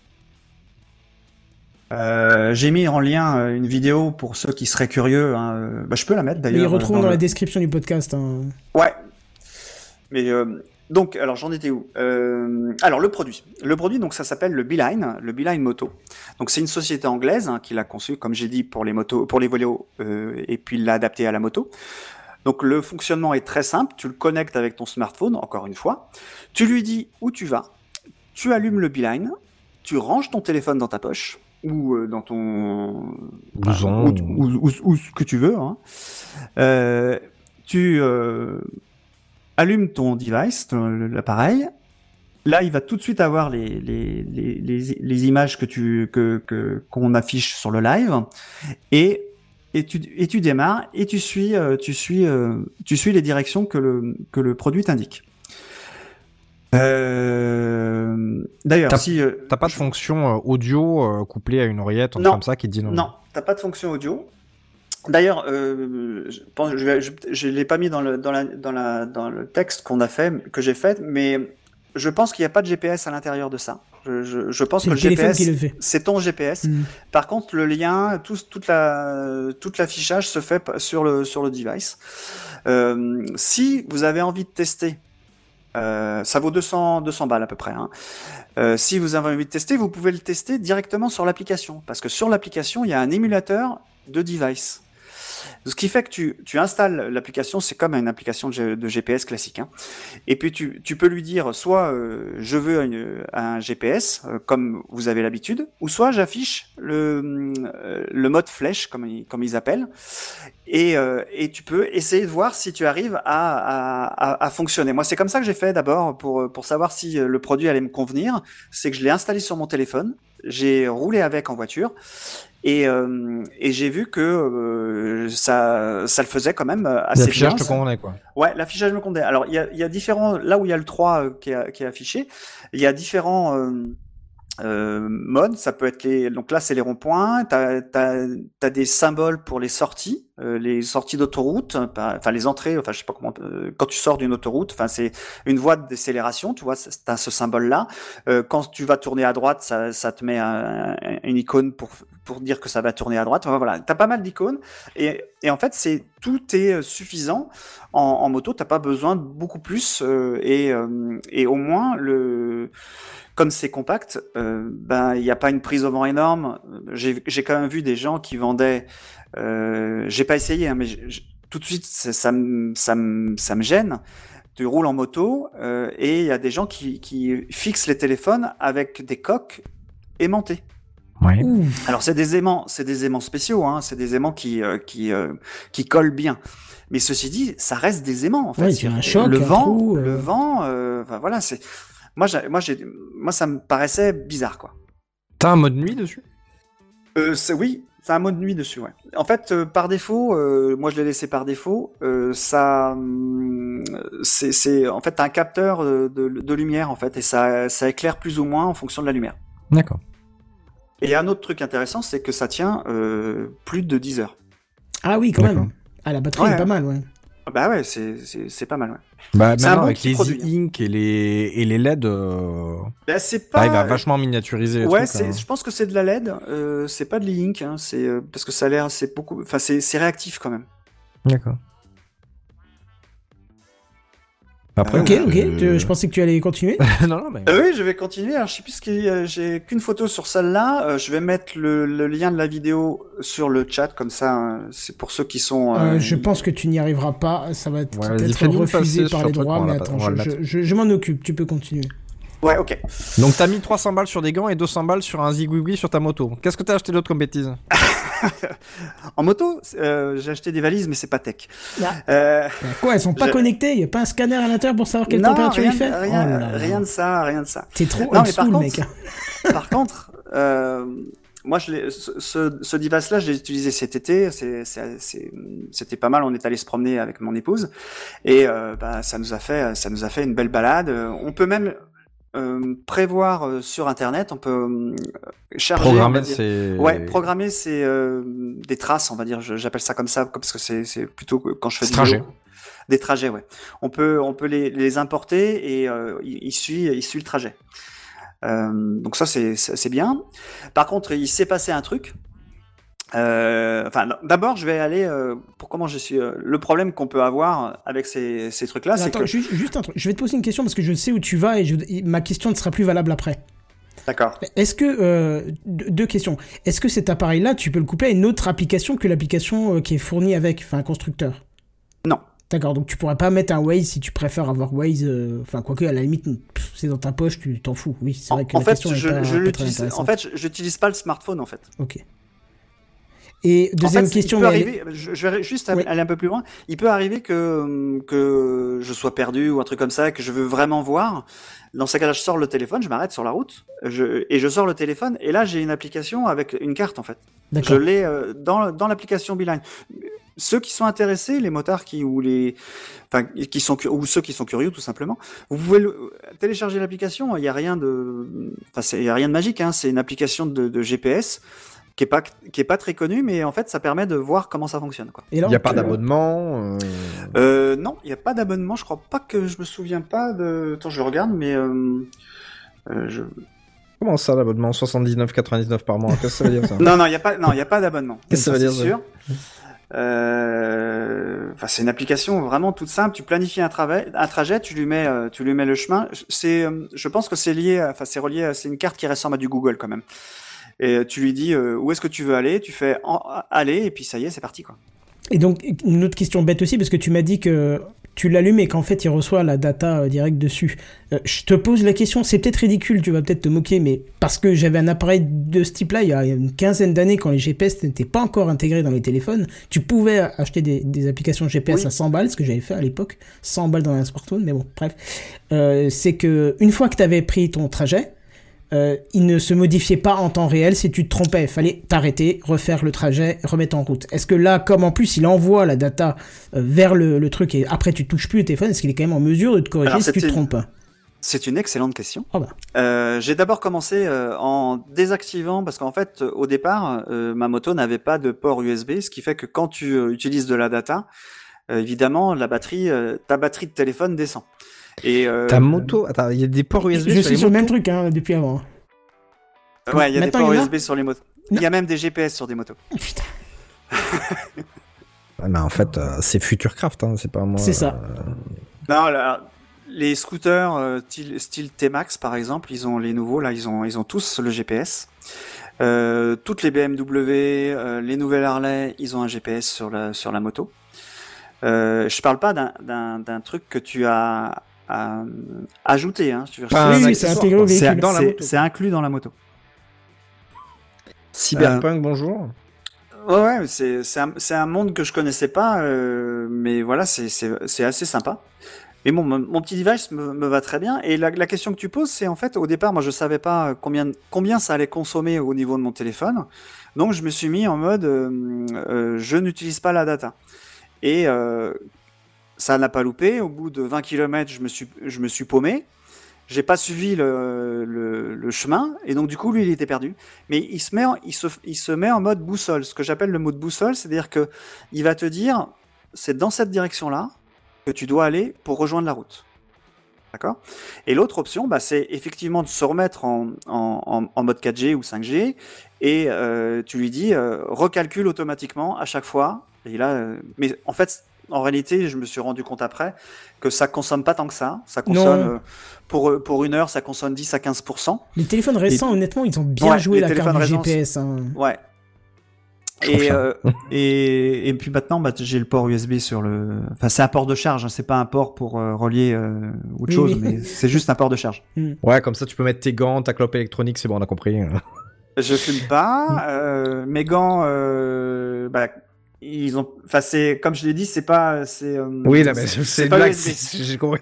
Euh, j'ai mis en lien euh, une vidéo pour ceux qui seraient curieux. Hein. Euh, Bah, je peux la mettre Mais d'ailleurs. ils retrouvent dans, le- la description du podcast. Hein. Ouais. Mais euh, donc, alors j'en étais où euh, Alors le produit. Le produit, donc ça s'appelle le Beeline, le Beeline Moto. Donc c'est une société anglaise hein, qui l'a conçu, comme j'ai dit, pour les motos, pour les vélos, euh, et puis il l'a adapté à la moto. Donc le fonctionnement est très simple. Tu le connectes avec ton smartphone, encore une fois. Tu lui dis où tu vas. Tu allumes le Beeline. Tu ranges ton téléphone dans ta poche ou euh, dans ton Blouson. ou, ou, ou, ou ce que tu veux. Hein. Euh, tu euh, allumes ton device, ton- l'appareil. Là, il va tout de suite avoir les, les, les, les, les images que tu, que, que, qu'on affiche sur le live. Et, et, tu, et tu démarres et tu suis, euh, tu suis, euh, tu suis les directions que le, que le produit t'indique. Euh, d'ailleurs, T'as- si, euh, T'as pas de fonction euh, audio euh, couplée à une oreillette, un truc Non. comme ça qui te dit non. Non, t'as pas de fonction audio. D'ailleurs, euh, je pense, je, vais- je, je l'ai pas mis dans le dans la dans la dans le texte qu'on a fait, que j'ai fait, mais je pense qu'il n'y a pas de G P S à l'intérieur de ça. Je, je, je pense C'est que le le téléphone G P S, qui le fait. c'est ton G P S. Mm. Par contre, le lien, tout, toute la toute l'affichage se fait p- sur le sur le device. Euh, si vous avez envie de tester. Euh, ça vaut deux cents, deux cents balles à peu près. Hein. Euh, si vous avez envie de tester, vous pouvez le tester directement sur l'application. Parce que sur l'application, il y a un émulateur de device. Ce qui fait que tu, tu installes l'application, c'est comme une application de, G- de G P S classique. Hein. Et puis tu, tu peux lui dire soit euh, je veux une- un G P S, euh, comme vous avez l'habitude, ou soit j'affiche le, euh, le mode flèche, comme, ils- comme ils appellent. Et, euh, et tu peux essayer de voir si tu arrives à, à, à, à fonctionner. Moi, c'est comme ça que j'ai fait d'abord pour, pour savoir si le produit allait me convenir. C'est que je l'ai installé sur mon téléphone, j'ai roulé avec en voiture et, euh, et j'ai vu que euh, ça, ça le faisait quand même assez L'affichage bien. te convenait, quoi. Ouais, l'affichage me convenait. Alors, il y a, il y a différents... Là où il y a le trois euh, qui, est, qui est affiché, il y a différents... Euh, euh, modes. Ça peut être les, donc là c'est les ronds-points. T'as, t'as, t'as des symboles pour les sorties, euh, les sorties d'autoroute, enfin les entrées. Enfin je sais pas comment. Euh, quand tu sors d'une autoroute, enfin c'est une voie de décélération. Tu vois, t'as ce symbole-là. Euh, quand tu vas tourner à droite, ça, ça te met un, un, une icône pour pour dire que ça va tourner à droite. Enfin, voilà, t'as pas mal d'icônes et et en fait c'est tout est suffisant en, en moto. T'as pas besoin de beaucoup plus euh, et euh, et au moins le comme c'est compact, euh, ben il n'y a pas une prise au vent énorme. J'ai, j'ai quand même vu des gens qui vendaient. Euh, j'ai pas essayé, hein, mais j'ai, j'ai, tout de suite ça, ça me ça me ça me gêne. Tu roules en moto euh, et il y a des gens qui qui fixent les téléphones avec des coques aimantées. Ouais. Alors c'est des aimants, c'est des aimants spéciaux, hein, c'est des aimants qui euh, qui euh, qui collent bien. Mais ceci dit, ça reste des aimants en fait. Ouais, il y a un choc, le un vent, trou, euh... le vent, euh, enfin, voilà, c'est. Moi, j'ai, moi, j'ai, moi, ça me paraissait bizarre, quoi. T'as un mode nuit dessus ? Euh, c'est, oui, c'est un mode nuit dessus, ouais. En fait, euh, par défaut, euh, moi, je l'ai laissé par défaut. Euh, ça, c'est, c'est, en fait, t'as un capteur de, de, de lumière, en fait, et ça, ça éclaire plus ou moins en fonction de la lumière. D'accord. Et un autre truc intéressant, c'est que ça tient euh, plus de dix heures. Ah oui, quand D'accord. même. Ah, la batterie Ouais. est pas mal, ouais. Bah ouais, c'est, c'est, c'est pas mal, ouais. Bah, C'est un maintenant, bon avec petit les produit, e-ink et les, et les L E D, euh... Bah, c'est pas. bah, il va vachement miniaturiser les Ouais, trucs, c'est, hein. je pense que c'est de la L E D. Euh, c'est pas de l'e-ink, hein, c'est euh, parce que ça a l'air, c'est beaucoup, enfin c'est, c'est réactif quand même. D'accord. Après, Ok, euh, ok. Tu- Je pensais que tu allais continuer. non, non, mais... Euh, oui, je vais continuer. Alors, je sais plus ce qu'il y a, j'ai qu'une photo sur celle-là. Euh, je vais mettre le, le lien de la vidéo sur le chat, comme ça, hein, c'est pour ceux qui sont. Euh, euh, je pense que tu n'y arriveras pas. Ça va être Ouais, peut-être vas-y, fais-nous refusé passer par sur les le truc, droits, on mais va- attends, on va je, le je, mettre. je, je m'en occupe. Tu peux continuer. Ouais, ok. Donc t'as mis trois cents balles sur des gants et deux cents balles sur un zigouigui sur ta moto. Qu'est-ce que t'as acheté d'autre comme bêtise ? En moto, euh, j'ai acheté des valises, mais c'est pas tech. Ah. Euh, Bah quoi, elles sont pas Je- connectées. Il y a pas un scanner à l'intérieur pour savoir quelle non, température rien, il fait. rien, Oh là là. rien de ça, rien de ça. T'es trop Non, old mais par school, contre- mec. Par contre, euh, moi, je l'ai, ce, ce, ce device-là, je l'ai utilisé cet été. C'est, c'est, c'est, c'était pas mal. On est allé se promener avec mon épouse et euh, bah, ça nous a fait, ça nous a fait une belle balade. On peut même euh, prévoir euh, sur Internet. On peut euh, charger. on va Programmer, dire. c'est... Ouais, programmer, c'est euh, des traces, on va dire. Je- J'appelle ça comme ça parce que c'est, c'est plutôt que quand je fais C'est du trajet. vélo. Des trajets, ouais. On peut, on peut les, les importer et euh, il, il suit, il suit le trajet. Euh, donc ça c'est c'est c'est bien. Par contre, il s'est passé un truc. Euh, Enfin, non, d'abord, je vais aller euh, pour comment je suis. Euh, le problème qu'on peut avoir avec ces ces trucs-là, c'est Attends, que. juste, juste un truc. Je vais te poser une question parce que je sais où tu vas et, je- et ma question ne sera plus valable après. D'accord. Est-ce que euh, deux deux questions. Est-ce que cet appareil-là, tu peux le couper à une autre application que l'application euh, qui est fournie avec, enfin, un constructeur? Non. D'accord, donc tu pourrais pas mettre un Waze si tu préfères avoir Waze. euh, Enfin, quoique à la limite, pff, c'est dans ta poche, tu t'en fous. Oui, c'est En, vrai que en la fait, question est je, pas- je pas très l'utilise. En intéressante. fait, je- j'utilise pas le smartphone en fait. Ok. Et deuxième en fait, question, il peut mais elle- arriver, je, je vais juste Oui. aller un peu plus loin. Il peut arriver que que je sois perdu ou un truc comme ça, que je veux vraiment voir. Dans ce cas-là, je sors le téléphone, je m'arrête sur la route, je, et je sors le téléphone, et là j'ai une application avec une carte en fait. Je D'accord. l'ai euh, dans dans l'application Beeline. Ceux qui sont intéressés, les motards qui ou les, enfin qui sont cu- ou ceux qui sont curieux tout simplement, vous pouvez le- télécharger l'application. Il y a rien de, enfin c'est- il y a rien de magique. Hein, c'est une application de, de G P S qui est pas qui est pas très connue, mais en fait ça permet de voir comment ça fonctionne quoi. Et Il là, n'y a on pas peut- d'abonnement. euh, Euh, non, il n'y a pas d'abonnement. Je crois pas que je me souviens pas de. Attends, je regarde, mais euh, euh, je. Comment ça, l'abonnement soixante-dix-neuf quatre-vingt-dix-neuf par mois? Qu'est-ce que ça veut dire, ça? Non, non, il y a pas. Non, il y a pas d'abonnement. Qu'est-ce que ça veut dire, c'est ça sûr. Euh, Enfin, c'est une application vraiment toute simple. Tu planifies un, trajet, un trajet, tu lui mets, euh, tu lui mets le chemin. C'est, euh, je pense que c'est lié. à- Enfin, c'est relié. à- C'est une carte qui ressemble à du Google quand même. Et tu lui dis euh, où est-ce que tu veux aller. Tu fais en, aller et puis ça y est, c'est parti quoi. Et donc, une autre question bête aussi, parce que tu m'as dit que tu l'allumes et qu'en fait, il reçoit la data euh, direct dessus. Euh, je te pose la question, c'est peut-être ridicule, tu vas peut-être te moquer, mais parce que j'avais un appareil de ce type-là il y a une quinzaine d'années, quand les G P S n'étaient pas encore intégrés dans les téléphones, tu pouvais acheter des, des applications G P S Oui. à cent balles, ce que j'avais fait à l'époque, cent balles dans un smartphone, mais bon, bref. Euh, c'est que une fois que tu avais pris ton trajet, Euh, il ne se modifiait pas en temps réel. Si tu te trompais, il fallait t'arrêter, refaire le trajet, remettre en route. Est-ce que là, comme en plus il envoie la data euh, vers le, le truc et après tu touches plus le téléphone, est-ce qu'il est quand même en mesure de te corriger Alors, si tu te c'était- trompes? C'est une excellente question. Oh bah. Euh, j'ai d'abord commencé euh, en désactivant, parce qu'en fait, au départ, euh, ma moto n'avait pas de port U S B, ce qui fait que quand tu euh, utilises de la data, euh, évidemment, la batterie, euh, ta batterie de téléphone descend. Et euh, Ta moto, attends, il y a des ports U S B Je sur suis les sur le motos même truc hein, depuis avant. ouais, il y a des Maintenant, ports il y en a U S B sur les motos. Il y a même des G P S sur des motos. Oh, putain. Ouais, mais en fait, euh, c'est Futurecraft, hein, c'est pas moi. C'est ça. euh, Non, là, les scooters euh, style, style T-Max par exemple, ils ont les nouveaux là, ils ont ils ont tous le G P S. Euh, toutes les B M W, euh, les nouvelles Harley, ils ont un G P S sur la sur la moto. Euh, je parle pas d'un d'un d'un truc que tu as à, ajouté, hein. Tu veux, Pas Oui, un oui, accessoire, c'est intégré au quoi. véhicule. C'est dans la c'est- moto. c'est inclus dans la moto. Cyberpunk, bonjour. Ouais, ouais, c'est c'est un, c'est un monde que je connaissais pas, euh, mais voilà, c'est c'est c'est assez sympa. Mais bon, mon, mon petit device me, me va très bien. Et la, la question que tu poses, c'est en fait, au départ, moi, je savais pas combien combien ça allait consommer au niveau de mon téléphone, donc je me suis mis en mode, euh, euh, je n'utilise pas la data. Et euh, ça n'a pas loupé. Au bout de vingt kilomètres, je me suis je me suis paumé. J'ai pas suivi le, le, le chemin et donc du coup lui il était perdu. Mais il se met en, il se il se met en mode boussole. Ce que j'appelle le mode boussole, c'est-à-dire que il va te dire c'est dans cette direction-là que tu dois aller pour rejoindre la route. D'accord ? Et l'autre option, bah, c'est effectivement de se remettre en, en, en, en mode quatre G ou cinq G et euh, tu lui dis euh, recalcule automatiquement à chaque fois. Et là, euh, mais en fait. En réalité, je me suis rendu compte après que ça consomme pas tant que ça. Ça consomme, Non. euh, pour, pour une heure, ça consomme dix à quinze pour cent. Les téléphones récents, honnêtement, ils ont bien Ouais, joué les la carte téléphones du récents, G P S. Hein. Ouais. Je Et, confirme. euh, et, et puis maintenant, bah, j'ai le port U S B sur le. Enfin, c'est un port de charge, hein, c'est pas un port pour euh, relier euh, autre Oui, chose, oui. mais c'est juste un port de charge. Ouais, comme ça, tu peux mettre tes gants, ta clope électronique, c'est bon, on a compris. Je fume pas. Euh, mes gants, euh, bah, ils ont. Enfin, c'est comme je l'ai dit, c'est pas. C'est. euh, Oui, là, mais c'est une pas blague, U S B. c'est- j'ai compris.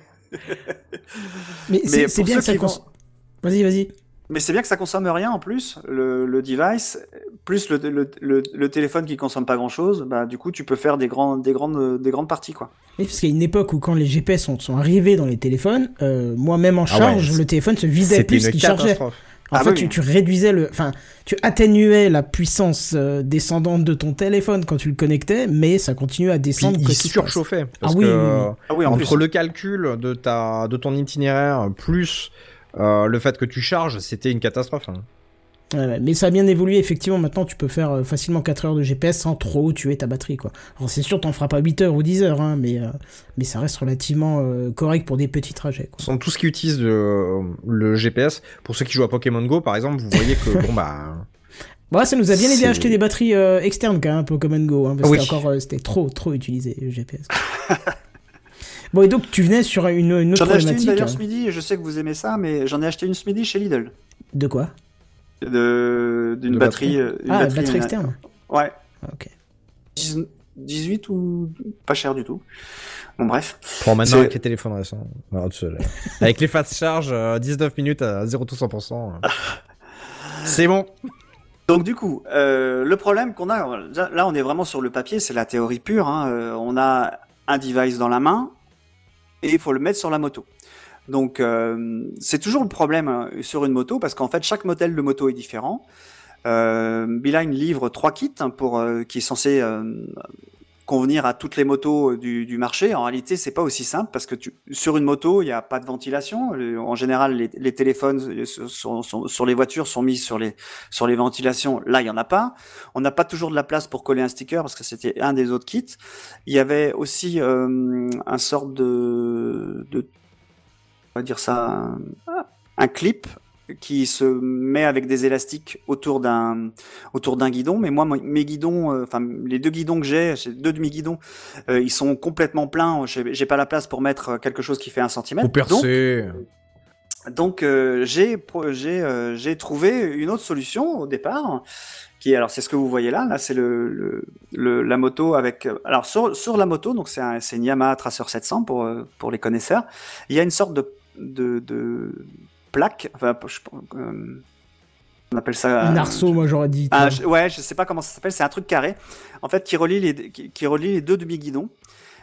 Mais, c'est Mais c'est pour bien ceux que ça qui cons... Vas-y, vas-y. Mais c'est bien que ça consomme rien en plus, le, le device, plus le, le, le, le téléphone qui consomme pas grand chose, bah du coup tu peux faire des, grands, des, grandes, des grandes parties quoi. Oui, parce qu'il y a une époque où quand les G P S sont, sont arrivés dans les téléphones, euh, moi-même en Ah charge, ouais, le téléphone se vidait C'était plus une qu'il chargeait. catastrophe. En Ah fait, oui, tu, oui. tu réduisais le, enfin, tu atténuais la puissance euh, descendante de ton téléphone quand tu le connectais, mais ça continuait à Puis descendre. il quoi qu'il se passe. surchauffait. Parce Ah oui, que oui, oui. Ah oui, en entre plus. le calcul de, ta, de ton itinéraire plus euh, le fait que tu charges, c'était une catastrophe. hein. Ouais, ouais, mais ça a bien évolué, effectivement. Maintenant, tu peux faire euh, facilement quatre heures de G P S sans trop tuer ta batterie, quoi. Alors, c'est sûr, t'en feras pas huit heures ou dix heures, hein, mais, euh, mais ça reste relativement euh, correct pour des petits trajets, quoi. Sont tout ce qui utilise le, le G P S. Pour ceux qui jouent à Pokémon Go, par exemple, vous voyez que bon bah. Bon, ça nous a bien aidé C'est- à acheter des batteries euh, externes, quand même, Pokémon Go, hein, parce Oui. que encore, euh, c'était trop, trop utilisé, le G P S. Bon, et donc, tu venais sur une, une autre J'en ai acheté une problématique. d'ailleurs hein. ce midi, et je sais que vous aimez ça, mais j'en ai acheté une ce midi chez Lidl. De quoi? De, d'une De batterie. euh, une Ah, batterie, batterie euh, externe. Ouais. Ah, ok. dix- dix-huit ou pas cher du tout. Bon bref. Pour maintenant C'est- avec les téléphones récents. Alors, tu sais, là. Avec les fast charge, euh, dix-neuf minutes à zéro tout cent pour cent. euh. C'est bon. Donc du coup, euh, le problème qu'on a, là on est vraiment sur le papier, c'est la théorie pure. Hein, euh, on a un device dans la main et il faut le mettre sur la moto. Donc euh, c'est toujours le problème hein, sur une moto parce qu'en fait chaque modèle de moto est différent. Euh, Beeline livre trois kits hein, pour euh, qui est censé euh, convenir à toutes les motos du, du marché. En réalité, c'est pas aussi simple parce que tu, sur une moto, il n'y a pas de ventilation. En général, les, les téléphones sur, sur, sur les voitures sont mis sur les sur les ventilations. Là, il y en a pas. On n'a pas toujours de la place pour coller un sticker parce que c'était un des autres kits. Il y avait aussi euh, un sorte de, de on va dire ça, un, un clip qui se met avec des élastiques autour d'un autour d'un guidon, mais moi mes guidons, euh, enfin les deux guidons que j'ai, j'ai deux demi-guidons, euh, ils sont complètement pleins. J'ai, j'ai pas la place pour mettre quelque chose qui fait un centimètre. Faut percer. Donc, donc euh, j'ai j'ai euh, j'ai trouvé une autre solution au départ. Qui alors c'est ce que vous voyez là. Là c'est le, le, le la moto avec. Alors sur sur la moto, donc c'est un, c'est une Yamaha Tracer sept cents pour pour les connaisseurs. Il y a une sorte de de, de plaque, enfin, je, euh, on appelle ça Un euh, arceau, moi j'aurais dit. un, toi. je, ouais, je sais pas comment ça s'appelle, c'est un truc carré, en fait, qui relie les, qui, qui relie les deux demi-guidons.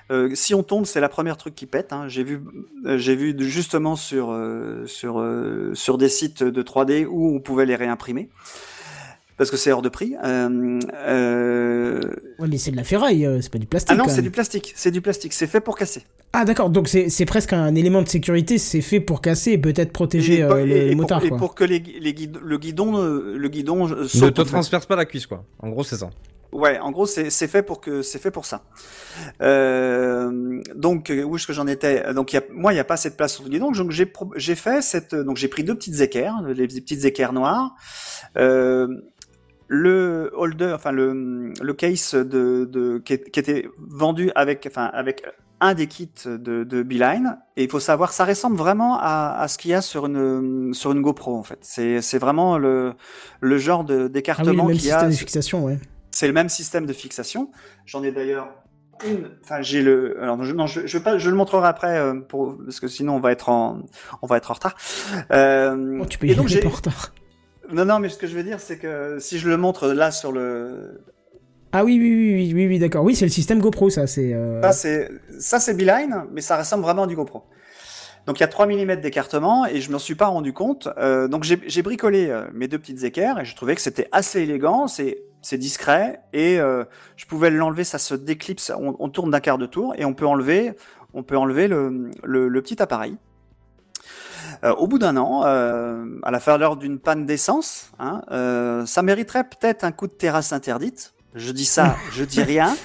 Euh, si on tombe, c'est la première truc qui pète. Hein. J'ai vu, euh, j'ai vu de- justement sur euh, sur euh, sur des sites de trois D où on pouvait les réimprimer parce que c'est hors de prix. Euh, euh... Ouais, mais c'est de la ferraille, euh, c'est pas du plastique. Ah non, quand c'est même. du plastique. C'est du plastique. C'est fait pour casser. Ah d'accord, donc c'est, c'est presque un élément de sécurité, c'est fait pour casser et peut-être protéger Et, euh, et- le, et le pour, motard. et quoi. pour que les, gui- les guid- le guidon, euh, le guidon euh, Ne saute. te en fait. transperce pas la cuisse, quoi. En gros, c'est ça. Ouais, en gros, c'est c'est fait pour que c'est fait pour ça. Euh, donc, euh, où est-ce que j'en étais? Donc, il y a, moi, il y a pas assez de place sur le guidon, donc j'ai pro- j'ai fait cette, donc j'ai pris deux petites équerres, les petites équerres noires. Euh, le holder, enfin le le case de de qui, est- qui était vendu avec, enfin avec un des kits de de Beeline. Et il faut savoir, ça ressemble vraiment à à ce qu'il y a sur une sur une GoPro en fait. C'est c'est vraiment le le genre de Ah oui, le d'écartement même qu'il y système a. de fixation, ouais. C'est le même système de fixation. J'en ai d'ailleurs une. Enfin, j'ai le. Alors, je, non, je, je, vais pas, je le montrerai après euh, pour, parce que sinon on va être en, on va être en retard. Euh, Oh, tu peux et y donc aller j'ai. en retard. Non, non, mais ce que je veux dire, c'est que si je le montre là sur le. Ah oui, oui, oui, oui, oui, oui, d'accord. Oui, c'est le système GoPro, ça, c'est... euh, Ça, c'est, ça, c'est Beeline, mais ça ressemble vraiment à du GoPro. Donc, il y a trois millimètres d'écartement et je m'en suis pas rendu compte. Euh, donc, j'ai, j'ai bricolé euh, mes deux petites équerres et je trouvais que c'était assez élégant. C'est, c'est discret et euh, je pouvais l'enlever. Ça se déclipse. On, on tourne d'un quart de tour et on peut enlever, on peut enlever le, le, le petit appareil. Euh, au bout d'un an, euh, à la faveur d'une panne d'essence, hein, euh, ça mériterait peut-être un coup de terrasse interdite. Je dis ça, je dis rien.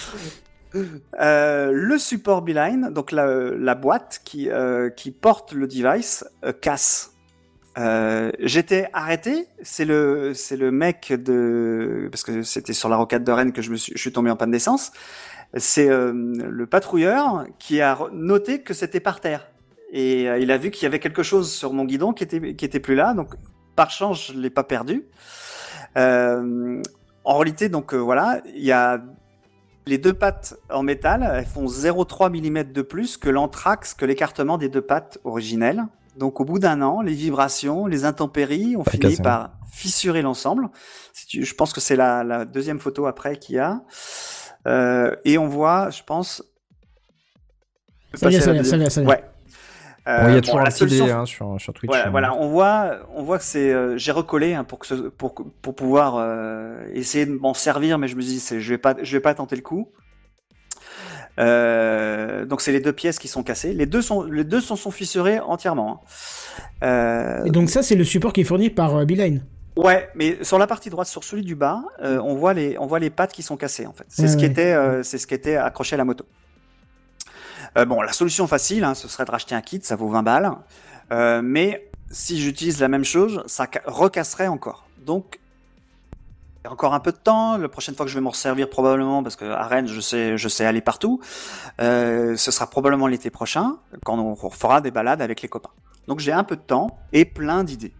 Euh, le support Beeline, donc la, la boîte qui, euh, qui porte le device, euh, casse. Euh, j'étais arrêté, c'est le, c'est le mec de, parce que c'était sur la rocade de Rennes que je me suis, je suis tombé en panne d'essence. C'est euh, le patrouilleur qui a noté que c'était par terre. Et euh, il a vu qu'il y avait quelque chose sur mon guidon qui était, qui était plus là, donc par chance, je l'ai pas perdu. Euh, en réalité, donc euh, voilà, il y a les deux pattes en métal, elles font zéro virgule trois millimètres de plus que l'anthrax, que l'écartement des deux pattes originelles. Donc au bout d'un an, les vibrations, les intempéries ont Pas fini cassé, par fissurer l'ensemble. Si tu- Je pense que c'est la, la deuxième photo après qu'il y a. Euh, et on voit, je pense... Ça vient, passer ça à la vient, ça deuxième- vient, ça vient. Ouais. Bon, il y Euh, a toujours bon, un la petit solution- dé hein, sur, sur Twitch. Voilà, hein. voilà, on voit, on voit que c'est, euh, j'ai recollé hein, pour que ce, pour pour pouvoir euh, essayer de m'en servir, mais je me dis, c'est, je vais pas, je vais pas tenter le coup. Euh, donc c'est les deux pièces qui sont cassées. Les deux sont, les deux sont, sont fissurés entièrement. hein. Euh, Et donc ça, c'est le support qui est fourni par euh, Beeline. Ouais, mais sur la partie droite, sur celui du bas, euh, on voit les, on voit les pattes qui sont cassées en fait. C'est Ouais, ce qui ouais. était, euh, c'est ce qui était accroché à la moto. Euh, bon, la solution facile, hein, ce serait de racheter un kit, ça vaut vingt balles. Euh, mais si j'utilise la même chose, ça ca- recasserait encore. Donc, il y a encore un peu de temps. La prochaine fois que je vais m'en servir probablement, parce que à Rennes, je sais, je sais aller partout. Euh, ce sera probablement l'été prochain, quand on fera des balades avec les copains. Donc, j'ai un peu de temps et plein d'idées.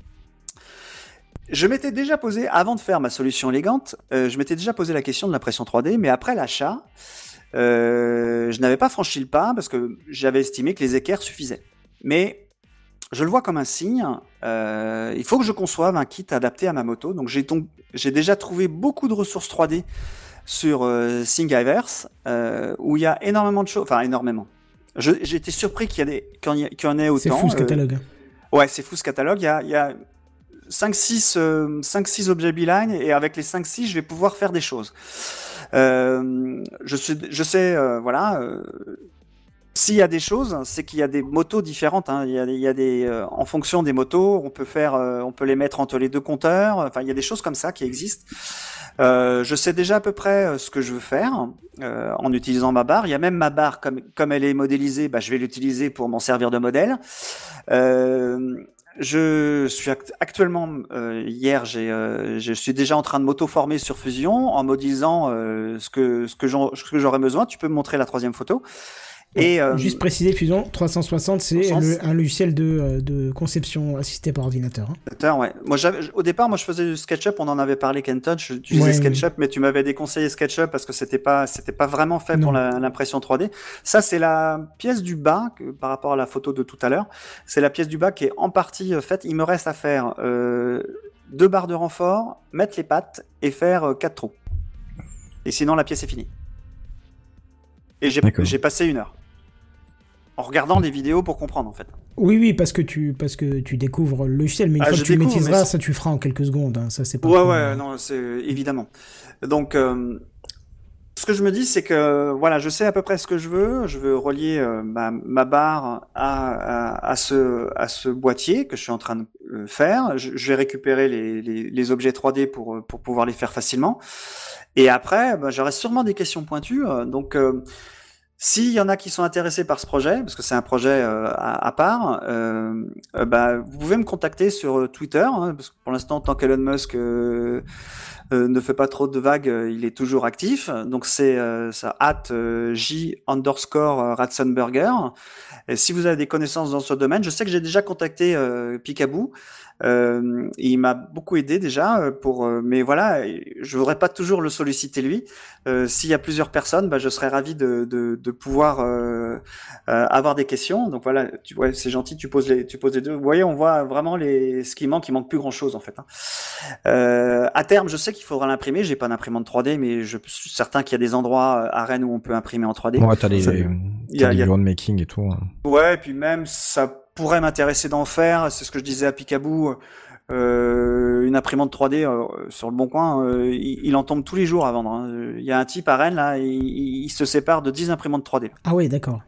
Je m'étais déjà posé, avant de faire ma solution élégante, euh, je m'étais déjà posé la question de l'impression trois D, mais après l'achat, euh, je n'avais pas franchi le pas parce que j'avais estimé que les équerres suffisaient. Mais je le vois comme un signe. Euh, il faut que je conçoive un kit adapté à ma moto. Donc j'ai, donc, j'ai déjà trouvé beaucoup de ressources trois D sur euh, Thingiverse euh, où il y a énormément de choses. Enfin, énormément. Je, j'ai été surpris qu'il y, a des, qu'il y, qu'il y en ait autant. C'est fou ce Euh, catalogue. Ouais, c'est fou ce catalogue. Il y a, il y a cinq six objets Beeline et avec les cinq six, je vais pouvoir faire des choses. Euh, je, suis, je sais, euh, voilà. Euh, S'il y a des choses, c'est qu'il y a des motos différentes. Hein. Il y a, il y a des, euh, en fonction des motos, on peut faire, euh, on peut les mettre entre les deux compteurs. Enfin, il y a des choses comme ça qui existent. Euh, je sais déjà à peu près euh, ce que je veux faire euh, en utilisant ma barre. Il y a même ma barre comme comme elle est modélisée, bah, je vais l'utiliser pour m'en servir de modèle. Euh, je suis act- actuellement euh, hier, j'ai, euh, je suis déjà en train de m'auto-former sur Fusion en modélisant euh, ce que ce que j'en, ce que j'aurais besoin. Tu peux me montrer la troisième photo. Et euh, Juste préciser, Fusion trois cent soixante, c'est trois cents, le- un logiciel de, euh, de conception assistée par ordinateur. hein. Attends, ouais. Moi, j'avais, au départ, moi, je faisais du SketchUp. On en avait parlé, Kenton. Je utilisais Ouais, SketchUp, mais tu m'avais déconseillé SketchUp parce que c'était pas, c'était pas vraiment fait Non. pour la- l'impression trois D. Ça, c'est la pièce du bas que, par rapport à la photo de tout à l'heure. C'est la pièce du bas qui est en partie euh, faite. Il me reste à faire euh, deux barres de renfort, mettre les pattes et faire euh, quatre trous. Et sinon, la pièce est finie. Et j'ai, D'accord. j'ai passé une heure. En regardant des vidéos pour comprendre, en fait. Oui, oui, parce que tu, parce que tu découvres le logiciel, mais une Ah, fois je que tu le découvre, maîtriseras, mais ça tu feras en quelques secondes. Hein. Ça, c'est pas. Ouais, trop- ouais, non, c'est évidemment. Donc, euh, ce que je me dis, c'est que voilà, je sais à peu près ce que je veux. Je veux relier euh, ma, ma barre à, à, à ce à ce boîtier que je suis en train de euh, faire. Je, je vais récupérer les, les, les objets trois D pour euh, pour pouvoir les faire facilement. Et après, bah, j'aurai sûrement des questions pointues. euh, donc euh, S'il y en a qui sont intéressés par ce projet, parce que c'est un projet euh, à, à part, euh, euh, bah, vous pouvez me contacter sur euh, Twitter, hein, parce que pour l'instant, tant qu'Elon Musk euh, euh, ne fait pas trop de vagues, euh, il est toujours actif. Donc c'est euh, ça at euh, J underscore euh, Ratzenberger. Et si vous avez des connaissances dans ce domaine, je sais que j'ai déjà contacté euh, Picaboo. Euh, il m'a beaucoup aidé déjà euh, pour, euh, mais voilà, je voudrais pas toujours le solliciter lui. Euh, s'il y a plusieurs personnes, bah, je serais ravi de, de, de pouvoir euh, euh, avoir des questions. Donc voilà, tu vois, c'est gentil, tu poses les, tu poses les deux. Vous voyez, on voit vraiment les, ce qui manque. Il manque plus grand chose en fait. Hein. Euh, à terme, je sais qu'il faudra l'imprimer. J'ai pas d'imprimante trois D, mais je suis certain qu'il y a des endroits à Rennes où on peut imprimer en trois D. Ouais, t'as les, Ça- t'as y a- les y a- bureaux de making et tout. hein. Ouais, et puis même, ça pourrait m'intéresser d'en faire. C'est ce que je disais à Picaboo. Euh, une imprimante trois D euh, sur le Bon Coin, euh, il, il en tombe tous les jours à vendre. hein. Il y a un type à Rennes, là, il, il se sépare de dix imprimantes trois D. Ah ouais, d'accord.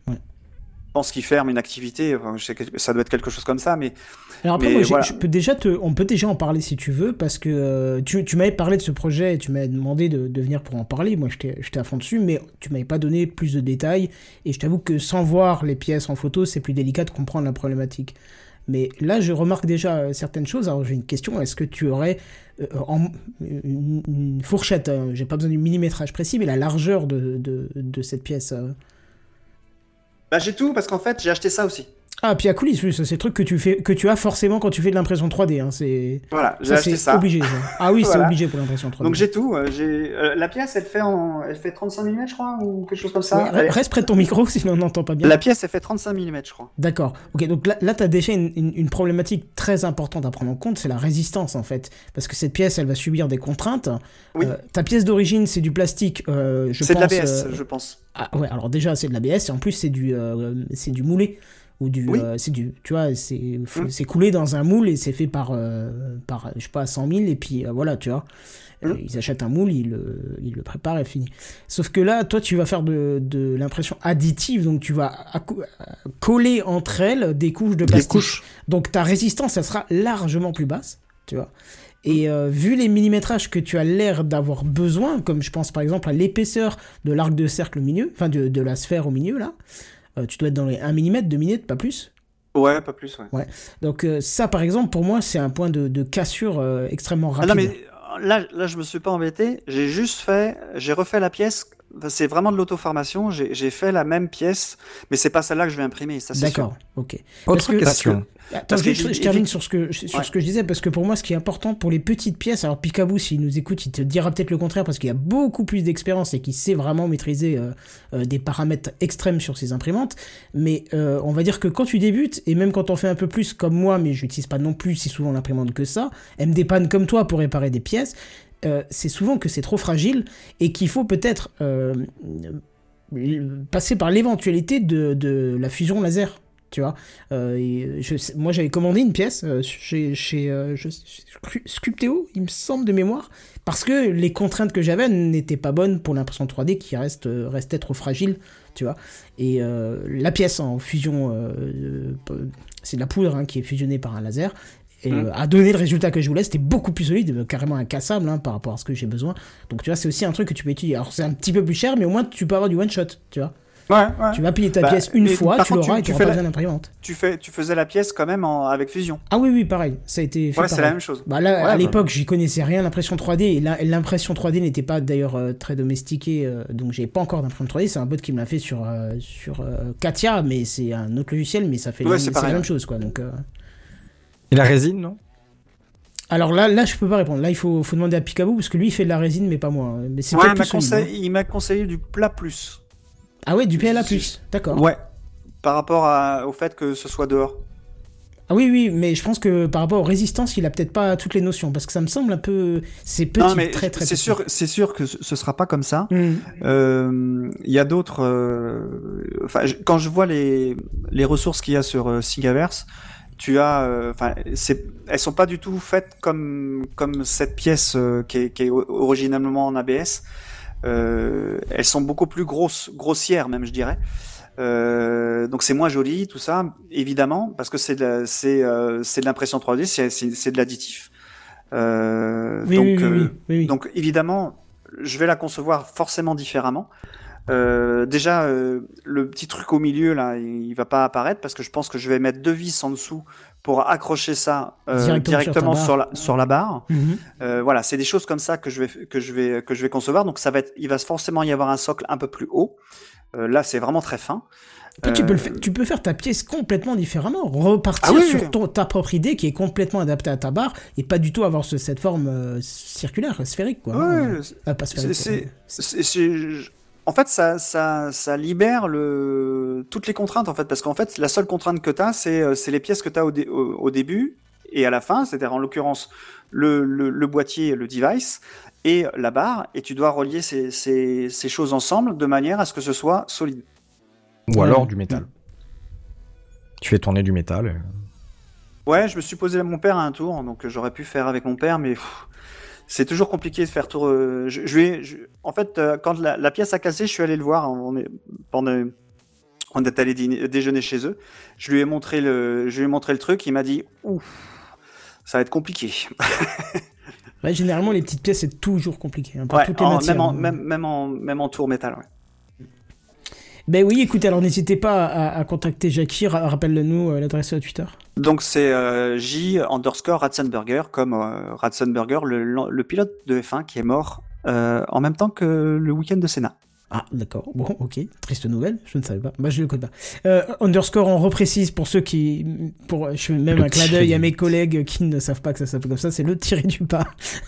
Je pense qu'il ferme une activité. Enfin, je sais que ça doit être quelque chose comme ça, mais Alors après, Mais moi, j'ai- voilà. je peux déjà te, on peut déjà en parler si tu veux, parce que euh, tu, tu m'avais parlé de ce projet et tu m'avais demandé de, de venir pour en parler. Moi, j'étais j'étais à fond dessus, mais tu m'avais pas donné plus de détails. Et je t'avoue que sans voir les pièces en photo, c'est plus délicat de comprendre la problématique. Mais là, je remarque déjà euh, certaines choses. Alors, j'ai une question. Est-ce que tu aurais euh, en, une, une fourchette, euh, j'ai pas besoin du millimétrage précis, mais la largeur de, de, de cette pièce euh... bah, j'ai tout parce qu'en fait, j'ai acheté ça aussi. Ah, puis à coulisses, oui, ça c'est le truc que tu, fais, que tu as forcément quand tu fais de l'impression trois D. Hein, c'est... Voilà, j'ai Ça, acheté c'est ça. obligé, ça. Ah oui, c'est Voilà. obligé pour l'impression trois D. Donc j'ai tout. euh, J'ai euh, la pièce, elle fait en, elle fait trente-cinq millimètres, je crois, ou quelque chose comme ça. Ouais, Elle- reste près de ton micro, sinon on n'entend pas bien. La pièce, elle fait trente-cinq millimètres, je crois. D'accord. Ok, donc là, là tu as déjà une, une, une problématique très importante à prendre en compte, c'est la résistance, en fait. Parce que cette pièce, elle va subir des contraintes. Oui. Euh, ta pièce d'origine, c'est du plastique, euh, je C'est de pense... l'A B S, euh, je pense. Ah ouais, alors déjà, c'est de l'A B S, et en plus, c'est du, euh, c'est du moulé. Ou du, Oui. euh, c'est du, tu vois, c'est, f- Mm. c'est coulé dans un moule et c'est fait par, euh, par, je sais pas, cent mille, et puis euh, voilà, tu vois. Mm. Euh, Ils achètent un moule, ils le, ils le préparent et fini. Sauf que là, toi, tu vas faire de, de l'impression additive, donc tu vas accou- coller entre elles des couches de plastique. couches. Donc ta résistance, elle sera largement plus basse, tu vois. Et euh, vu les millimétrages que tu as l'air d'avoir besoin, comme je pense par exemple à l'épaisseur de l'arc de cercle au milieu, enfin de, de la sphère au milieu là, euh, tu dois être dans les un millimètre, deux millimètres, pas plus. Ouais, pas plus, ouais. Donc euh, ça par exemple pour moi c'est un point de, de cassure euh, extrêmement Ah rapide. non, mais euh, là, là, je me suis pas embêté. J'ai juste fait, j'ai refait la pièce. Enfin, c'est vraiment de l'auto-formation. J'ai, j'ai fait la même pièce, mais c'est pas celle-là que je vais imprimer. Ça, c'est D'accord, ok. Autre que- question. Attends, Parce que juste, il- je termine il- sur, ce que, sur Ouais. ce que je disais, parce que pour moi, ce qui est important pour les petites pièces, alors Picaboo, s'il nous écoute, il te dira peut-être le contraire, parce qu'il a beaucoup plus d'expérience et qu'il sait vraiment maîtriser euh, euh, des paramètres extrêmes sur ses imprimantes, mais euh, on va dire que quand tu débutes, et même quand on fait un peu plus comme moi, mais je n'utilise pas non plus si souvent l'imprimante que ça, elle me dépanne comme toi pour réparer des pièces, euh, c'est souvent que c'est trop fragile, et qu'il faut peut-être euh, passer par l'éventualité de, de la fusion laser. Tu vois, euh, et je, moi j'avais commandé une pièce euh, chez, chez, euh, je, chez Sculpteo, il me semble de mémoire, parce que les contraintes que j'avais n'étaient pas bonnes pour l'impression trois D qui reste, euh, restait trop fragile, tu vois. Et euh, la pièce en fusion, euh, euh, c'est de la poudre hein, qui est fusionnée par un laser, et Mmh. euh, a donné le résultat que je voulais, c'était beaucoup plus solide, carrément incassable hein, par rapport à ce que j'ai besoin. Donc tu vois, c'est aussi un truc que tu peux étudier. Alors c'est un petit peu plus cher, mais au moins tu peux avoir du one shot, tu vois. Ouais, ouais. Tu vas payer ta Bah, pièce une mais fois, par tu contre, l'auras tu- et tu tu n'auras fais pas la- besoin d'imprimante. Tu fais, tu faisais la pièce quand même en, avec fusion. Ah oui, oui, pareil, ça a été fait Ouais, c'est pareil. la même chose. Bah là, Ouais, à bah. l'époque, j'y connaissais rien, l'impression trois D, et la- l'impression trois D n'était pas d'ailleurs euh, très domestiquée, euh, donc j'ai pas encore d'imprimante trois D, c'est un bot qui me l'a fait sur, euh, sur euh, Katia, mais c'est un autre logiciel, mais ça fait Ouais, la, c'est c'est pareil, la même ouais. chose, quoi, donc... euh. Et la résine, non? Alors là, là, je peux pas répondre, là, il faut, faut demander à Picaboo, parce que lui, il fait de la résine, mais pas moi, hein. Mais c'est Ouais, peut-être il m'a plus solide, conseillé, hein. il m'a conseillé du plat plus. Ah ouais, du P L A plus, d'accord. Ouais. Par rapport à, au fait que ce soit dehors. Ah oui, oui, mais je pense que par rapport aux résistances, il a peut-être pas toutes les notions, parce que ça me semble un peu... C'est petit, Non, mais très très c'est petit. sûr, c'est sûr que ce ce sera pas comme ça. Mm. Euh, Il y a d'autres. euh, Enfin, je- quand je vois les les ressources qu'il y a sur euh, Thingiverse, tu as. euh, Enfin, c'est, elles sont pas du tout faites comme comme cette pièce euh, qui est, qui est o- originalement en A B S. Euh, elles sont beaucoup plus grosses, grossières même, je dirais. Euh, donc c'est moins joli, tout ça, évidemment, parce que c'est de la- c'est euh, c'est de l'impression trois D, c'est c'est c'est de l'additif. Euh, Oui, donc oui, oui, euh, oui, oui, oui. donc évidemment, je vais la concevoir forcément différemment. Euh, déjà, euh, le petit truc au milieu là, il, il va pas apparaître parce que je pense que je vais mettre deux vis en dessous pour accrocher ça euh, Directement directement, sur ta sur, la sur la barre. Mhm. Euh, voilà, c'est des choses comme ça que je vais que je vais que je vais concevoir. Donc ça va être, il va forcément y avoir un socle un peu plus haut. Euh, là, c'est vraiment très fin. Après, tu, peux le Euh, fa- tu peux faire ta pièce complètement différemment, repartir Ah oui, sur oui. ton- ta propre idée qui est complètement adaptée à ta barre et pas du tout avoir ce- cette forme euh, circulaire, sphérique, quoi. Ouais, hein. c'est- Ah, pas sphérique. c'est- euh, c'est- c'est- c'est- en fait, ça, ça, ça libère le, toutes les contraintes, en fait, parce qu'en fait, la seule contrainte que tu as, c'est, euh, c'est les pièces que tu as au, dé- au, au début et à la fin, c'est-à-dire en l'occurrence le, le, le boîtier, le device et la barre, et tu dois relier ces, ces, ces choses ensemble de manière à ce que ce soit solide. Ou Ouais. alors du métal. Tu fais tourner du métal. et- Ouais, je me suis posé à mon père à un tour, donc j'aurais pu faire avec mon père, mais pff, c'est toujours compliqué de faire tour. euh, je, je lui ai- je- en fait, euh, quand la, la pièce a cassé, je suis allé le voir. On est, pendant, on est allé dîner- déjeuner chez eux. Je lui ai montré le, je lui ai montré le truc. Il m'a dit, ouf, ça va être compliqué. Ouais, généralement, les petites pièces, c'est toujours compliqué. Hein, pour Ouais, toutes les en- matières. même, en, hein. même, même en, même en tour métal. Ouais. Ben oui, écoute, alors n'hésitez pas à, à contacter Jackie. Ra- Rappelle-nous euh, l'adresse sur Twitter. Donc c'est euh, J underscore Ratzenberger, comme euh, Ratzenberger, le, le pilote de F un qui est mort euh, en même temps que le week-end de Sénat. Ah, d'accord. Bon, ok. Triste nouvelle. Je ne savais pas. Bah, je le connais pas. Euh, underscore, on reprécise pour ceux qui, pour, je fais même Le un clin tiré d'œil à du mes bas. collègues qui ne savent pas que ça s'appelle comme ça. C'est le tiré du bas.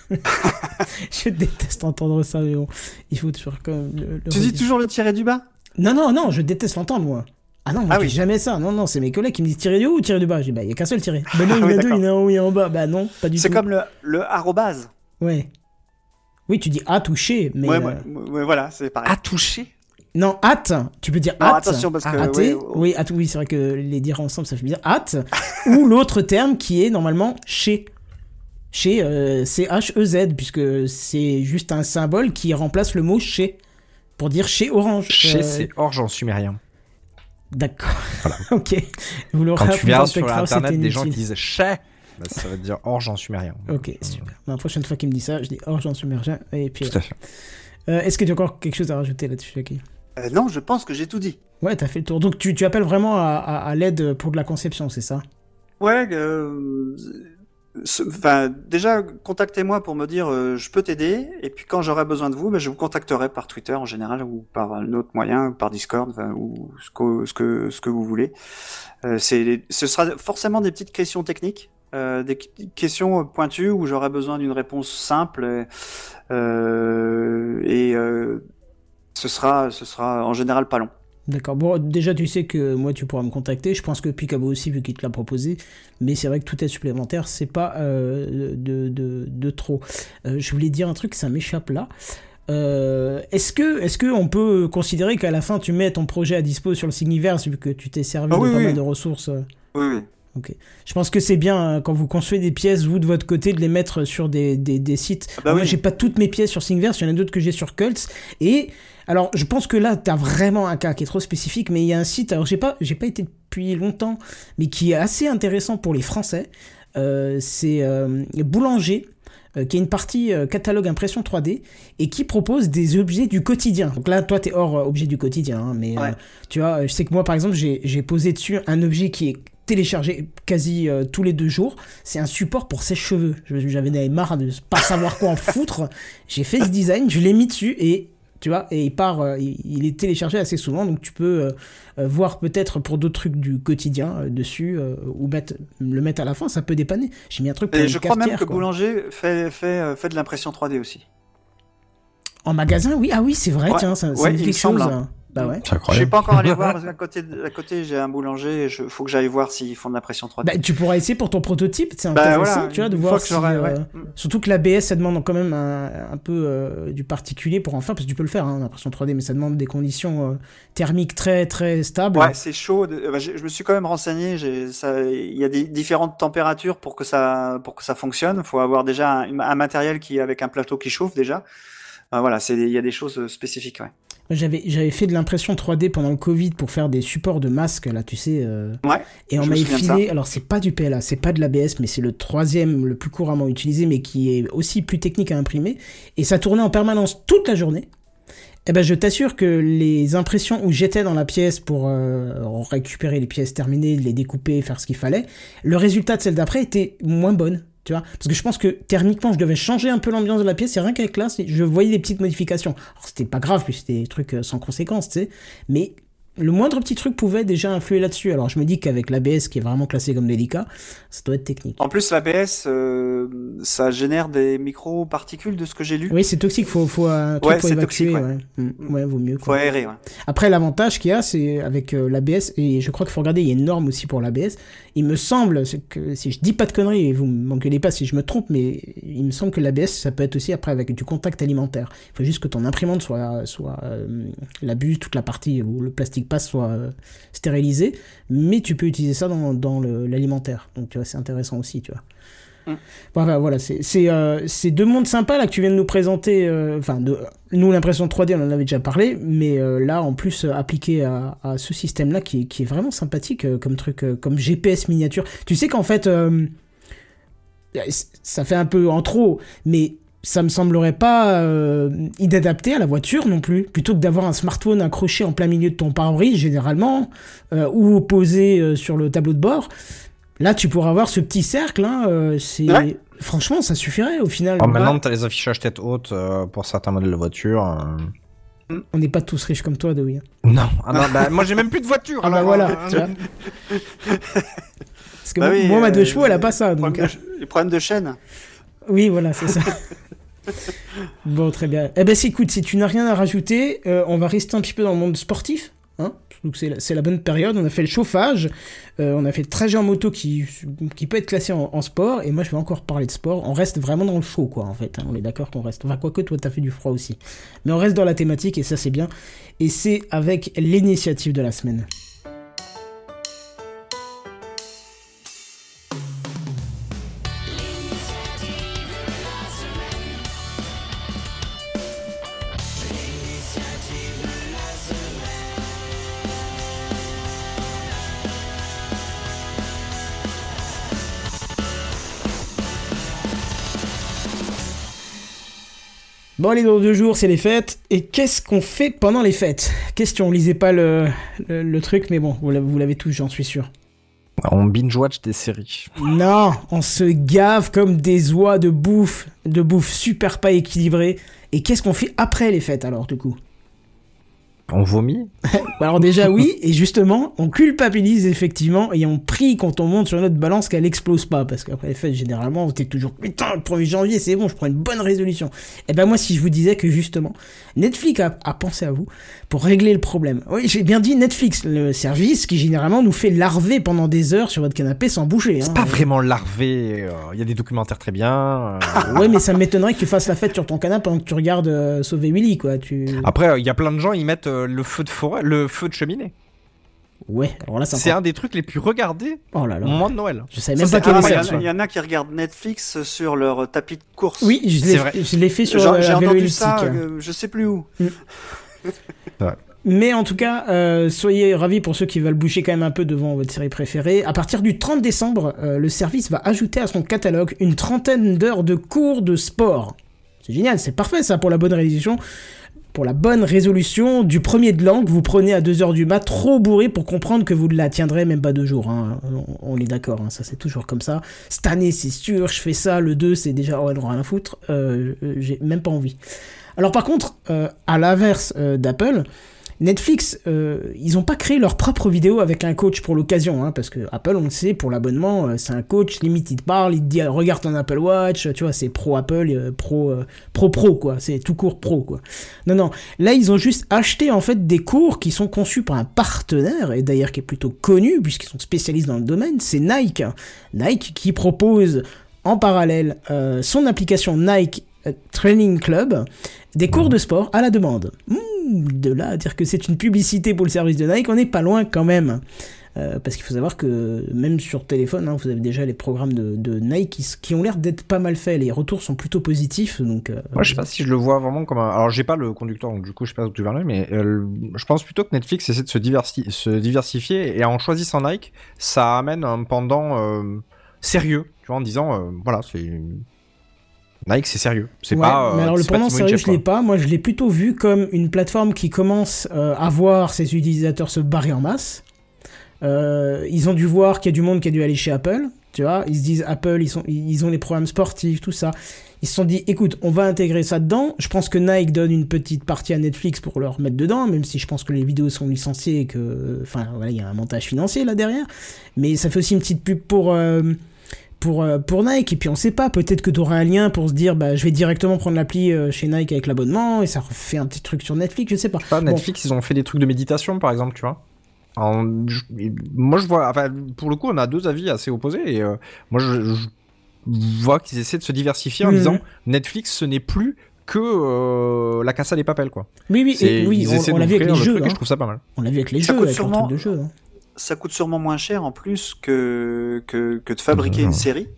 Je déteste entendre ça, mais bon. Il faut toujours quand même le, le Tu dis redire. toujours le tirer du bas? Non, non, non, je déteste l'entendre, moi. Ah non, moi, Ah je oui. dis jamais ça. Non, non, c'est mes collègues qui me disent tirer du haut ou tirer du bas. Je dis, bah, il y a qu'un seul tiré. Bah non, il y en oui, a deux, d'accord. il y en a un en haut et un en bas. Bah non, pas du tout. C'est comme le, le arrobase. Ouais. Oui, tu dis à toucher, mais. Ouais, euh, ouais, ouais, voilà, c'est pareil. À toucher. Non, hâte, tu peux dire Non, hâte. attention, parce que, hâter. ouais, Oui, hâte, oui, c'est vrai que les dire ensemble, ça fait bien hâte. Ou l'autre terme qui est normalement chez. Chez, euh, C H E Z, puisque c'est juste un symbole qui remplace le mot chez. Pour dire chez Orange. Chez, Euh, c'est orge en sumérien. D'accord. ok. Vous l'aurez Quand tu appris verras dans sur Techcraft, internet c'était des gens qui inutile. disent chez, bah, ça veut dire orge en sumérien. Ok, super. La prochaine fois qu'il me dit ça, je dis Orange en submergent. Et puis. Tout à fait. Euh, Est-ce que tu as encore quelque chose à rajouter là-dessus, Jackie? Euh, non, je pense que j'ai tout dit. Ouais, t'as fait le tour. Donc tu, tu appelles vraiment à, à, à l'aide pour de la conception, c'est ça? Ouais, euh, ce- enfin, déjà, contactez-moi pour me dire euh, je peux t'aider, et puis quand j'aurai besoin de vous, ben, je vous contacterai par Twitter en général, ou par un autre moyen, par Discord, enfin, ou ce que, ce que, ce que vous voulez. Euh, c'est, ce sera forcément des petites questions techniques, euh, des qu- questions pointues où j'aurai besoin d'une réponse simple, et, euh, et euh, ce sera, ce sera en général pas long. D'accord. Bon, déjà, tu sais que moi, tu pourras me contacter. Je pense que Picabo aussi, vu qu'il te l'a proposé. Mais c'est vrai que tout est supplémentaire, c'est pas euh, de, de, de trop. Euh, je voulais dire un truc, ça m'échappe là. Euh, est-ce que, est-ce que on peut considérer qu'à la fin, tu mets ton projet à dispo sur le Signiverse, vu que tu t'es servi Ah de oui, pas oui. mal de ressources euh, Oui, oui. Ok. Je pense que c'est bien hein, quand vous concevez des pièces, vous de votre côté, de les mettre sur des, des, des sites. Ah bah Moi, oui. j'ai pas toutes mes pièces sur Thingiverse, il y en a d'autres que j'ai sur Cults. Et alors, je pense que là, t'as vraiment un cas qui est trop spécifique, mais il y a un site, alors j'ai pas, j'ai pas été depuis longtemps, mais qui est assez intéressant pour les Français. Euh, c'est euh, Boulanger. euh, qui est une partie euh, catalogue impression trois D et qui propose des objets du quotidien. Donc là, toi, t'es hors euh, objet du quotidien, hein, mais Ouais. euh, tu vois, je sais que moi, par exemple, j'ai, j'ai posé dessus un objet qui est téléchargé quasi euh, tous les deux jours. C'est un support pour sèche-cheveux. Je- J'avais marre de pas savoir quoi en foutre. J'ai fait ce design, je l'ai mis dessus et tu vois, et il part, euh, il, il est téléchargé assez souvent, donc tu peux euh, euh, voir peut-être pour d'autres trucs du quotidien euh, dessus euh, ou mettre, le mettre à la fin, ça peut dépanner. J'ai mis un truc pour Et une je crois même cafetière, que quoi. Boulanger fait, fait, euh, fait de l'impression trois D aussi. En magasin, oui, ah oui, c'est vrai, Ouais. tiens, ça, ça Ouais, me dit il me quelque semble, chose. hein. Bah ouais. C'est Je incroyable. suis pas encore allé voir parce qu'à côté, de- à côté j'ai un boulanger. Il faut que j'aille voir s'ils font de l'impression trois D. Bah, tu pourras essayer pour ton prototype, c'est Bah, intéressant, voilà, tu vois, de une voir fois que si, j'aurai- euh, ouais. surtout que l'A B S, ça demande quand même un, un peu euh, du particulier pour en faire, parce que tu peux le faire, hein, l'impression trois D, mais ça demande des conditions euh, thermiques très très stables. Ouais, c'est chaud. de- bah, j'ai- je me suis quand même renseigné. j'ai- ça- Il y a des différentes températures pour que ça, pour que ça fonctionne. Il faut avoir déjà un, un matériel qui avec un plateau qui chauffe déjà. Euh, voilà, c'est il y a des choses spécifiques. Ouais. J'avais, j'avais fait de l'impression trois D pendant le Covid pour faire des supports de masques, là, tu sais. euh, Ouais. Et on je me m'a souviens de filé, alors c'est pas du P L A, c'est pas de l'A B S, mais c'est le troisième le plus couramment utilisé, mais qui est aussi plus technique à imprimer. Et ça tournait en permanence toute la journée. Eh ben, je t'assure que les impressions où j'étais dans la pièce pour euh, récupérer les pièces terminées, les découper, faire ce qu'il fallait, le résultat de celle d'après était moins bonne. Tu vois, parce que je pense que thermiquement, je devais changer un peu l'ambiance de la pièce. C'est rien qu'avec là, c'est- je voyais des petites modifications. Alors, c'était pas grave, puis c'était des trucs euh, sans conséquence, tu sais. Mais le moindre petit truc pouvait déjà influer là-dessus. Alors, je me dis qu'avec l'A B S, qui est vraiment classé comme délicat, ça doit être technique. En plus, l'A B S, euh, ça génère des micro-particules de ce que j'ai lu. Oui, c'est toxique, faut, faut un truc Ouais, pour c'est évacuer. toxique, ouais. Mm. Ouais, vaut mieux. Faut Quoi. aérer. Ouais. Après, l'avantage qu'il y a, c'est avec euh, l'A B S, et je crois qu'il faut regarder, il y a une norme aussi pour l'A B S. Il me semble, c'est que si je dis pas de conneries, et vous m'engueulez pas si je me trompe, mais il me semble que l'A B S, ça peut être aussi après avec du contact alimentaire. Il faut juste que ton imprimante soit, soit euh, la buse, toute la partie où le plastique passe soit euh, stérilisée, mais tu peux utiliser ça dans, dans le, l'alimentaire. Donc tu vois, c'est intéressant aussi, tu vois. Mm. Voilà, voilà, c'est c'est euh, c'est deux mondes sympas là que tu viens de nous présenter. Enfin, euh, nous l'impression trois D, on en avait déjà parlé, mais euh, là en plus euh, appliqué à, à ce système-là qui est qui est vraiment sympathique euh, comme truc, euh, comme G P S miniature. Tu sais qu'en fait, euh, ça fait un peu en trop, mais ça me semblerait pas euh, inadapté à la voiture non plus. Plutôt que d'avoir un smartphone accroché en plein milieu de ton pare-brise généralement, euh, ou posé euh, sur le tableau de bord. Là, tu pourras avoir ce petit cercle, hein, euh, c'est... Ouais. Franchement, ça suffirait au final. Alors, maintenant, t'as les affichages tête haute euh, pour certains modèles de voitures. euh. On n'est pas tous riches comme toi, Dewey. Non, ah non bah, moi j'ai même plus de voiture. Ah bah alors, voilà, euh, tu vois. Parce que Bah moi, oui, moi, ma deux euh, chevaux, elle a pas ça. Les Donc... problèmes de- les problèmes de chaîne. Oui, voilà, c'est ça. Bon, très bien. Eh ben, c'est, écoute, si tu n'as rien à rajouter, euh, on va rester un petit peu dans le monde sportif. Hein, donc c'est la, c'est la bonne période. On a fait le chauffage, euh, on a fait le trajet en moto qui, qui peut être classé en, en sport. Et moi, je vais encore parler de sport. On reste vraiment dans le chaud, quoi, en fait. Hein, on est d'accord qu'on reste. Enfin, quoique toi, t'as fait du froid aussi. Mais on reste dans la thématique et ça, c'est bien. Et c'est avec l'initiative de la semaine. Bon, allez, dans deux jours, c'est les fêtes. Et qu'est-ce qu'on fait pendant les fêtes ? Question, lisez pas le, le, le truc, mais bon, vous l'avez, vous l'avez tous, j'en suis sûr. On binge-watch des séries. Non, on se gave comme des oies de bouffe, de bouffe super pas équilibrée. Et qu'est-ce qu'on fait après les fêtes, alors, du coup ? On vomit. Alors déjà oui, et justement, on culpabilise effectivement, et on prie quand on monte sur notre balance qu'elle explose pas, parce qu'après les fêtes, généralement, on était toujours, putain, le premier janvier, c'est bon, je prends une bonne résolution. Et ben moi, si je vous disais que justement, Netflix a, a pensé à vous pour régler le problème. Oui, j'ai bien dit Netflix, le service qui généralement nous fait larver pendant des heures sur votre canapé sans bouger. C'est hein. pas vraiment larvé. Il y a des documentaires très bien. euh. Ouais, mais ça m'étonnerait que tu fasses la fête sur ton canapé pendant que tu regardes euh, Sauver Willy, quoi. Tu... Après, il y a plein de gens, ils mettent euh, le feu de forêt, le feu de cheminée. Ouais, alors là, c'est C'est encore... un des trucs les plus regardés Oh là au là. moment de Noël. Je savais Ça, même c'est- pas qu'il y ah, avait il y ça. en a- il y en a qui regardent Netflix sur leur tapis de course. Oui, je C'est l'ai, vrai. je l'ai fait sur J'ai euh, j'ai la vélo entendu elliptique. ça, euh, je sais plus où. Mais en tout cas, euh, soyez ravis pour ceux qui veulent boucher quand même un peu devant votre série préférée. À partir du trente décembre, euh, le service va ajouter à son catalogue une trentaine d'heures de cours de sport. C'est génial, c'est parfait ça pour la bonne résolution. Pour la bonne résolution du premier de langue, vous prenez à deux heures du mat, trop bourré pour comprendre que vous ne la tiendrez même pas deux jours. Hein. On, on est d'accord, hein, ça c'est toujours comme ça. Cette année c'est sûr, je fais ça, le deux c'est déjà, oh, elle aura rien à foutre, euh, j'ai même pas envie. Alors par contre, euh, à l'inverse euh, d'Apple, Netflix, euh, ils ont pas créé leur propre vidéo avec un coach pour l'occasion, hein, parce que Apple, on le sait, pour l'abonnement, euh, c'est un coach, limite il te parle, il te dit regarde ton Apple Watch, tu vois, c'est pro Apple, euh, pro, euh, pro pro quoi, c'est tout court pro quoi. Non non, là ils ont juste acheté en fait des cours qui sont conçus par un partenaire, et d'ailleurs qui est plutôt connu puisqu'ils sont spécialistes dans le domaine, c'est Nike. Nike qui propose en parallèle euh, son application Nike Training Club, des cours de sport à la demande. Mmh, de là à dire que c'est une publicité pour le service de Nike, on n'est pas loin quand même. Euh, parce qu'il faut savoir que même sur téléphone, hein, vous avez déjà les programmes de, de Nike qui, qui ont l'air d'être pas mal faits. Les retours sont plutôt positifs. Donc, euh, moi, je sais pas si je le vois vraiment comme un... Alors, j'ai pas le conducteur, donc du coup, je sais pas où tu vas là, mais euh, je pense plutôt que Netflix essaie de se, diversi... se diversifier, et en choisissant Nike, ça amène un pendant euh, sérieux, tu vois, en disant, euh, voilà, c'est... Nike, c'est sérieux. C'est ouais, pas. Mais euh, alors, le pendant sérieux, je l'ai quoi. pas. Moi, je l'ai plutôt vu comme une plateforme qui commence euh, à voir ses utilisateurs se barrer en masse. Euh, ils ont dû voir qu'il y a du monde qui a dû aller chez Apple. Tu vois, ils se disent Apple, ils, sont, ils ont les programmes sportifs, tout ça. Ils se sont dit, écoute, on va intégrer ça dedans. Je pense que Nike donne une petite partie à Netflix pour leur mettre dedans, même si je pense que les vidéos sont licenciées et que, enfin, voilà, il y a un montage financier là derrière. Mais ça fait aussi une petite pub pour. Euh, Pour, euh, pour Nike, et puis on sait pas, peut-être que tu auras un lien pour se dire bah je vais directement prendre l'appli euh, chez Nike avec l'abonnement et ça refait un petit truc sur Netflix, je sais pas. pas Netflix, bon. Ils ont fait des trucs de méditation par exemple, tu vois. En, je, moi je vois, enfin pour le coup on a deux avis assez opposés, et euh, moi je, je vois qu'ils essaient de se diversifier en mmh. disant Netflix ce n'est plus que euh, la Casa des Papel quoi. Oui oui, et, oui on, on l'a vu avec les jeux, hein. Je trouve ça pas mal. On l'a vu avec les ça jeux, avec sûrement... truc de jeu. Hein. Ça coûte sûrement moins cher en plus que, que, que de fabriquer mmh. une série.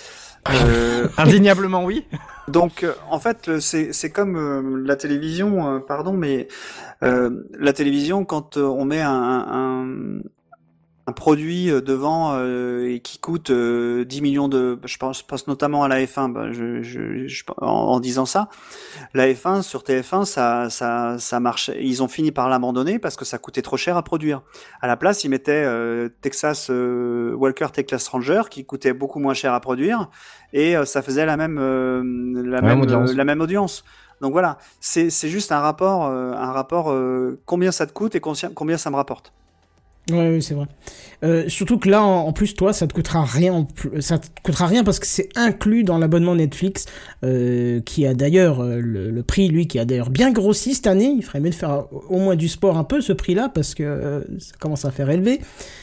Euh... Indéniablement oui. Donc en fait c'est, c'est comme euh, la télévision, euh, pardon, mais euh, la télévision quand euh, on met un, un, un produit devant euh, et qui coûte euh, dix millions de... Je pense, je pense notamment à la F un, bah, je, je, je, en, en disant ça. La F un, sur T F un, ça, ça, ça marchait. Ils ont fini par l'abandonner parce que ça coûtait trop cher à produire. À la place, ils mettaient euh, Texas euh, Walker Texas Ranger, qui coûtait beaucoup moins cher à produire, et euh, ça faisait la même, euh, la, même, même audience. Euh, la même audience. Donc voilà, c'est, c'est juste un rapport, euh, un rapport euh, combien ça te coûte et combien ça me rapporte. Ouais, oui, c'est vrai. Euh, surtout que là, en, en plus, toi, ça te coûtera rien. Ça te coûtera rien parce que c'est inclus dans l'abonnement Netflix, euh, qui a d'ailleurs euh, le, le prix, lui, qui a d'ailleurs bien grossi cette année. Il ferait mieux de faire au moins du sport un peu ce prix-là parce que euh, ça commence à faire élevé.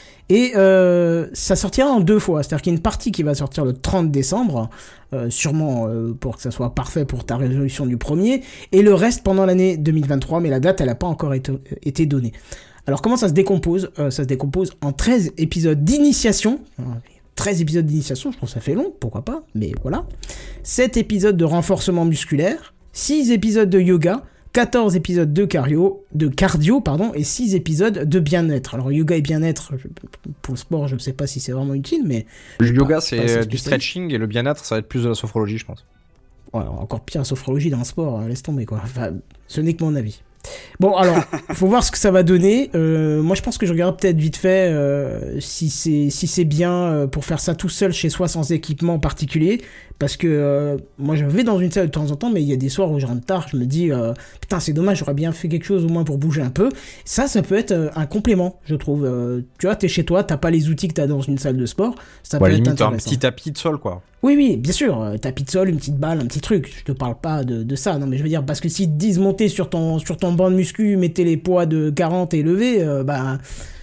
Et euh, ça sortira en deux fois. C'est-à-dire qu'il y a une partie qui va sortir le trente décembre, euh, sûrement euh, pour que ça soit parfait pour ta résolution du premier, et le reste pendant l'année deux mille vingt-trois, mais la date, elle n'a pas encore été, été donnée. Alors comment ça se décompose ? euh, Ça se décompose en treize épisodes d'initiation. treize épisodes d'initiation, je trouve que ça fait long, pourquoi pas, mais voilà. sept épisodes de renforcement musculaire, six épisodes de yoga, quatorze épisodes de cardio, de cardio pardon, et six épisodes de bien-être. Alors yoga et bien-être, je, pour le sport, je ne sais pas si c'est vraiment utile, mais... Le yoga, pas, c'est pas du stretching, et le bien-être, ça va être plus de la sophrologie, je pense. Ouais, encore pire, la sophrologie dans le sport, hein, laisse tomber, quoi. Enfin, ce n'est que mon avis. Bon, alors, faut voir ce que ça va donner. Euh, moi, je pense que je regarderai peut-être vite fait euh, si c'est si c'est bien euh, pour faire ça tout seul chez soi sans équipement particulier. Parce que euh, moi, je vais dans une salle de temps en temps, mais il y a des soirs où je rentre tard, je me dis euh, putain, c'est dommage, j'aurais bien fait quelque chose au moins pour bouger un peu. Ça, ça peut être euh, un complément, je trouve. Euh, tu vois, t'es chez toi, t'as pas les outils que t'as dans une salle de sport. Ça ouais, peut limite, être intéressant. Un petit tapis de sol, quoi. Oui, oui, bien sûr, euh, tapis de sol, une petite balle, un petit truc. Je te parle pas de, de ça, non, mais je veux dire, parce que s'ils te disent monter sur ton, sur ton banc de muscu, mettez les poids de quarante et lever, euh, bah...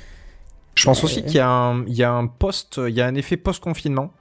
Je pense euh, aussi qu'il y a un, il y a un post, il y a un effet post-confinement,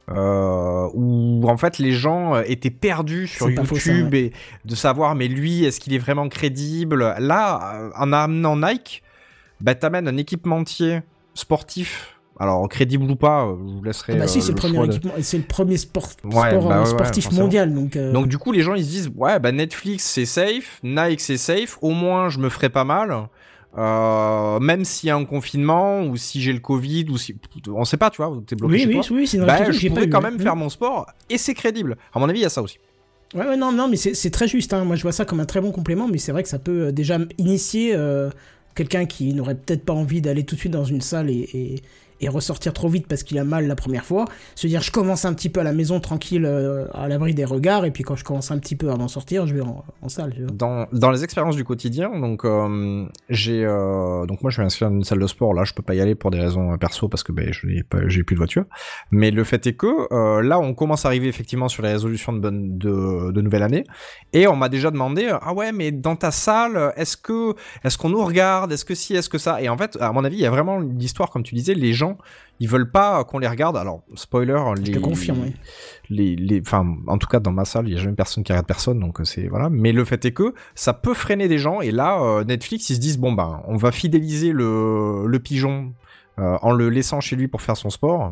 euh, où en fait les gens étaient perdus sur YouTube faux, ça, ouais. et de savoir, mais lui, est-ce qu'il est vraiment crédible ? Là, en amenant Nike, bah t'amènes un équipementier sportif. Alors, crédible ou pas, je vous laisserai. Ah bah si, euh, c'est, le le premier de... équipement, c'est le premier sport, ouais, sport bah ouais, sportif ouais, mondial. Donc, euh... donc, du coup, les gens ils se disent ouais, bah Netflix c'est safe, Nike c'est safe, au moins je me ferai pas mal. Euh, même s'il y a un confinement ou si j'ai le Covid ou si on sait pas, tu vois, t'es bloqué oui, chez oui, toi. Oui, oui, c'est bah, je j'ai pourrais pas quand eu, même hein. faire mon sport et c'est crédible. À mon avis, il y a ça aussi. Ouais, ouais, non, non, mais c'est, c'est très juste. Hein. Moi, je vois ça comme un très bon complément, mais c'est vrai que ça peut déjà initier euh, quelqu'un qui n'aurait peut-être pas envie d'aller tout de suite dans une salle et, et, et ressortir trop vite parce qu'il a mal la première fois. Se dire, je commence un petit peu à la maison tranquille, euh, à l'abri des regards, et puis quand je commence un petit peu à m'en sortir, je vais en, en salle. Tu vois. Dans, dans les expériences du quotidien, donc euh, j'ai euh, donc moi je vais m'inscrire dans une salle de sport. Là, je peux pas y aller pour des raisons euh, perso parce que ben je n'ai pas, j'ai plus de voiture. Mais le fait est que euh, là, on commence à arriver effectivement sur les résolutions de bonne de, de nouvelle année, et on m'a déjà demandé ah ouais, mais dans ta salle, est-ce que est-ce qu'on nous regarde, est-ce que si, est-ce que ça. Et en fait, à mon avis, il y a vraiment l'histoire, comme tu disais, les gens ils veulent pas qu'on les regarde. Alors spoiler, les, je te confirme, oui. les les enfin en tout cas dans ma salle il y a jamais personne qui regarde personne, donc c'est voilà. Mais le fait est que ça peut freiner des gens, et là euh, Netflix ils se disent bon ben on va fidéliser le le pigeon euh, en le laissant chez lui pour faire son sport.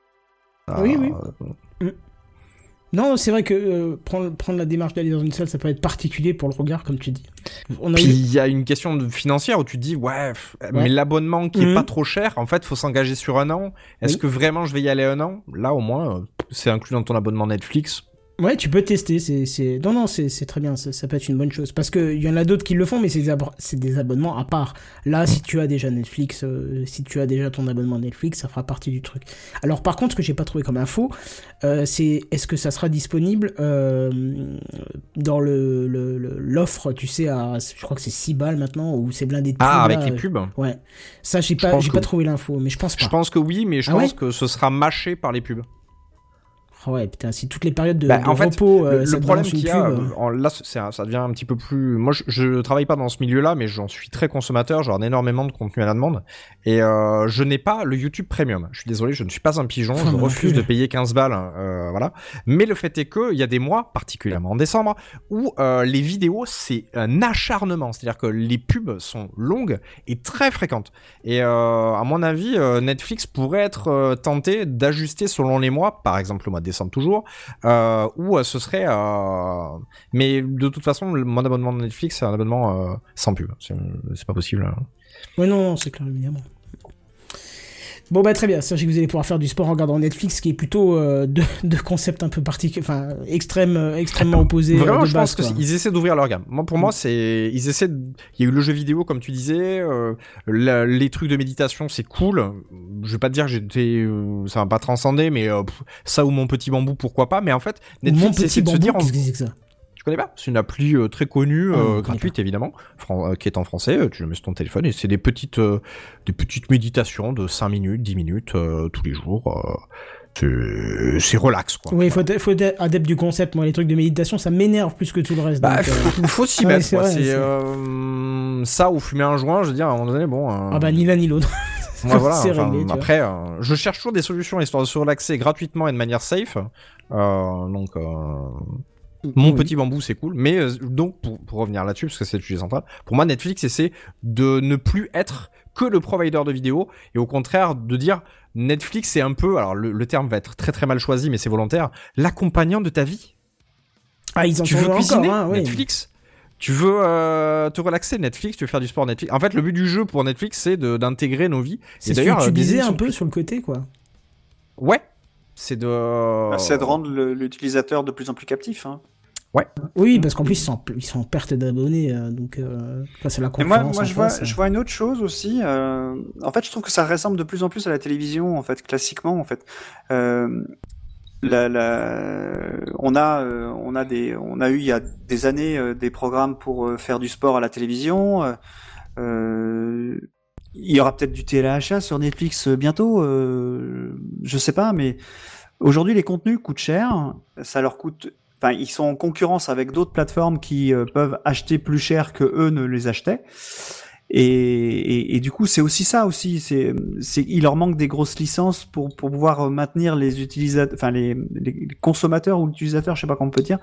Oui, euh, oui. Mm. Non, c'est vrai que euh, prendre, prendre la démarche d'aller dans une salle, ça peut être particulier pour le regard, comme tu dis. On a Puis eu... il y a une question de financière où tu te dis ouais, f- Ouais. mais l'abonnement qui Mhm. est pas trop cher, en fait faut s'engager sur un an. Est-ce Oui. que vraiment je vais y aller un an? Là au moins euh, c'est inclus dans ton abonnement Netflix. Ouais, tu peux tester, c'est, c'est... Non, non, c'est, c'est très bien, ça, ça peut être une bonne chose. Parce qu'il y en a d'autres qui le font, mais c'est des, ab- c'est des abonnements à part. Là, si tu as déjà Netflix, euh, si tu as déjà ton abonnement Netflix, ça fera partie du truc. Alors par contre, ce que j'ai pas trouvé comme info, euh, c'est est-ce que ça sera disponible euh, dans le, le, le- l'offre, tu sais, à, je crois que c'est six balles maintenant, ou c'est blindé de pubs. Ah, avec là, les euh, pubs. Ouais. Ça, j'ai Je pas, pense j'ai que pas oui. trouvé l'info, mais je pense pas. Je pense que oui, mais je Ah pense ouais que ce sera mâché par les pubs. Ah ouais, putain, si toutes les périodes de, Bah, de en fait, repos, euh, le, ça le problème balance une qu'il y a, pub, euh, en- là, c'est un- ça devient un petit peu plus. Moi, je, je travaille pas dans ce milieu-là, mais j'en suis très consommateur. J'en ai énormément de contenu à la demande, et euh, je n'ai pas le YouTube Premium. Je suis désolé, je ne suis pas un pigeon. Ah, je moi non refuse plus. de payer quinze balles, euh, voilà. Mais le fait est que il y a des mois, particulièrement en décembre, où euh, les vidéos c'est un acharnement. C'est-à-dire que les pubs sont longues et très fréquentes. Et euh, à mon avis, euh, Netflix pourrait être euh, tenté d'ajuster selon les mois, par exemple le mois de décembre toujours. Euh, où euh, ce serait euh... mais de toute façon le- mon abonnement de Netflix c'est un abonnement euh, sans pub, c'est, c'est pas possible hein. Ouais, non, non, c'est clair, évidemment. Bon, bah, très bien. Sachez que vous allez pouvoir faire du sport en regardant Netflix, qui est plutôt euh, de, de concepts un peu particuliers, enfin, extrême, euh, extrêmement opposés. Vraiment, euh, de je base, pense quoi. qu'ils essaient d'ouvrir leur gamme. Moi, pour moi, c'est ils essaient. De... Il y a eu le jeu vidéo, comme tu disais, euh, la- les trucs de méditation, c'est cool. Je vais pas te dire que j'étais, euh, ça m'a pas transcendé, mais euh, pff, ça ou mon petit bambou, pourquoi pas. Mais en fait, Netflix Mon petit essaie de se bambou, dire, on- qu'est-ce que c'est que ça? tu connais pas? C'est une appli euh, très connue, Ah, non, je euh, connais gratuite évidemment, fran- euh, qui est en français. euh, Tu le mets sur ton téléphone et c'est des petites, euh, des petites méditations de cinq minutes, dix minutes euh, tous les jours. euh, c'est, c'est relax quoi. Oui, il faut, être- faut être adepte du concept. Moi, les trucs de méditation, ça m'énerve plus que tout le reste. Bah, donc, euh, faut, faut s'y ouais, mettre. c'est quoi. vrai, C'est, c'est- euh, ça ou fumer un joint. Je veux dire, à un moment donné, bon. euh, Ah bah, ni l'un ni l'autre. ouais, voilà, c'est enfin, réglé, tu vois. après, euh, je cherche toujours des solutions histoire de se relaxer gratuitement et de manière safe. Euh, donc. Euh... Mon Oui. petit bambou, c'est cool. Mais euh, donc, pour, pour revenir là-dessus, parce que c'est le sujet central, pour moi, Netflix essaie de ne plus être que le provider de vidéos et au contraire de dire Netflix, c'est un peu, alors le, le terme va être très très mal choisi, mais c'est volontaire, l'accompagnant de ta vie. Ah, ils en Tu sont veux encore, cuisiner hein, oui. Netflix. Tu veux euh, te relaxer Netflix, tu veux faire du sport Netflix. En fait, le but du jeu pour Netflix, c'est de, d'intégrer nos vies. C'est Et ce d'ailleurs, que tu euh, des disais un émissions- peu sur le côté, quoi. Ouais. C'est de. Bah, c'est de rendre le- l'utilisateur de plus en plus captif. Hein. Oui, parce qu'en plus, ils sont, en- ils sont en perte d'abonnés, euh, donc euh, ça, c'est la Et concurrence. moi, moi en je, vois, face. je vois une autre chose aussi. euh, en fait, je trouve que ça ressemble de plus en plus à la télévision, en fait, classiquement, en fait. Euh, la, la, on a, euh, on a des, on a eu il y a des années euh, des programmes pour euh, faire du sport à la télévision. euh, euh, il y aura peut-être du téléachat sur Netflix euh, bientôt. Euh, je sais pas, mais aujourd'hui, les contenus coûtent cher. Ça leur coûte. Enfin, ils sont en concurrence avec d'autres plateformes qui euh, peuvent acheter plus cher que eux ne les achetaient. Et, et, et du coup, c'est aussi ça aussi. C'est, c'est, il leur manque des grosses licences pour pour pouvoir maintenir les utilisateurs, enfin les, les consommateurs ou l'utilisateur, je sais pas comment on peut dire.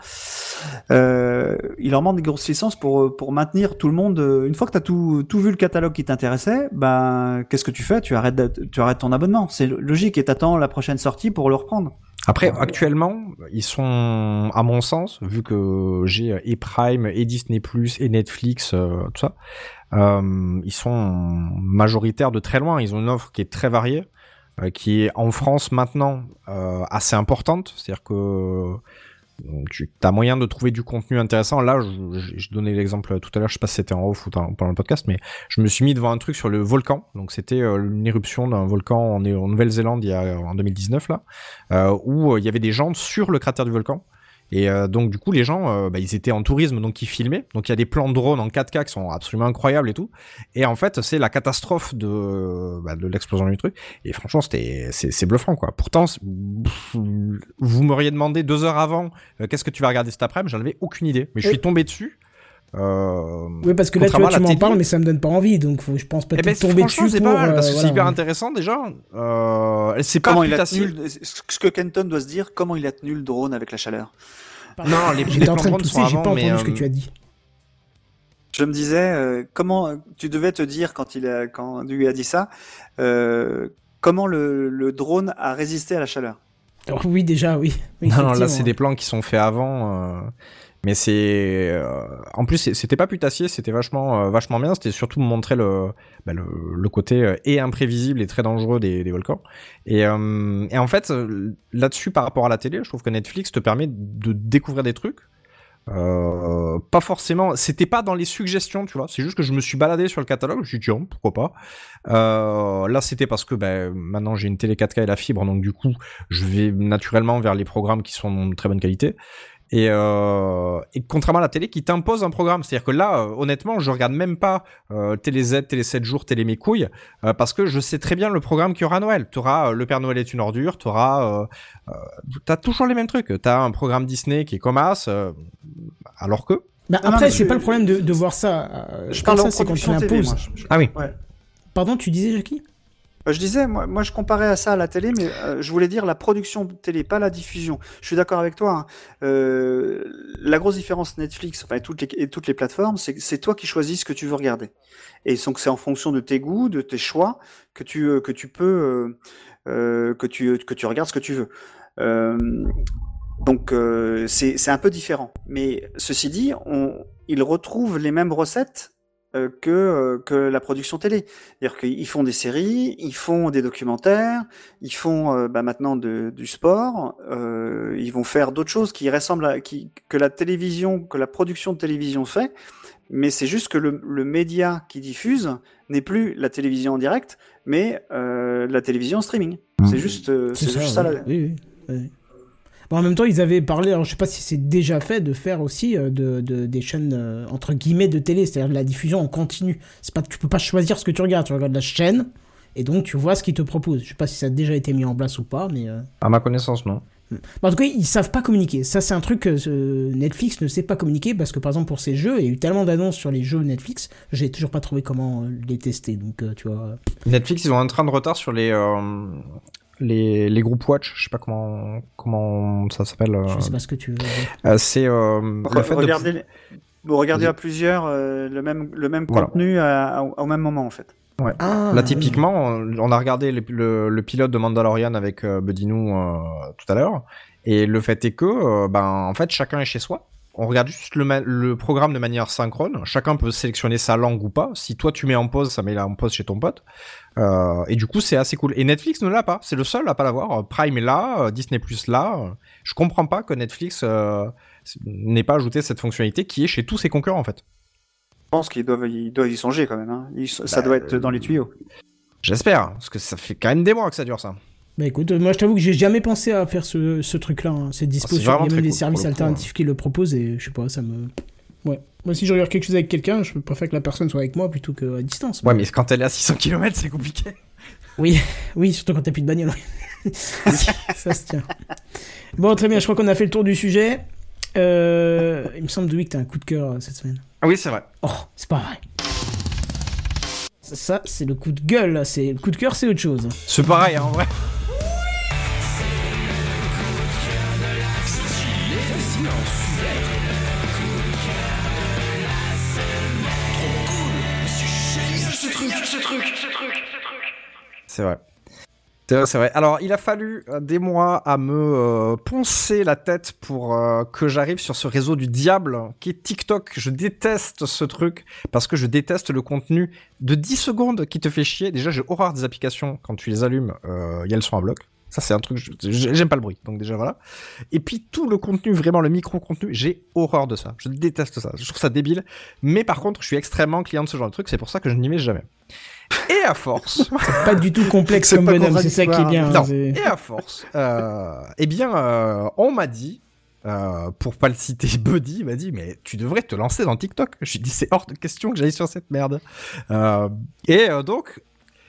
Euh, il leur manque des grosses licences pour pour maintenir tout le monde. Une fois que t'as tout tout vu le catalogue qui t'intéressait, ben qu'est-ce que tu fais? Tu arrêtes de- tu arrêtes ton abonnement. C'est logique et t'attends la prochaine sortie pour le reprendre. Après, actuellement, ils sont, à mon sens, vu que j'ai et Prime, et Disney+, et Netflix, euh, tout ça, euh, ils sont majoritaires de très loin. Ils ont une offre qui est très variée, euh, qui est en France maintenant euh, assez importante. C'est-à-dire que tu as moyen de trouver du contenu intéressant. Là, je, je, je donnais l'exemple tout à l'heure, je sais pas si c'était en off ou dans, pendant le podcast, mais je me suis mis devant un truc sur le volcan. Donc c'était euh, une éruption d'un volcan en, en Nouvelle-Zélande il y a, en deux mille dix-neuf là, euh, où euh, il y avait des gens sur le cratère du volcan. Et euh, donc du coup les gens euh, bah, ils étaient en tourisme, donc ils filmaient, donc il y a des plans de drone en quatre K qui sont absolument incroyables et tout, et en fait c'est la catastrophe de bah, de l'explosion du truc, et franchement c'était c'est, c'est bluffant quoi. Pourtant pff, vous m'auriez demandé deux heures avant euh, qu'est-ce que tu vas regarder cet après-midi, j'en avais aucune idée, mais je suis tombé dessus. Euh, oui, parce que là tu, vois, tu m'en parles mais ça me donne pas envie, donc faut, je pense peut-être eh ben, tomber dessus c'est pour, pas mal, parce que euh, c'est voilà, hyper ouais. intéressant déjà. Euh, c'est comment pas il a facile. tenu, ce que Kenton doit se dire, comment il a tenu le drone avec la chaleur. Non, les, j'étais les en train de pousser, j'ai avant, pas entendu mais, ce que tu as dit. Je me disais, euh, comment tu devais te dire quand il a, quand lui a dit ça, euh, comment le, le drone a résisté à la chaleur. Alors, oui, déjà, oui. oui non, non, là c'est des plans qui sont faits avant. Euh... Mais c'est euh... en plus c'était pas putassier, c'était vachement euh, vachement bien, c'était surtout montrer le bah, le, le côté euh, et imprévisible et très dangereux des, des volcans. Et euh, et en fait là-dessus par rapport à la télé, je trouve que Netflix te permet de découvrir des trucs. Euh, pas forcément, c'était pas dans les suggestions, tu vois, c'est juste que je me suis baladé sur le catalogue, je me suis dit tiens, pourquoi pas. Euh, là c'était parce que ben maintenant j'ai une télé quatre K et la fibre, donc du coup je vais naturellement vers les programmes qui sont de très bonne qualité. Et, euh, et contrairement à la télé qui t'impose un programme, c'est-à-dire que là, euh, honnêtement, je regarde même pas euh, Télé Z, Télé sept jours, Télé mes couilles, euh, parce que je sais très bien le programme qu'il y aura à Noël. T'auras euh, Le Père Noël est une ordure, t'auras, euh, euh, t'as toujours les mêmes trucs. T'as un programme Disney qui est comme as, euh, alors que. Bah non, après, non, c'est je... pas le problème de, de voir ça. Euh, je parle ça, en c'est quand tu production T V, l'imposes. moi. Je... Ah oui. Ouais. Pardon, tu disais Jackie ? Je disais, moi, moi je comparais à ça à la télé, mais euh, je voulais dire la production télé, pas la diffusion. Je suis d'accord avec toi. Hein. Euh, la grosse différence Netflix, enfin et toutes les, et toutes les plateformes, c'est que c'est toi qui choisis ce que tu veux regarder. Et donc c'est en fonction de tes goûts, de tes choix, que tu euh, que tu peux euh, euh, que tu que tu regardes ce que tu veux. Euh, donc euh, c'est c'est un peu différent. Mais ceci dit, on, ils retrouvent les mêmes recettes. Euh, que euh, que la production télé, c'est-à-dire qu'ils font des séries, ils font des documentaires, ils font euh, bah, maintenant de, du sport, euh, ils vont faire d'autres choses qui ressemblent à qui que la télévision, que la production de télévision fait, mais c'est juste que le, le média qui diffuse n'est plus la télévision en direct, mais euh, la télévision en streaming. Mmh. C'est juste euh, c'est, c'est ça, juste ça. Ouais. La... Oui, oui, oui. Bon, en même temps, ils avaient parlé, alors je sais pas si c'est déjà fait, de faire aussi euh, de, de, des chaînes euh, entre guillemets de télé, c'est-à-dire de la diffusion en continu. C'est pas, tu peux pas choisir ce que tu regardes, tu regardes la chaîne et donc tu vois ce qu'ils te proposent. Je sais pas si ça a déjà été mis en place ou pas, mais. Euh... À ma connaissance, non. Bon, en tout cas, ils savent pas communiquer. Ça, c'est un truc que euh, Netflix ne sait pas communiquer parce que par exemple pour ces jeux, il y a eu tellement d'annonces sur les jeux Netflix, j'ai toujours pas trouvé comment euh, les tester. Donc euh, tu vois. Netflix, ils ont un train de retard sur les. Euh... Les, les groupes Watch, je sais pas comment comment ça s'appelle. Euh... Je sais pas ce que tu veux dire. Euh, c'est euh, le fait regardez de... les... Vous regardez à plusieurs euh, le même le même voilà. contenu à, à, au même moment en fait. Ouais. Ah, Là typiquement, oui. on a regardé le, le, le pilote de Mandalorian avec euh, Budinu euh, tout à l'heure, et le fait est que euh, ben en fait chacun est chez soi. On regarde juste le, ma- le programme de manière synchrone. Chacun peut sélectionner sa langue ou pas. Si toi tu mets en pause, ça met là en pause chez ton pote. Euh, et du coup, c'est assez cool. Et Netflix ne l'a pas. C'est le seul à pas l'avoir. Prime est là, Disney Plus là. Je comprends pas que Netflix euh, n'ait pas ajouté cette fonctionnalité qui est chez tous ses concurrents en fait. Je pense qu'ils doivent, ils doivent y songer quand même. Hein. Ils, ça bah, doit être dans les tuyaux. J'espère, parce que ça fait quand même des mois que ça dure ça. Bah écoute, moi je t'avoue que j'ai jamais pensé à faire ce, ce truc-là. Hein. C'est dispo sur ah, même des cool, services alternatifs coup, qui le proposent et je sais pas, ça me. Ouais. Moi si je regarde quelque chose avec quelqu'un, je préfère que la personne soit avec moi plutôt qu'à distance. Ouais, mais, mais quand elle est à six cents kilomètres, c'est compliqué. Oui, oui, surtout quand t'as plus de bagnole. Ça se tient. Bon, très bien, je crois qu'on a fait le tour du sujet. Euh, il me semble, Louis, que t'as un coup de cœur cette semaine. Ah oui, c'est vrai. Oh, c'est pas vrai. Ça, c'est le coup de gueule, là. C'est... Le coup de cœur, c'est autre chose. C'est pareil, hein, en vrai. C'est vrai. C'est vrai, c'est vrai. Alors, il a fallu des mois à me euh, poncer la tête pour euh, que j'arrive sur ce réseau du diable qui est TikTok. Je déteste ce truc parce que je déteste le contenu de dix secondes qui te fait chier. Déjà, j'ai horreur des applications quand tu les allumes, euh, et elles sont à bloc. Ça, c'est un truc, je- j'aime pas le bruit, donc déjà voilà. Et puis tout le contenu, vraiment le micro-contenu, j'ai horreur de ça. Je déteste ça, je trouve ça débile. Mais par contre, je suis extrêmement client de ce genre de truc, c'est pour ça que je n'y mets jamais. Et à force... Pas du tout complexe C'est comme pas bonhomme, c'est ça qui est bien. Non. hein, c'est- Et à force, euh, eh bien, euh, on m'a dit, euh, pour pas le citer, Buddy il m'a dit, mais tu devrais te lancer dans TikTok. Je lui ai dit, c'est hors de question que j'aille sur cette merde. Euh, et euh, donc...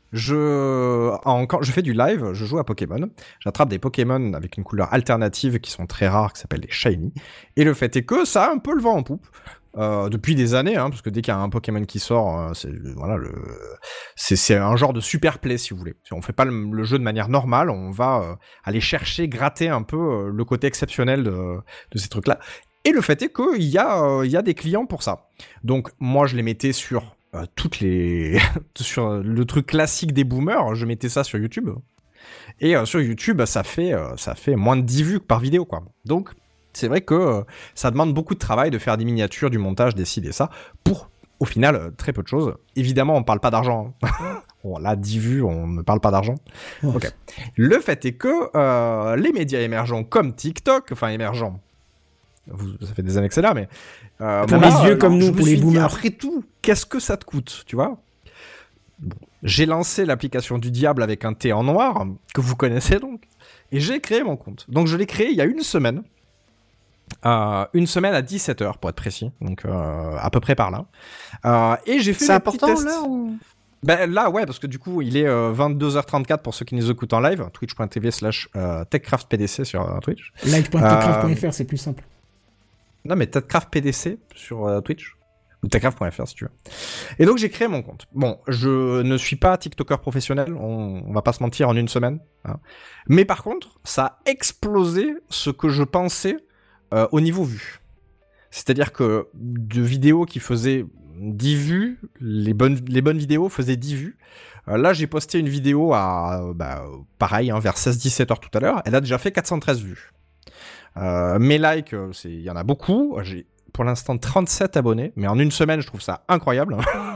Je, en, quand je fais du live, je joue à Pokémon. J'attrape des Pokémon avec une couleur alternative qui sont très rares, qui s'appellent les Shiny. Et le fait est que ça a un peu le vent en poupe. Euh, depuis des années, hein, parce que dès qu'il y a un Pokémon qui sort, euh, c'est, voilà, le, c'est, c'est un genre de super play, si vous voulez. On fait pas le, le jeu de manière normale, on va euh, aller chercher, gratter un peu euh, le côté exceptionnel de, de ces trucs-là. Et le fait est qu'il y a, euh, il y a des clients pour ça. Donc, moi, je les mettais sur... Euh, toutes les sur le truc classique des boomers, je mettais ça sur YouTube et euh, sur YouTube ça fait euh, ça fait moins de dix vues que par vidéo quoi. Donc c'est vrai que euh, ça demande beaucoup de travail de faire des miniatures, du montage, des ci, des ça pour au final euh, très peu de choses. Évidemment on parle pas d'argent. Hein. Bon, là dix vues on ne parle pas d'argent. Ouais. Ok. Le fait est que euh, les médias émergents comme TikTok, enfin émergents. Vous, ça fait des années que c'est là, mais... Euh, Pour moi, les vieux euh, comme nous, je me pour les suis dit, boomers. après tout, qu'est-ce que ça te coûte, tu vois ? Bon, j'ai lancé l'application du diable avec un T en noir, que vous connaissez donc, et j'ai créé mon compte. Donc je l'ai créé il y a une semaine, euh, une semaine à dix-sept heures pour être précis, donc euh, à peu près par là. Euh, et j'ai fait C'est mes important petits tests. l'heure ou... Ben là ouais, parce que du coup il est euh, vingt-deux heures trente-quatre pour ceux qui nous écoutent en live, twitch.tv slash techcraftpdc sur euh, Twitch. live point techcraft point f r, c'est plus simple. Non mais techcraftpdc sur euh, Twitch. Ou techcraft point f r si tu veux. Et donc j'ai créé mon compte. Bon, je ne suis pas TikToker professionnel, on, on va pas se mentir en une semaine. Hein. Mais par contre, ça a explosé ce que je pensais euh, au niveau vue. C'est-à-dire que de vidéos qui faisaient dix vues, les bonnes, les bonnes vidéos faisaient dix vues. Euh, là j'ai posté une vidéo à, euh, bah, pareil, hein, vers seize dix-sept heures tout à l'heure, elle a déjà fait quatre cent treize vues. Euh, mes likes, c'est, il y en a beaucoup. J'ai pour l'instant trente-sept abonnés, mais en une semaine, je trouve ça incroyable.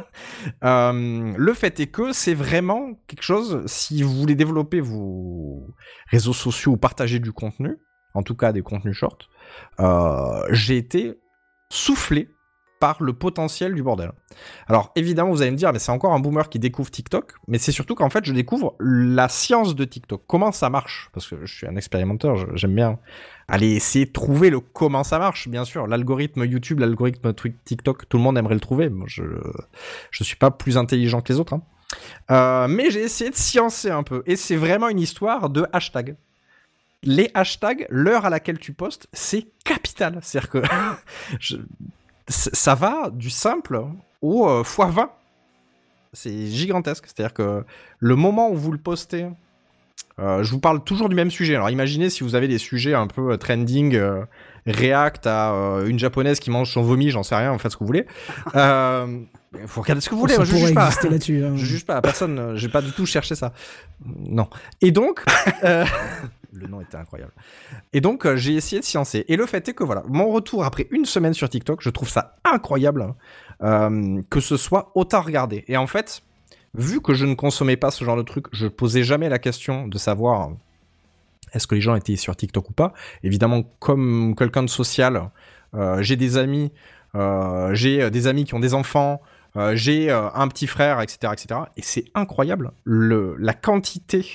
euh, le fait est que c'est vraiment quelque chose, si vous voulez développer vos réseaux sociaux ou partager du contenu, en tout cas des contenus short, euh, j'ai été soufflé par le potentiel du bordel. Alors évidemment vous allez me dire mais c'est encore un boomer qui découvre TikTok, mais c'est surtout qu'en fait je découvre la science de TikTok, comment ça marche, parce que je suis un expérimenteur, je, j'aime bien aller essayer de trouver le comment ça marche, bien sûr, l'algorithme YouTube, l'algorithme TikTok, tout le monde aimerait le trouver, moi je je suis pas plus intelligent que les autres, hein. Euh, mais j'ai essayé de sciencer un peu, et c'est vraiment une histoire de hashtag. Les hashtags, l'heure à laquelle tu postes, c'est capital, c'est-à-dire que je... ça va du simple au euh, fois vingt. C'est gigantesque. C'est-à-dire que le moment où vous le postez, euh, je vous parle toujours du même sujet. Alors imaginez si vous avez des sujets un peu euh, trending, euh, React à euh, une japonaise qui mange son vomi, j'en sais rien, vous faites ce que vous voulez. Euh, faut regarder ce que vous voulez, Ça moi je pourrait juge pas. exister là-dessus. hein. Je juge pas, personne, euh, j'ai pas du tout cherché ça. Non. Et donc, euh, le nom était incroyable. Et donc, euh, j'ai essayé de sciencer. Et le fait est que voilà, mon retour après une semaine sur TikTok, je trouve ça incroyable euh, que ce soit autant regardé. Et en fait, vu que je ne consommais pas ce genre de truc, je posais jamais la question de savoir est-ce que les gens étaient sur TikTok ou pas. Évidemment, comme quelqu'un de social, euh, j'ai des amis, euh, j'ai des amis qui ont des enfants. Euh, j'ai euh, un petit frère, et cetera, et cetera. Et c'est incroyable le, la quantité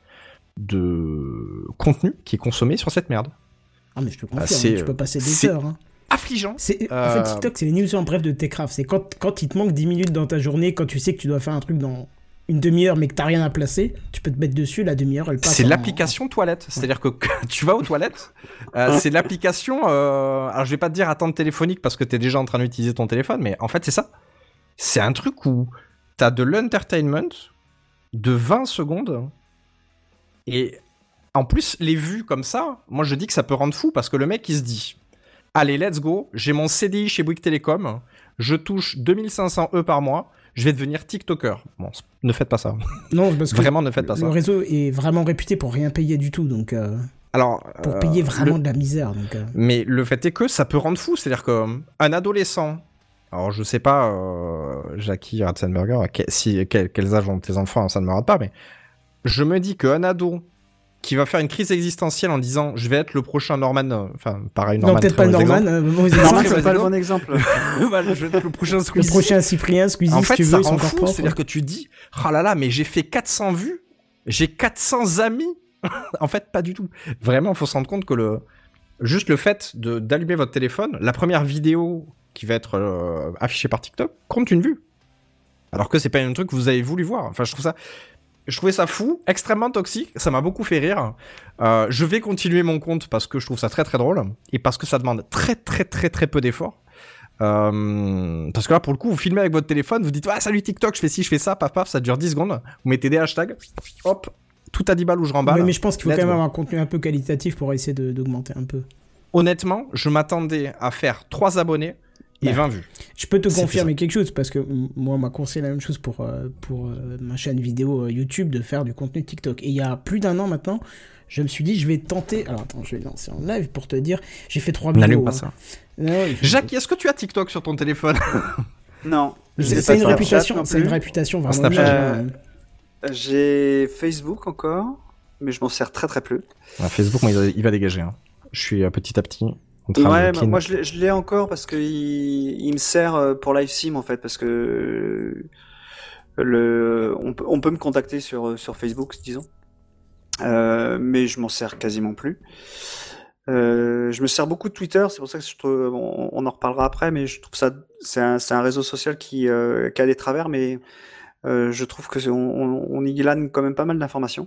de contenu qui est consommé sur cette merde. Ah mais je te confirme, Ah, c'est, tu peux passer des c'est heures. Hein. Affligeant. C'est, Euh, En fait, TikTok, c'est les news en bref de Techcraft. C'est quand, quand il te manque dix minutes dans ta journée, quand tu sais que tu dois faire un truc dans une demi-heure mais que t'as rien à placer, tu peux te mettre dessus, la demi-heure, elle passe. C'est en... l'application toilette. C'est-à-dire que tu vas aux toilettes, euh, c'est l'application... Euh... Alors, je vais pas te dire attente téléphonique parce que t'es déjà en train d'utiliser ton téléphone, mais en fait, c'est ça. C'est un truc où t'as de l'entertainment de vingt secondes et en plus, les vues comme ça, moi je dis que ça peut rendre fou parce que le mec il se dit allez, let's go, j'ai mon C D I chez Bouygues Télécom, je touche deux mille cinq cents euros par mois, je vais devenir TikToker. Bon, ne faites pas ça. Non, parce que Vraiment, ne faites pas le ça. réseau est vraiment réputé pour rien payer du tout, donc euh, Alors, pour euh, payer vraiment le... de la misère. Donc, euh... Mais le fait est que ça peut rendre fou, c'est-à-dire qu'un adolescent. Alors, je sais pas, euh, Jackie Ratzenberger, que, si, quel, quels âges ont tes enfants, ça ne me regarde pas, mais je me dis qu'un ado qui va faire une crise existentielle en disant je vais être le prochain Norman, euh, enfin pareil Norman. Non, peut-être pas le Norman. Euh, Norman, c'est pas le bon exemple. Voilà, je vais être le prochain Squeezie. Le prochain Cyprien, Squeezie, En si fait, tu ça veux, ils sont rend encore fou, propres. c'est-à-dire que tu dis oh là là, mais j'ai fait quatre cents vues, j'ai quatre cents amis. En fait, pas du tout. Vraiment, faut se rendre compte que le juste le fait de d'allumer votre téléphone, la première vidéo qui va être euh, affichée par TikTok compte une vue. Alors que c'est pas un truc que vous avez voulu voir. Enfin, je trouve ça Je trouvais ça fou, extrêmement toxique, ça m'a beaucoup fait rire. Euh, je vais continuer mon compte parce que je trouve ça très très drôle et parce que ça demande très très très très peu d'efforts. Euh, parce que là, pour le coup, vous filmez avec votre téléphone, vous dites ah salut TikTok, je fais ci, je fais ça, paf paf, ça dure dix secondes. Vous mettez des hashtags, hop, tout à dix balles où je remballe. Oui, mais je pense qu'il faut Let's quand même go. avoir un contenu un peu qualitatif pour essayer de, d'augmenter un peu. Honnêtement, je m'attendais à faire trois abonnés et Ouais. vingt vues. Je peux te C'est confirmer quelque chose parce que m- moi on m'a conseillé la même chose pour, euh, pour euh, ma chaîne vidéo euh, YouTube de faire du contenu TikTok. Et il y a plus d'un an maintenant, je me suis dit je vais tenter. Alors attends, je vais lancer en live pour te dire. J'ai fait trois vidéos. N'allume pas hein. ça. Non, il faut- Jacques, est-ce que tu as TikTok sur ton téléphone? Non. Mais je c'est l'ai c'est pas une sur réputation, Snapchat non c'est une plus. réputation vraiment. Snapchat. nulle, Euh, hein. J'ai Facebook encore, mais je m'en sers très très peu. Ah, Facebook, moi, il va- il va dégager. Hein. Je suis euh, petit à petit. en train Ouais, de bah, clean. moi je l'ai, je l'ai encore parce que il, il me sert euh, pour LiveSim en fait, parce que euh, le, on peut, on peut me contacter sur euh, sur Facebook, disons, euh, mais je m'en sers quasiment plus. Euh, je me sers beaucoup de Twitter, c'est pour ça que je trouve, on, on en reparlera après, mais je trouve ça, c'est un, c'est un réseau social qui, euh, qui a des travers, mais euh, je trouve que c'est, on, on, on y glane quand même pas mal d'informations.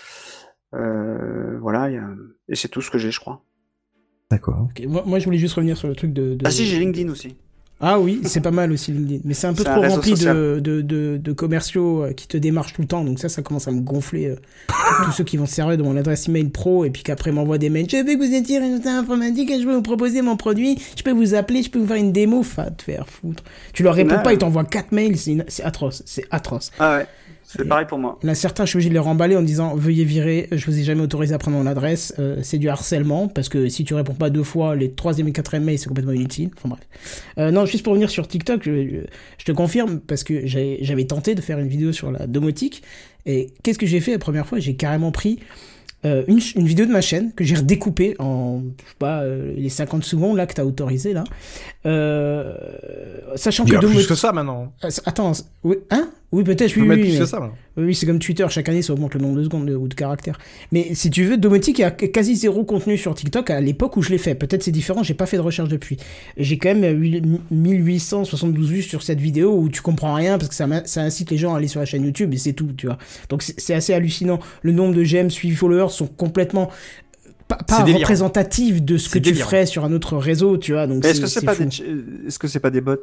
Euh, voilà, y a, et c'est tout ce que j'ai, je crois. D'accord. Ok, moi, moi, je voulais juste revenir sur le truc de. de- Ah si, j'ai LinkedIn aussi. Ah oui, c'est pas mal aussi LinkedIn, mais c'est un peu C'est un trop réseau rempli de, social. de, de, de commerciaux euh, qui te démarchent tout le temps, donc ça, ça commence à me gonfler. euh, tous ceux qui vont se servir de mon adresse email pro et puis qu'après m'envoient des mails. Je veux que vous étiez résultat informatique et je veux vous proposer mon produit. Je peux vous appeler, je peux vous faire une démo. Enfin, te faire foutre. Tu leur réponds Ouais. pas, ils t'envoient quatre mails. C'est, une- c'est atroce, c'est atroce. Ah ouais, c'est Et- pareil pour moi. Il y en a certains, je suis obligé de les remballer en disant veuillez virer, je vous ai jamais autorisé à prendre mon adresse. Euh, c'est du harcèlement parce que si tu réponds pas deux fois, les troisième et quatrième mails c'est complètement inutile. Enfin bref. Euh, non, juste pour revenir sur TikTok, je, je, je te confirme parce que j'ai- j'avais tenté de faire une vidéo sur la domotique et qu'est-ce que j'ai fait la première fois? J'ai carrément pris euh, une, une vidéo de ma chaîne que j'ai redécoupée en, je sais pas, euh, les cinquante secondes là que t'as autorisé là. Euh, sachant Il y que a plus domotique. que ça maintenant. Euh, Attends, oui, hein? Oui, peut-être, Tu oui, peux mettre oui, plus mais- que ça maintenant. oui, c'est comme Twitter, chaque année ça augmente le nombre de secondes de- ou de caractères. Mais si tu veux, Domotique a quasi zéro contenu sur TikTok à l'époque où je l'ai fait. Peut-être c'est différent, j'ai pas fait de recherche depuis. J'ai quand même mille huit cent soixante-douze vues sur cette vidéo où tu comprends rien parce que ça, m'a- ça incite les gens à aller sur la chaîne YouTube et c'est tout, tu vois. Donc c'est c'est assez hallucinant. Le nombre de j'aime, suivi, followers sont complètement pas, pas C'est délirant. représentatifs de ce que C'est tu délirant. ferais sur un autre réseau, tu vois. Donc Mais est-ce que c'est pas fou. des, est-ce que c'est pas des bots?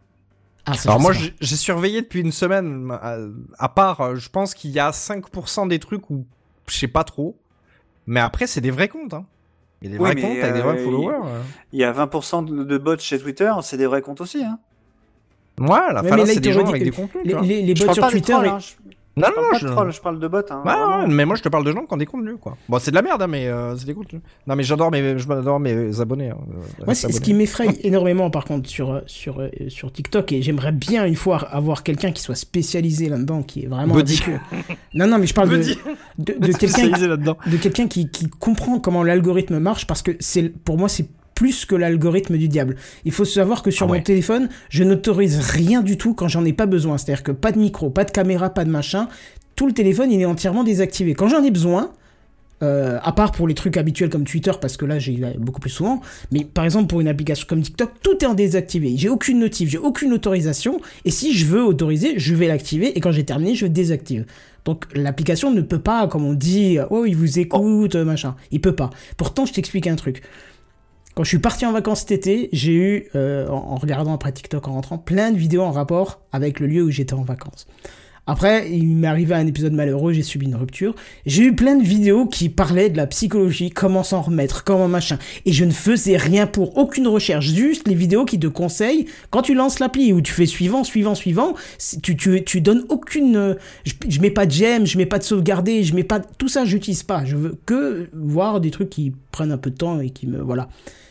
Ah, ça, Alors je moi, sais pas. j'ai j'ai surveillé depuis une semaine. À, à part, euh, je pense qu'il y a cinq pour cent des trucs où je sais pas trop. Mais après, c'est des vrais comptes. Hein. Il y a des Oui, vrais mais, comptes avec des vrais euh, followers. euh. Il y a vingt pour cent de, de bots chez Twitter, c'est des vrais comptes aussi, hein. Ouais, la Ouais, fin mais là, là, c'est il des te gens redit- avec des contenus. tu Les, vois. les, les Je bots parle sur pas des Twitter. trolls, et- hein. Je, Non, je parle non, pas je... de trolls, je parle de bots, hein. Ouais, vraiment. ouais, mais moi je te parle de gens qui ont des contenus quoi. Bon, c'est de la merde, hein, mais euh, c'est des contenus. Non, mais j'adore mes, j'adore mes abonnés. Hein, euh, Moi, c'est- ce qui m'effraie énormément, par contre, sur, sur, euh, sur TikTok, et j'aimerais bien une fois avoir quelqu'un qui soit spécialisé là-dedans, qui est vraiment Body. avec eux. Non, non, mais je parle de, Body. de, de quelqu'un Spécialisé là-dedans. de quelqu'un qui, qui comprend comment l'algorithme marche, parce que c'est, pour moi, c'est plus que l'algorithme du diable. Il faut savoir que sur Ah ouais. mon téléphone, je n'autorise rien du tout quand j'en ai pas besoin. C'est-à-dire que pas de micro, pas de caméra, pas de machin. Tout le téléphone, il est entièrement désactivé. Quand j'en ai besoin, euh, à part pour les trucs habituels comme Twitter, parce que là, j'ai beaucoup plus souvent, mais par exemple, pour une application comme TikTok, tout est en désactivé. J'ai aucune notif, j'ai aucune autorisation, et si je veux autoriser, je vais l'activer, et quand j'ai terminé, je désactive. Donc l'application ne peut pas, comme on dit, oh, il vous écoute, machin. Il peut pas. Pourtant, je t'explique un truc. Quand je suis parti en vacances cet été, j'ai eu, euh, en, en regardant après TikTok en rentrant, plein de vidéos en rapport avec le lieu où j'étais en vacances. Après, il m'est arrivé un épisode malheureux, j'ai subi une rupture. J'ai eu plein de vidéos qui parlaient de la psychologie, comment s'en remettre, comment machin. Et je ne faisais rien pour, aucune recherche, juste les vidéos qui te conseillent quand tu lances l'appli, où tu fais suivant, suivant, suivant, si tu, tu, tu donnes aucune... euh, Je, je mets pas de j'aime, je mets pas de sauvegarder, je mets pas... Tout ça, j'utilise pas. Je veux que voir des trucs qui prennent un peu de temps et qui me... Voilà.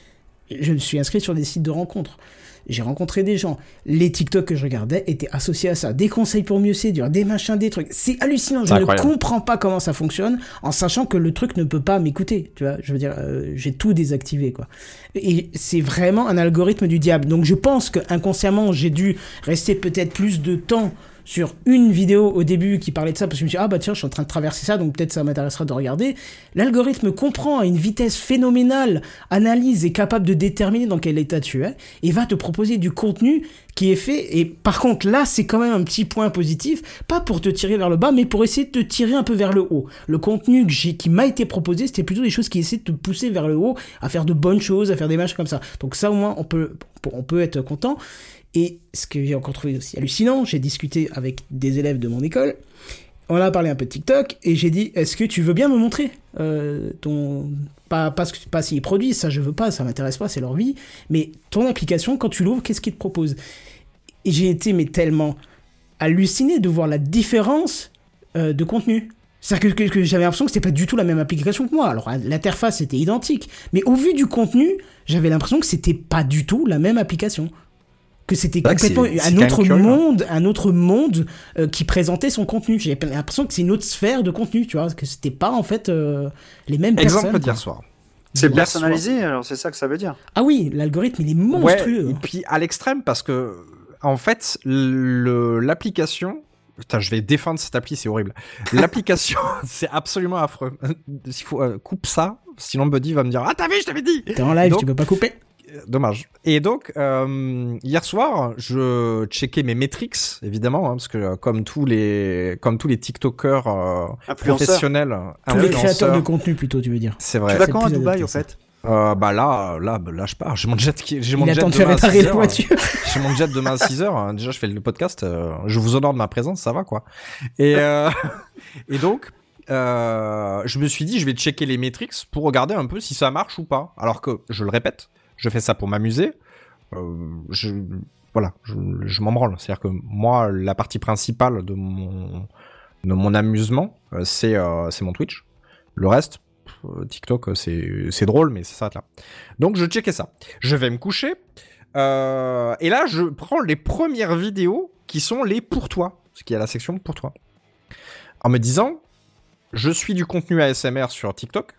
Je me suis inscrit sur des sites de rencontres. J'ai rencontré des gens. Les TikTok que je regardais étaient associés à ça. Des conseils pour mieux séduire, des machins, des trucs. C'est hallucinant. Je C'est ne incroyable. comprends pas comment ça fonctionne en sachant que le truc ne peut pas m'écouter. Tu vois, je veux dire, euh, j'ai tout désactivé, quoi. Et c'est vraiment un algorithme du diable. Donc je pense que inconsciemment, j'ai dû rester peut-être plus de temps sur une vidéo au début qui parlait de ça, parce que je me suis dit, ah bah tiens, je suis en train de traverser ça, donc peut-être ça m'intéressera de regarder. L'algorithme comprend à une vitesse phénoménale, analyse, est capable de déterminer dans quel état tu es, et va te proposer du contenu qui est fait, et par contre là, c'est quand même un petit point positif, pas pour te tirer vers le bas, mais pour essayer de te tirer un peu vers le haut. Le contenu que j'ai, qui m'a été proposé, c'était plutôt des choses qui essaient de te pousser vers le haut, à faire de bonnes choses, à faire des matchs comme ça. Donc ça, au moins, on peut, on peut être content. Et ce que j'ai encore trouvé aussi hallucinant, j'ai discuté avec des élèves de mon école, on a parlé un peu de TikTok, et j'ai dit, est-ce que tu veux bien me montrer euh, ton... Pas, pas, pas s'ils produisent, ça je veux pas, ça m'intéresse pas, c'est leur vie, mais ton application, quand tu l'ouvres, qu'est-ce qu'ils te proposent ? Et j'ai été mais tellement halluciné de voir la différence euh, de contenu. C'est-à-dire que, que, que j'avais l'impression que c'était pas du tout la même application que moi. Alors l'interface était identique, mais au vu du contenu, j'avais l'impression que c'était pas du tout la même application. Que c'était C'est complètement que c'est- c'est un quand autre même curieux, monde, un autre monde euh, qui présentait son contenu. J'avais l'impression que c'est une autre sphère de contenu, tu vois, que c'était pas en fait euh, les mêmes Exemple personnes. d'hier quoi. soir. C'est Hier personnalisé, alors c'est ça que ça veut dire. Ah oui, l'algorithme il est Ouais, monstrueux. et puis à l'extrême parce que en fait le l'application, putain, je vais défendre cette appli, c'est horrible. L'application, c'est absolument affreux. S'il faut euh, coupe ça, sinon Buddy va me dire ah t'as vu, je t'avais dit. T'es en live, Donc, tu peux pas couper. euh, Dommage. Et donc euh, hier soir, je checkais mes metrics évidemment hein, parce que euh, comme tous les comme tous les TikTokers euh, Influenceurs. professionnels, Tous les influenceurs, créateurs de contenu plutôt, tu veux dire. c'est Tu vrai. vas c'est quand plus à Dubaï adapté, au ça. fait? Euh, bah là, là, bah là, je pars. J'ai mon jet qui, j'ai mon Il jet attend de faire demain à réparer six la heures. voiture. J'ai mon jet demain à six heures. hein. Déjà, je fais le podcast. euh, je vous honore de ma présence, ça va quoi. Et euh, et donc, euh, je me suis dit, je vais checker les metrics pour regarder un peu si ça marche ou pas. Alors que, je le répète, je fais ça pour m'amuser. Euh, je voilà, je, je m'en branle. C'est-à-dire que moi, la partie principale de mon de mon amusement, euh, c'est euh, c'est mon Twitch. Le reste. Euh, TikTok, c'est c'est drôle, mais ça s'arrête là. Donc je checkais ça. Je vais me coucher. Euh, et là, je prends les premières vidéos qui sont les pour toi. Ce qui est la section pour toi. En me disant, je suis du contenu A S M R sur TikTok.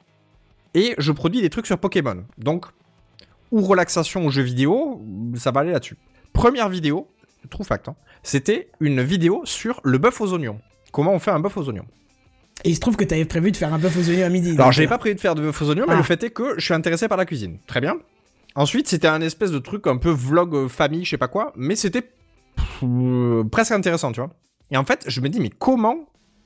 Et je produis des trucs sur Pokémon. Donc, ou relaxation ou jeux vidéo, ça va aller là-dessus. Première vidéo, true fact, hein, c'était une vidéo sur le bœuf aux oignons. Comment on fait un bœuf aux oignons. Et il se trouve que t'avais prévu de faire un bœuf aux oignons à midi. Alors, donc, j'avais euh, pas prévu de faire de faux oignons, mais Ah. le fait est que je suis intéressé par la cuisine. Très bien. Ensuite, c'était un espèce de truc un peu vlog euh, famille, je sais pas quoi, mais c'était pff, euh, presque intéressant, tu vois. Et en fait, je me dis, mais comment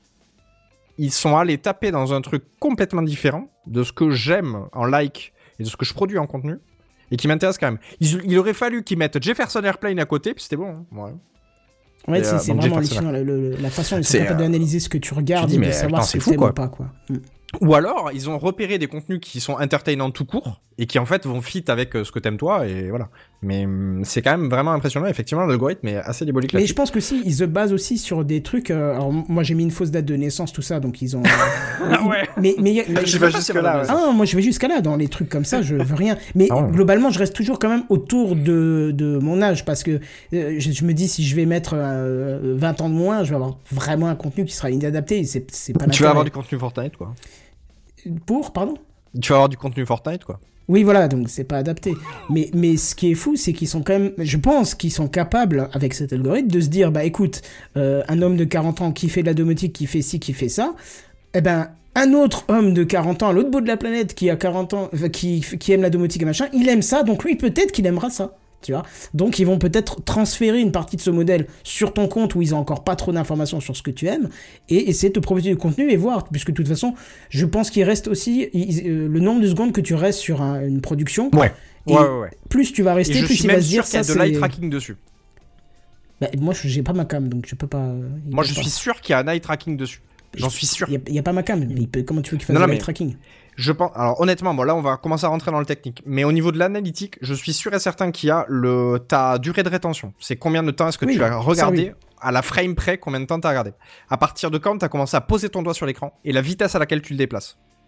ils sont allés taper dans un truc complètement différent de ce que j'aime en like et de ce que je produis en contenu, et qui m'intéresse quand même. Il, il aurait fallu qu'ils mettent Jefferson Airplane à côté, puis c'était bon. Hein. Ouais. Ouais, Et, c'est euh, c'est donc, vraiment Jefferson hallucinant le- le- la façon dont ils sont C'est, capables euh, d'analyser ce que tu regardes tu dis, et de mais savoir attends, ce c'est que fou, t'aimes quoi. ou pas, quoi. Mm. Ou alors, ils ont repéré des contenus qui sont entertainants tout court et qui en fait vont fit avec euh, ce que t'aimes toi et voilà. Mais hum, c'est quand même vraiment impressionnant. Effectivement, l'algorithme est assez diabolique Mais là-dessus. je pense que si, ils se basent aussi sur des trucs. euh, alors, moi, j'ai mis une fausse date de naissance, tout ça, donc ils ont. Ah ouais. Mais, mais, mais- Je vais jusque là. ouais. Ah non, moi je vais jusqu'à là, dans les trucs comme ça, je veux rien. Mais Ah ouais. globalement, je reste toujours quand même autour de, de mon âge, parce que euh, je, je me dis, si je vais mettre euh, vingt ans de moins, je vais avoir vraiment un contenu qui sera inadapté, et c'est c'est pas Tu vas avoir l'intérêt. du contenu Fortnite quoi. Pour, pardon Tu vas avoir du contenu Fortnite quoi. Oui, voilà, donc c'est pas adapté. Mais, mais ce qui est fou, c'est qu'ils sont quand même, je pense qu'ils sont capables, avec cet algorithme, de se dire, bah écoute, euh, un homme de quarante ans qui fait de la domotique, qui fait ci, qui fait ça, eh ben, un autre homme de quarante ans à l'autre bout de la planète qui a quarante ans, enfin, qui, qui aime la domotique et machin, il aime ça, donc lui, peut-être qu'il aimera ça. Tu vois, donc ils vont peut-être transférer une partie de ce modèle sur ton compte où ils ont encore pas trop d'informations sur ce que tu aimes et essayer de te proposer du contenu et voir, puisque de toute façon, je pense qu'il reste aussi il- euh, le nombre de secondes que tu restes sur un- une production. Ouais. Et Ouais ouais ouais. plus tu vas Et rester, je plus suis il va même se dire sûr qu'il y ça a de l'eye c'est. tracking dessus. Bah, moi, je- j'ai pas ma cam, donc je peux pas. il Moi peut je pas. suis sûr qu'il y a un eye tracking dessus. J'en suis sûr. Il y a, il y a pas ma cam, mais il peut- comment tu veux qu'il fasse Non, du non, eye mais- tracking? Je pense. Alors honnêtement, bon là on va commencer à rentrer dans le technique. Mais au niveau de l'analytique, je suis sûr et certain qu'il y a le ta durée de rétention. C'est combien de temps est-ce que Oui, tu as ça, regardé oui. à la frame près, combien de temps t'as regardé. À partir de quand t'as commencé à poser ton doigt sur l'écran et la vitesse à laquelle tu le déplaces.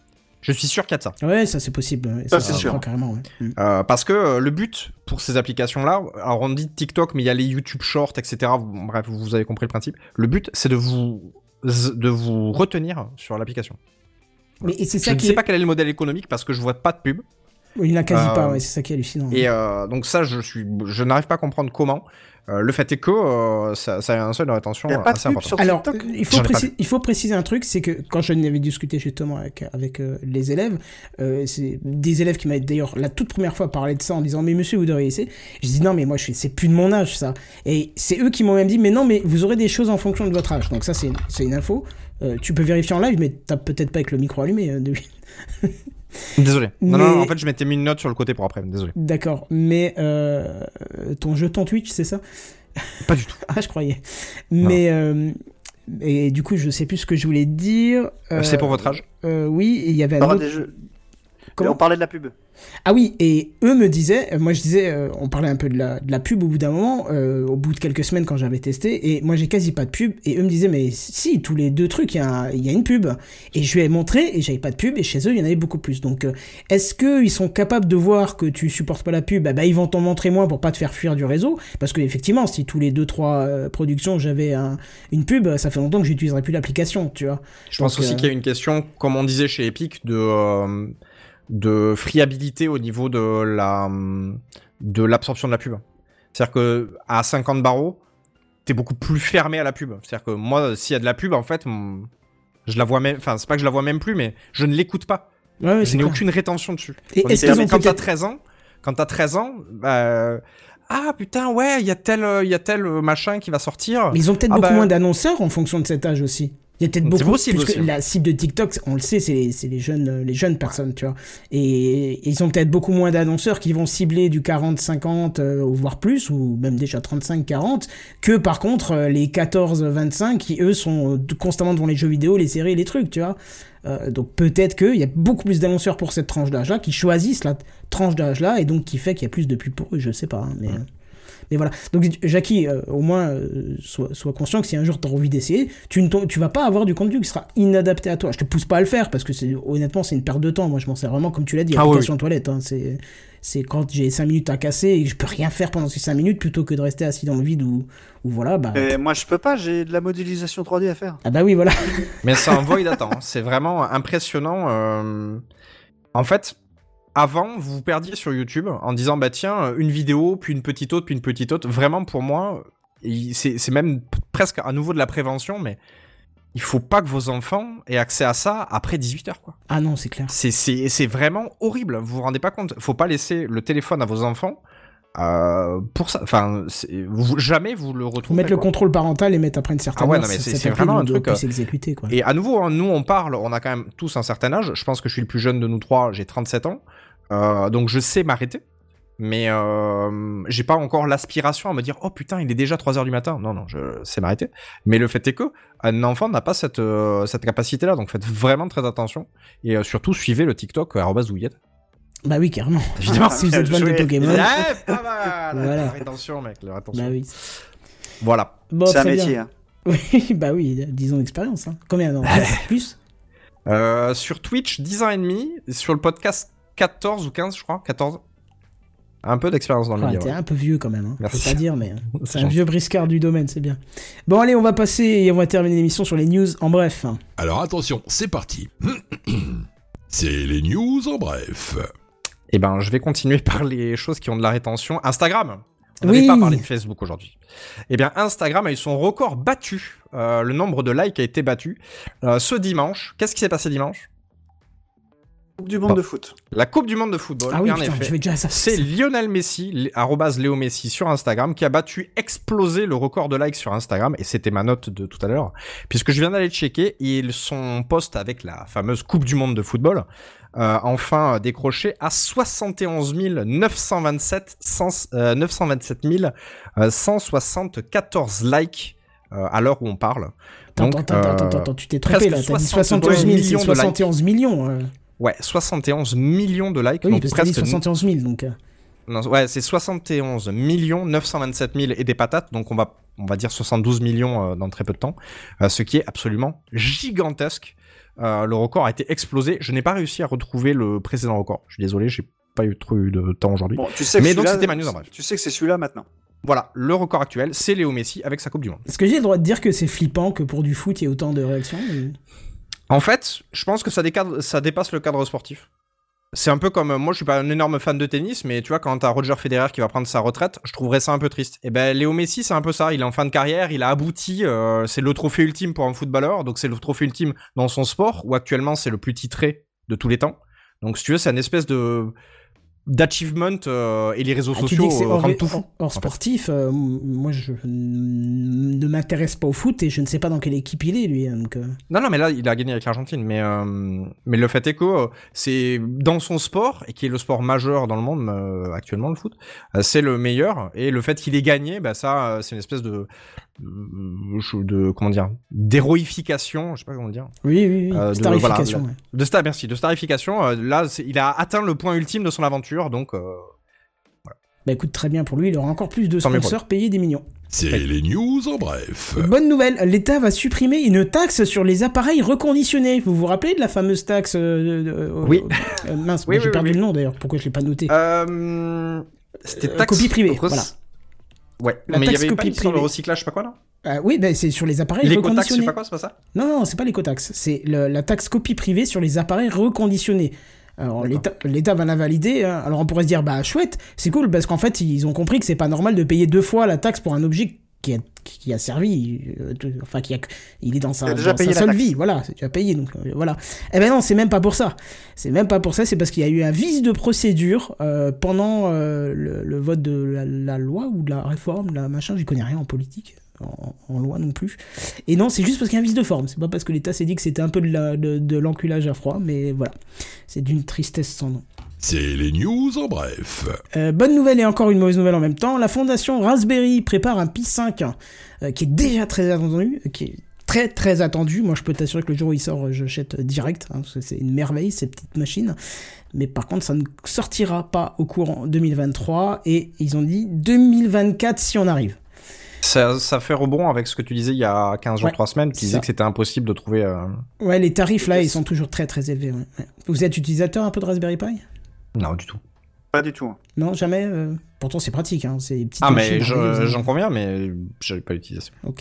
Je suis sûr qu'il y a de ça. Ouais, ça c'est possible. Ouais, Ça, c'est je sûr. crois carrément. Ouais. Mm. Euh, parce que euh, le but pour ces applications-là, alors on dit TikTok, mais il y a les YouTube Shorts, et cetera. Vous- Bref, vous avez compris le principe. Le but, c'est de vous de vous retenir sur l'application. Mais et c'est Je ça ne qui sais est... pas quel est le modèle économique parce que je vois pas de pub. Il n'a quasi Euh, pas. Ouais, c'est ça qui est hallucinant. Et euh, donc ça, je suis, je n'arrive pas à comprendre comment. Euh, le fait est que euh, ça, ça a un seuil de rétention Il n'y a pas de assez pub important. sur Alors, TikTok. euh, il faut, J'en ai pas préciser, il faut préciser un truc, c'est que quand je n'avais discuté justement avec, avec euh, les élèves, euh, c'est des élèves qui m'avaient d'ailleurs la toute première fois parlé de ça en disant mais monsieur vous devriez essayer. Je dis non mais moi je fais, c'est plus de mon âge ça. Et c'est eux qui m'ont même dit mais non mais vous aurez des choses en fonction de votre âge. Donc ça c'est, c'est une info. Euh, tu peux vérifier en live mais t'as peut-être pas avec le micro allumé. Euh, depuis. Désolé. Non, Mais- non, en fait, je m'étais mis une note sur le côté pour après. Désolé. D'accord, mais euh, ton jeton Twitch c'est ça? Pas du tout. Ah je croyais. Mais euh, et du coup je sais plus ce que je voulais dire. Euh, C'est pour votre âge. Euh, oui, et il y avait Il y un aura autre... des jeux. Comment On parlait de la pub. Ah oui, et eux me disaient, euh, moi je disais, euh, on parlait un peu de la, de la pub au bout d'un moment, euh, au bout de quelques semaines quand j'avais testé, et moi j'ai quasi pas de pub, et eux me disaient, mais si, tous les deux trucs, il y, a un- il y a une pub. Et je lui ai montré, et j'avais pas de pub, et chez eux, il y en avait beaucoup plus. Donc, euh, est-ce qu'ils sont capables de voir que tu supportes pas la pub? Bah, bah, ils vont t'en montrer moins pour pas te faire fuir du réseau, parce que effectivement, si tous les deux, trois euh, productions, j'avais un, une pub, ça fait longtemps que j'utiliserai plus l'application, tu vois. Je pense Donc, aussi euh, qu'il y a une question, comme on disait chez Epic, de euh, de friabilité au niveau de la de l'absorption de la pub. C'est-à-dire que à cinquante barreaux, t'es beaucoup plus fermé à la pub. C'est-à-dire que moi, s'il y a de la pub, en fait, mon- je la vois même. Enfin, c'est pas que je la vois même plus, mais je ne l'écoute pas. Ouais, ouais, je c'est n'ai clair. aucune rétention dessus. Et Tandis est-ce que qu'ils ont quand t'as peut-être- treize ans, quand t'as treize ans, bah, ah putain, ouais, il y a tel, euh, il y a tel euh, machin qui va sortir. Mais ils ont peut-être Ah beaucoup bah- moins d'annonceurs en fonction de cet âge aussi. Il y a peut-être C'est beaucoup possible puisque aussi. la cible de TikTok, on le sait, c'est les, c'est les jeunes, euh, les jeunes personnes, tu vois. Et, et ils ont peut-être beaucoup moins d'annonceurs qui vont cibler du quarante cinquante, euh, ou voire plus, ou même déjà trente-cinq quarante, que par contre euh, les quatorze vingt-cinq qui eux sont euh, constamment devant les jeux vidéo, les séries, les trucs, tu vois. Euh, donc peut-être qu'il y a beaucoup plus d'annonceurs pour cette tranche d'âge-là qui choisissent la tranche d'âge-là et donc qui fait qu'il y a plus de pubs pour eux, je sais pas, hein, mais. euh, Mais voilà. Donc, Jackie, euh, au moins, euh, sois, sois conscient que si un jour tu as envie d'essayer, tu ne t'en- tu vas pas avoir du contenu qui sera inadapté à toi. Je te pousse pas à le faire parce que c'est, honnêtement, c'est une perte de temps. Moi, je m'en sers vraiment, comme tu l'as dit, Ah application oui, toilette. Hein. C'est, c'est quand j'ai cinq minutes à casser et que je peux rien faire pendant ces cinq minutes plutôt que de rester assis dans le vide ou, ou voilà. Bah, Et moi, je peux pas, j'ai de la modélisation trois D à faire. ah bah oui, voilà. Mais c'est un void à temps. hein. C'est vraiment impressionnant. euh. En fait, avant, vous vous perdiez sur YouTube en disant, bah tiens, une vidéo, puis une petite autre, puis une petite autre. Vraiment, pour moi, il- c'est c'est même p- presque à nouveau de la prévention, mais il faut pas que vos enfants aient accès à ça après dix-huit heures, quoi. Ah non, c'est clair. C'est- C'est c'est vraiment horrible. Vous vous rendez pas compte. Faut pas laisser le téléphone à vos enfants euh, pour ça. Enfin, c'est- vous- jamais vous le Faut retrouvez. mettre le quoi. contrôle parental et mettre après une certaine Ah ouais, heure, non, mais c- c'est- cette c'est appli vraiment doit- un doit truc, plus euh, s'exécuter, quoi. Et à nouveau, hein, nous on parle, on a quand même tous un certain âge. Je pense que je suis le plus jeune de nous trois, j'ai trente-sept ans. Euh, donc je sais m'arrêter. Mais euh, j'ai pas encore l'aspiration à me dire, oh putain, il est déjà trois heures du matin. Non, non, je sais m'arrêter. Mais le fait est que un enfant n'a pas cette, euh, cette capacité-là. Donc faites vraiment très attention. Et euh, surtout, suivez le TikTok arobase douillette. Bah oui, carrément. Évidemment. Si vous êtes fan de Jouer. Pokémon. Ouais, pas mal. Voilà. La rétention, mec, la rétention. Bah oui. Voilà. Bon, C'est un très bien. métier. hein. Oui, bah oui, dix ans d'expérience. Hein. Combien non plus? Euh, sur Twitch, dix ans et demi. Sur le podcast, quatorze ou quinze, je crois. quatorze. Un peu d'expérience dans le Ouais, milieu. t'es ouais. un peu vieux quand même, hein. Je Merci. peux pas dire, mais C'est c'est un gentil. vieux briscard du domaine, c'est bien. Bon, allez, on va passer et on va terminer l'émission sur les news en bref. Alors attention, c'est parti. C'est les news en bref. Eh ben, je vais continuer par les choses qui ont de la rétention. Instagram. On Oui. n'avait pas parlé de Facebook aujourd'hui. Eh bien, Instagram a eu son record battu. Euh, le nombre de likes a été battu. Euh, ce dimanche, qu'est-ce qui s'est passé dimanche? Coupe du monde Bon. de foot. La Coupe du Monde de football. Ah oui, et en putain, effet, je vais déjà à ça. c'est Lionel Messi, l- arobase Léo Messi sur Instagram, qui a battu, explosé le record de likes sur Instagram. Et c'était ma note de tout à l'heure. Puisque je viens d'aller checker, et son post avec la fameuse Coupe du Monde de football, euh, enfin décroché à soixante et onze mille neuf cent vingt-sept, cent, euh, neuf cent vingt-sept mille cent soixante-quatorze likes euh, à l'heure où on parle. Attends, Donc, attends, attends, euh, attends, attends, tu t'es trompé presque là. T'as dit soixante-douze soixante et onze mille, c'est millions de soixante et onze millions. euh. Ouais, soixante et onze millions de likes. Oui, donc parce que t'as dit presque soixante et onze mille, donc. euh. Non, ouais, c'est soixante et onze millions neuf cent vingt-sept mille et des patates, donc on va, on va dire soixante-douze millions euh, dans très peu de temps, euh, ce qui est absolument gigantesque. euh, le record a été explosé. Je n'ai pas réussi à retrouver le précédent record. Je suis désolé, j'ai pas eu trop eu de temps aujourd'hui. Bon, tu sais que Mais donc celui-là- c'était ma news en bref. Tu sais que c'est celui-là maintenant. Voilà, le record actuel, c'est Léo Messi avec sa Coupe du Monde. Est-ce que j'ai le droit de dire que c'est flippant que pour du foot, il y ait autant de réactions ou- En fait, je pense que ça, décadre, ça dépasse le cadre sportif. C'est un peu comme, moi je suis pas un énorme fan de tennis, mais tu vois, quand t'as Roger Federer qui va prendre sa retraite, je trouverais ça un peu triste. Et ben Léo Messi, c'est un peu ça, il est en fin de carrière, il a abouti, euh, c'est le trophée ultime pour un footballeur, donc c'est le trophée ultime dans son sport, où actuellement c'est le plus titré de tous les temps. Donc si tu veux, c'est une espèce de d'achievement euh, et les réseaux Ah, tu sociaux dis que c'est euh, hors, rendent tout fou. hors- hors sportif. euh, moi, je ne m'intéresse pas au foot et je ne sais pas dans quelle équipe il est, lui. Donc, euh. Non, non, mais là, il a gagné avec l'Argentine. Mais, euh, mais le fait est que euh, c'est dans son sport, et qui est le sport majeur dans le monde euh, actuellement, le foot, euh, c'est le meilleur. Et le fait qu'il ait gagné, bah, ça, euh, c'est une espèce de, de, de comment dire, d'héroïfication, je sais pas comment dire. Oui, oui, oui. Euh, de- Starification. voilà, ouais. De star, merci, de starification. Euh, là, c'est- il a atteint le point ultime de son aventure, donc. Euh, Bah écoute, très bien pour lui, il aura encore plus de Tant mieux pour sponsors payés des millions. C'est les news en bref. Bonne nouvelle, l'État va supprimer une taxe sur les appareils reconditionnés. Vous vous rappelez de la fameuse taxe euh, euh, Oui. euh, mince, Oui, moi, j'ai oui, perdu oui, le nom d'ailleurs, pourquoi je l'ai pas noté euh, c'était Euh, taxe. copie privée, Re- voilà. Ouais, La mais il y taxe avait pas copie une sur le privée. recyclage, je sais pas quoi là. Euh, Oui, bah, c'est sur les appareils L'écotaxe, je reconditionnés. sais pas quoi, c'est pas ça. Non, non, c'est pas l'écotaxe, c'est le- la taxe copie privée sur les appareils reconditionnés. Alors l'État, l'État va la valider, hein. Alors on pourrait se dire, bah chouette, c'est cool, parce qu'en fait, ils ont compris que c'est pas normal de payer deux fois la taxe pour un objet qui a, qui a servi, euh, de- enfin, qui a, il est dans sa, Il a déjà dans sa payé la seule taxe. vie, voilà, c'est déjà payé, donc euh, voilà. Eh ben non, c'est même pas pour ça. C'est même pas pour ça, c'est parce qu'il y a eu un vice de procédure euh, pendant euh, le, le vote de la, la loi ou de la réforme, la machin, j'y connais rien en politique. En, en loi non plus. Et non, c'est juste parce qu'il y a un vice de forme. C'est pas parce que l'État s'est dit que c'était un peu de, la, de, de l'enculage à froid, mais voilà. C'est d'une tristesse sans nom. C'est les news en bref. Euh, bonne nouvelle et encore une mauvaise nouvelle en même temps. La fondation Raspberry prépare un Pi cinq euh, qui est déjà très attendu, euh, qui est très très attendu. Moi, je peux t'assurer que le jour où il sort, je jette direct. Hein, parce que c'est une merveille, ces petites machines. Mais par contre, ça ne sortira pas au courant deux mille vingt-trois. Et ils ont dit deux mille vingt-quatre si on arrive. Ça, ça fait rebond avec ce que tu disais il y a quinze jours, Ouais, trois semaines, qui c'est disait ça. que c'était impossible de trouver. Euh... Ouais, les tarifs là, ils sont toujours très très élevés. Ouais. Ouais. Vous êtes utilisateur un peu de Raspberry Pi ? Non, du tout. Pas du tout. hein. Non, jamais. euh, Pourtant, c'est pratique. Hein. C'est des petites Ah, machines mais je- merveilleuses, j'en hein. conviens, mais j'avais pas l'utilisation. Ok.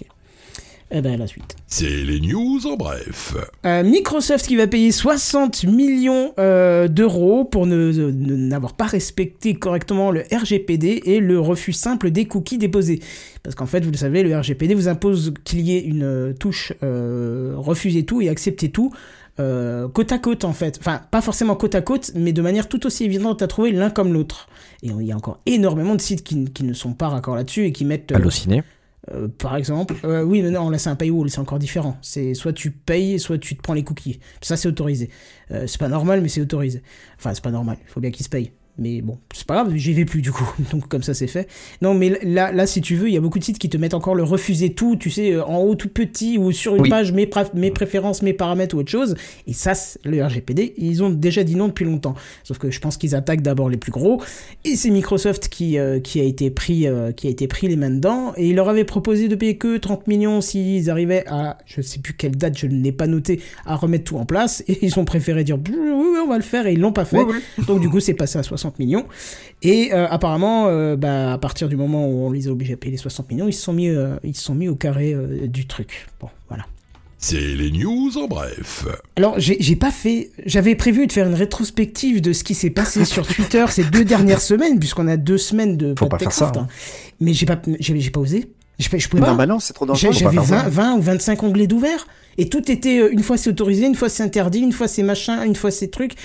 Eh ben, la suite. C'est les news en bref. Euh, Microsoft qui va payer soixante millions euh, d'euros pour ne, ne- n'avoir pas respecté correctement le R G P D et le refus simple des cookies déposés. Parce qu'en fait, vous le savez, le R G P D vous impose qu'il y ait une euh, touche euh, refuser tout et accepter tout. Euh, côte à côte en fait, enfin pas forcément côte à côte, mais de manière tout aussi évidente à trouver l'un comme l'autre. Et il y a encore énormément de sites qui, qui ne sont pas raccords là-dessus et qui mettent euh, Halluciné. euh, par exemple, euh, oui, mais non, là c'est un paywall, c'est encore différent. C'est soit tu payes, soit tu te prends les cookies. Ça c'est autorisé. Euh, c'est pas normal, mais c'est autorisé. Enfin, c'est pas normal. Il faut bien qu'ils se payent. Mais bon, c'est pas grave, j'y vais plus du coup. Donc comme ça c'est fait. Non, mais là, là si tu veux, il y a beaucoup de sites qui te mettent encore le refuser tout, tu sais, en haut tout petit ou sur une Oui. page mes, pra- mes préférences, mes paramètres ou autre chose. Et ça, c'est le R G P D, ils ont déjà dit non depuis longtemps. Sauf que je pense qu'ils attaquent d'abord les plus gros. Et c'est Microsoft qui, euh, qui, a été pris, euh, qui a été pris les mains dedans. Et il leur avait proposé de payer que trente millions s'ils arrivaient à, je sais plus quelle date, je ne l'ai pas noté, à remettre tout en place. Et ils ont préféré dire, oui, oui, on va le faire. Et ils l'ont pas fait. Oui, oui. Donc du coup, c'est passé à soixante millions. Et euh, apparemment, euh, bah, à partir du moment où on les a obligés à payer les soixante millions, ils se sont mis, euh, ils se sont mis au carré euh, du truc. Bon, voilà. C'est les news en bref. Alors, j'ai, j'ai pas fait... J'avais prévu de faire une rétrospective de ce qui s'est passé sur Twitter ces deux dernières semaines, puisqu'on a deux semaines de... Faut pas faire ça, Techcraft, hein. Mais j'ai pas, j'ai, j'ai pas osé. J'ai, pas- je pouvais Non, pas. bah non, c'est trop J'ai- dangereux. Faut pas J'avais faire ça. vingt, vingt ou vingt-cinq onglets d'ouvert. Et tout était... euh, Une fois c'est autorisé, une fois c'est interdit, une fois c'est machin, une fois c'est truc...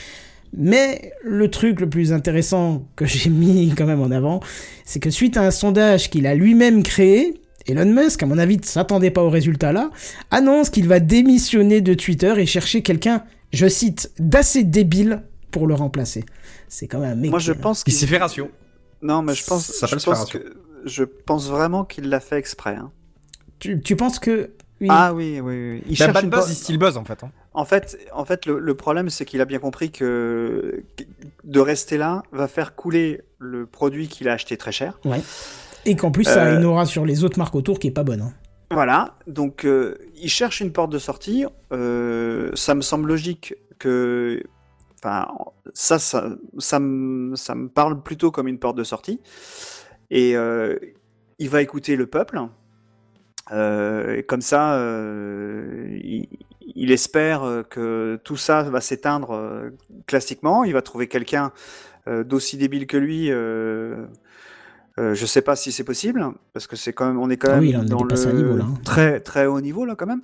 Mais le truc le plus intéressant que j'ai mis quand même en avant, c'est que suite à un sondage qu'il a lui-même créé, Elon Musk, à mon avis, ne s'attendait pas au résultat là, annonce qu'il va démissionner de Twitter et chercher quelqu'un, je cite, d'assez débile pour le remplacer. C'est quand même un mec... Moi, je euh, pense Il qu'il s'est fait ratio. Non, mais je pense, Ça s'appelle je pense séparation. que je pense vraiment qu'il l'a fait exprès. hein. Tu, tu penses que... Oui. Ah oui, oui, oui. Il Bah, cherche bad une buzz, po- il style buzz en fait. hein. En fait, en fait, le, le problème, c'est qu'il a bien compris que de rester là va faire couler le produit qu'il a acheté très cher. Ouais. Et qu'en plus, ça a Euh, une aura sur les autres marques autour qui est pas bonne. hein. Voilà, donc euh, il cherche une porte de sortie. Euh, ça me semble logique que, enfin, ça, ça, ça me, ça me parle plutôt comme une porte de sortie. Et euh, il va écouter le peuple. Euh, et comme ça, euh, il, il espère que tout ça va s'éteindre euh, classiquement. Il va trouver quelqu'un euh, d'aussi débile que lui. Euh, Euh, je sais pas si c'est possible, parce que c'est quand même, on est quand Ah même oui, là, on a dans dépassé un le niveau, là, hein. très très haut niveau là quand même.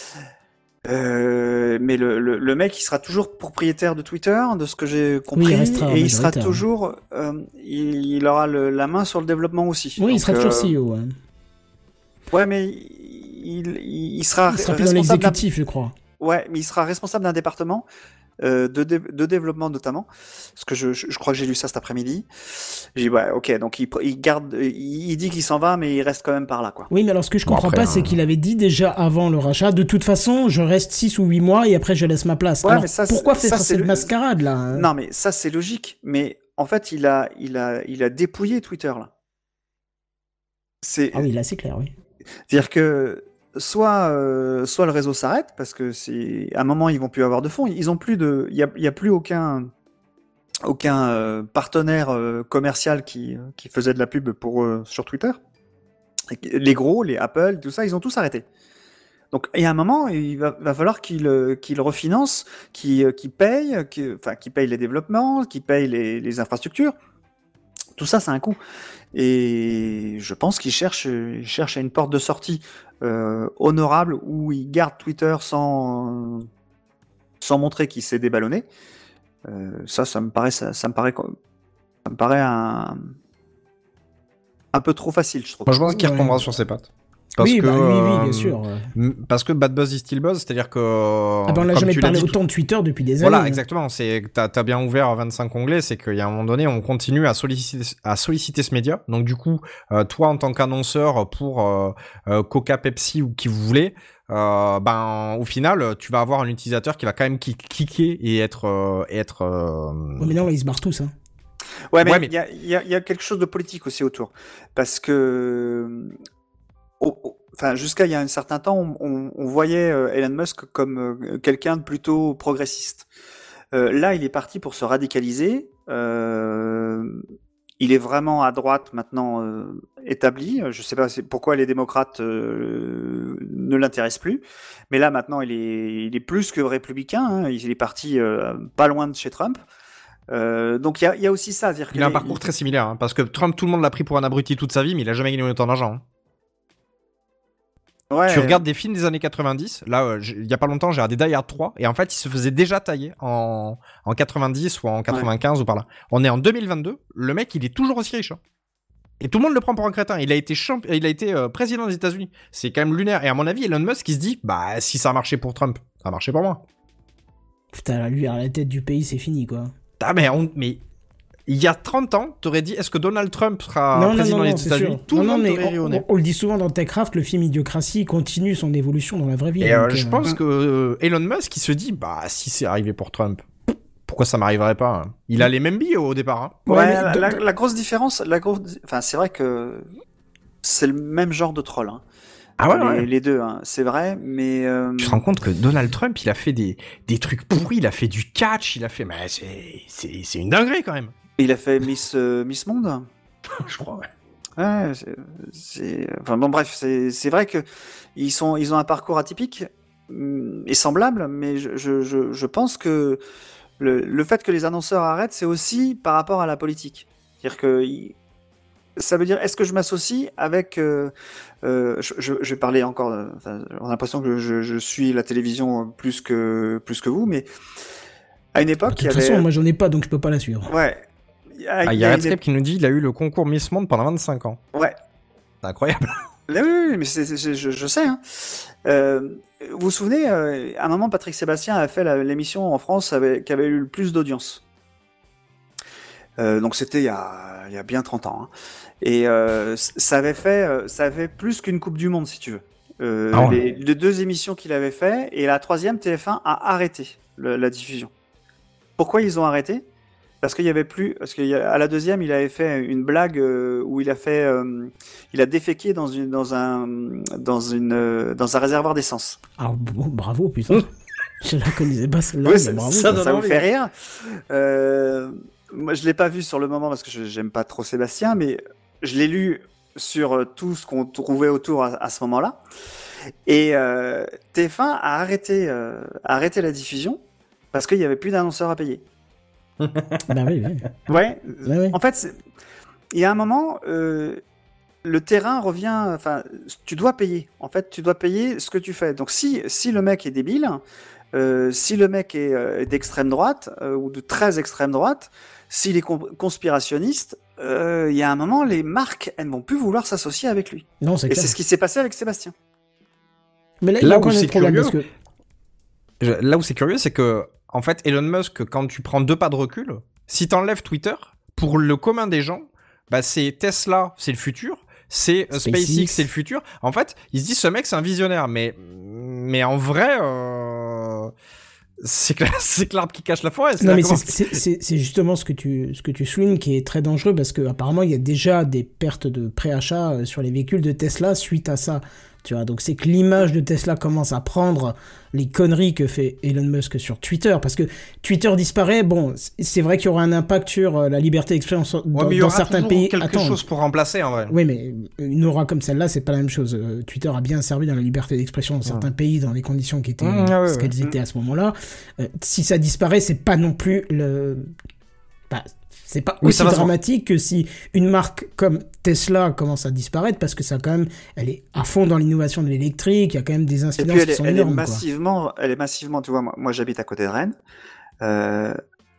Euh, mais le, le, le mec, il sera toujours propriétaire de Twitter, de ce que j'ai compris, Oui, il restera et il sera majoritaire. toujours, euh, il, il aura le, la main sur le développement aussi. Oui, Donc, il sera toujours euh, C E O. Ouais. Ouais, mais il, il, il sera Il sera plus dans responsable d'un, l'exécutif, je crois. ouais, mais il sera responsable d'un département. Euh, de, dé- de développement notamment, parce que je, je, je crois que j'ai lu ça cet après-midi. J'ai dit ouais, ok, donc il, il garde, il, il dit qu'il s'en va, mais il reste quand même par là, quoi. Oui, mais alors ce que je Bon, comprends après, pas, c'est hein. qu'il avait dit déjà avant le rachat, de toute façon, je reste six ou huit mois et après je laisse ma place. Ouais, alors mais ça, pourquoi c'est- faire ça, c'est cette le- mascarade là hein Non, mais ça c'est logique, mais en fait il a, il a, il a dépouillé Twitter là. C'est, Ah oui, là c'est clair, oui. c'est-à-dire que soit, euh, soit le réseau s'arrête parce que c'est, à un moment ils vont plus avoir de fonds, ils ont plus de, il y a, il y a plus aucun, aucun euh, partenaire euh, commercial qui, qui faisait de la pub pour eux sur Twitter. Les gros, les Apple, tout ça, ils ont tous arrêté. Donc, il y a un moment, il va, va falloir qu'ils euh, qu'ils refinancent, qu'ils euh, qu'ils payent, qu'ils, enfin, qu'ils payent les développements, qu'ils payent les, les infrastructures. Tout ça, c'est un coût. Et je pense qu'ils cherchent, ils cherchent à une porte de sortie euh, honorable où ils gardent Twitter sans, sans montrer qu'il s'est déballonné. Euh, ça, ça me paraît, ça, ça me paraît, ça me paraît un, un peu trop facile, je trouve. Moi, je pense qu'il Ouais. retombera sur ses pattes. Parce Oui, que, bah, oui, oui, bien euh, sûr. ouais. m- Parce que bad buzz is still buzz, c'est-à-dire que. Ah ben on n'a comme jamais tu l'as parlé dit, autant de Twitter depuis des Voilà, années. hein. exactement. C'est, t'as, t'as bien ouvert vingt-cinq onglets, c'est qu'il y a un moment donné, on continue à solliciter, à solliciter ce média. Donc, du coup, euh, toi, en tant qu'annonceur pour euh, euh, Coca, Pepsi ou qui vous voulez, euh, ben, au final, tu vas avoir un utilisateur qui va quand même qui- cliquer et être, euh, et être. euh, Ouais, mais non, là, ils se barrent tous. Hein. Ouais, mais Ouais, il mais- y, a, il y a- il y a quelque chose de politique aussi autour. Parce que, au- au- enfin, jusqu'à il y a un certain temps, on, on- on voyait euh, Elon Musk comme euh, quelqu'un de plutôt progressiste. Euh, là, il est parti pour se radicaliser. Euh, il est vraiment à droite maintenant euh, établi. Je sais pas c'est- pourquoi les démocrates euh, ne l'intéressent plus. Mais là, maintenant, il est, il est plus que républicain. Hein. Il est parti euh, pas loin de chez Trump. Euh, donc il y a, il y a aussi ça, dire Il a un parcours très similaire, hein, parce que Trump, tout le monde l'a pris pour un abruti toute sa vie, mais il a jamais gagné autant d'argent. hein. Ouais, Tu regardes des films des années quatre-vingt-dix, là, euh, j'ai- il y a pas longtemps, j'ai regardé Die Hard trois, et en fait, il se faisait déjà tailler en, en quatre-vingt-dix ou en quatre-vingt-quinze ou par là. On est en deux mille vingt-deux, le mec, il est toujours aussi riche. hein. Et tout le monde le prend pour un crétin. Il a été champ... il a été euh, président des États-Unis. C'est quand même lunaire. Et à mon avis, Elon Musk, il se dit, bah, si ça a marché pour Trump, ça a marché pour moi. Putain, lui, à la tête du pays, c'est fini, quoi. Ah, mais, on... mais il y a trente ans, t'aurais dit, est-ce que Donald Trump sera non, non, président non, non, des c'est États-Unis? sûr. Tout non, le non, monde mais t'aurait ri au on, nez. on le dit souvent dans TechCraft, le film Idiocratie continue son évolution dans la vraie vie. Et euh, donc, je euh, pense que euh, Elon Musk, il se dit, bah, si c'est arrivé pour Trump, pourquoi ça m'arriverait pas? hein Il a les mêmes billes au départ. Hein. Ouais, Ouais, mais la, de- la- la grosse différence, la grosse, enfin, c'est vrai que c'est le même genre de troll. Hein. Ah ouais, les, ouais. les deux, hein, c'est vrai, mais euh, Tu te rends compte que Donald Trump, il a fait des, des trucs pourris, il a fait du catch, il a fait, mais c'est, c'est, c'est une dinguerie quand même. il a fait Miss euh, Miss Monde. Je crois, ouais. Ouais, c'est, c'est- enfin bon, bref, c'est, c'est vrai que ils sont, ils ont un parcours atypique hum, et semblable, mais je, je, je, je pense que le, le fait que les annonceurs arrêtent, c'est aussi par rapport à la politique. C'est-à-dire que il- ça veut dire, est-ce que je m'associe avec... Euh, euh, je, je, je vais parler encore... euh, enfin, on a l'impression que je, je suis la télévision plus que, plus que vous, mais à une époque, de il y toute avait... façon, moi, j'en ai pas, donc je peux pas la suivre. Ouais. Il y a, Ah, il il y y a a une Redscape qui nous dit, il a eu le concours Miss Monde pendant vingt-cinq ans. Ouais. C'est incroyable. Oui, oui, oui, mais c'est, c'est- je, je sais. Hein. Euh, vous vous souvenez, euh, à un moment, Patrick Sébastien a fait la- l'émission en France avec, qui avait eu le plus d'audience. Euh, donc c'était il y a, il y a bien trente ans. Hein. Et euh, c- ça avait fait, euh, ça avait plus qu'une Coupe du Monde, si tu veux. Euh, Ah ouais. les, les deux émissions qu'il avait fait, et la troisième, T F un a arrêté le- la diffusion. Pourquoi ils ont arrêté? Parce qu'il y avait plus, parce qu'à la deuxième, il avait fait une blague euh, où il a fait, euh, il a déféqué dans une, dans un, dans une, euh, dans un réservoir d'essence. Alors bon, bravo, putain. Je la connaissais pas celle-là, Oui, mais ça, bravo. ça, quoi. ça vous fait rire. Euh, moi, je l'ai pas vu sur le moment parce que je, j'aime pas trop Sébastien, mais je l'ai lu sur euh, tout ce qu'on trouvait autour à, à ce moment-là. Et euh, T F un a arrêté, euh, a arrêté la diffusion parce qu'il y avait plus d'annonceurs à payer. Bah oui, oui. Ouais. Ouais, ouais. En fait, c'est- il y a un moment, euh, le terrain revient. Enfin, tu dois payer. En fait, tu dois payer ce que tu fais. Donc, si si le mec est débile, euh, si le mec est euh, d'extrême droite euh, ou de très extrême droite, s'il est con- conspirationniste, euh, il y a un moment, les marques, elles ne vont plus vouloir s'associer avec lui. Non, c'est Et clair. c'est ce qui s'est passé avec Sébastien. Mais là, Là il y a où encore un c'est autre problème curieux, parce que. Je- Là où c'est curieux, c'est que, en fait, Elon Musk, quand tu prends deux pas de recul, si t'enlèves Twitter, pour le commun des gens, bah, c'est Tesla, c'est le futur, c'est euh, SpaceX. SpaceX, c'est le futur. En fait, ils se disent, ce mec, c'est un visionnaire, mais, mais en vrai, euh, c'est que, c'est que l'arbre qui cache la forêt. c'est Non là mais comment- c'est- c'est c'est- c'est justement ce que tu ce que tu soulignes qui est très dangereux parce que apparemment il y a déjà des pertes de préachat euh, sur les véhicules de Tesla suite à ça. Tu vois, donc c'est que l'image de Tesla commence à prendre les conneries que fait Elon Musk sur Twitter, parce que Twitter disparaît, bon, c- c'est vrai qu'il y aura un impact sur euh, la liberté d'expression dans, Ouais, mais il y dans aura certains toujours pays. quelque Attends. chose pour remplacer, en vrai. Oui, mais une aura comme celle-là, c'est pas la même chose. Euh, Twitter a bien servi dans la liberté d'expression dans certains pays, dans les conditions qui étaient Mmh, ah ouais, ce ouais. qu'elles étaient à ce moment-là. Euh, si ça disparaît, c'est pas non plus le. Bah, c'est pas Oui, aussi ça va se dramatique que si une marque comme Tesla commence à disparaître, parce que ça quand même, elle est à fond dans l'innovation de l'électrique. Il y a quand même des Et incidences puis elle qui est, sont elle est énormes. quoi. massivement, elle est massivement, tu vois, moi, moi j'habite à côté de Rennes. Euh,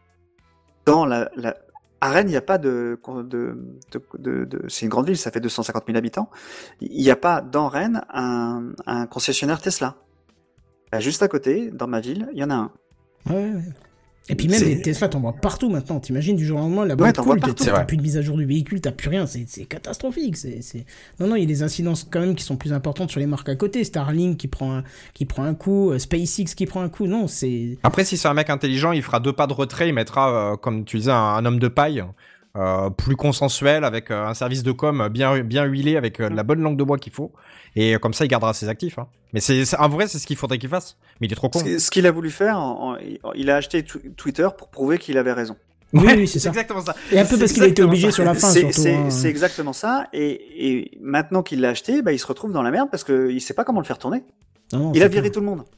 dans la, la, à Rennes, il n'y a pas de, de, de, de, de c'est une grande ville, ça fait deux cent cinquante mille habitants. Il n'y a pas dans Rennes un, un concessionnaire Tesla. Bah, juste à côté, dans ma ville, il y en a un. Ouais, ouais, ouais. Et puis même C'est- les Tesla, t'en vois partout maintenant. T'imagines du jour au lendemain, la Ouais, boîte t'en vois cool, partout. t'as C'est t'as vrai. plus de mise à jour du véhicule, t'as plus rien. C'est c'est catastrophique. C'est c'est- non, non, il y a des incidences quand même qui sont plus importantes sur les marques à côté. Starlink qui prend un, qui prend un coup, euh, SpaceX qui prend un coup. Non, c'est Après, si c'est un mec intelligent, il fera deux pas de retrait, il mettra, euh, comme tu disais, un, un homme de paille, euh, plus consensuel, avec euh, un service de com bien, bien huilé, avec euh, la bonne langue de bois qu'il faut. Et euh, comme ça, il gardera ses actifs. Hein. Mais c'est, c'est- en vrai, c'est ce qu'il faudrait qu'il fasse. Mais il est trop con. Ce, ce qu'il a voulu faire, en- en- il a acheté tw- Twitter pour prouver qu'il avait raison. oui, Ouais, oui, c'est ça. exactement ça. Et un peu C'est parce qu'il a été exactement obligé ça. sur la fin, C'est surtout. c'est- hein. c'est exactement ça. Et, et maintenant qu'il l'a acheté, bah, il se retrouve dans la merde parce qu'il ne sait pas comment le faire tourner. Non, non, Il c'est a viré clair. tout le monde.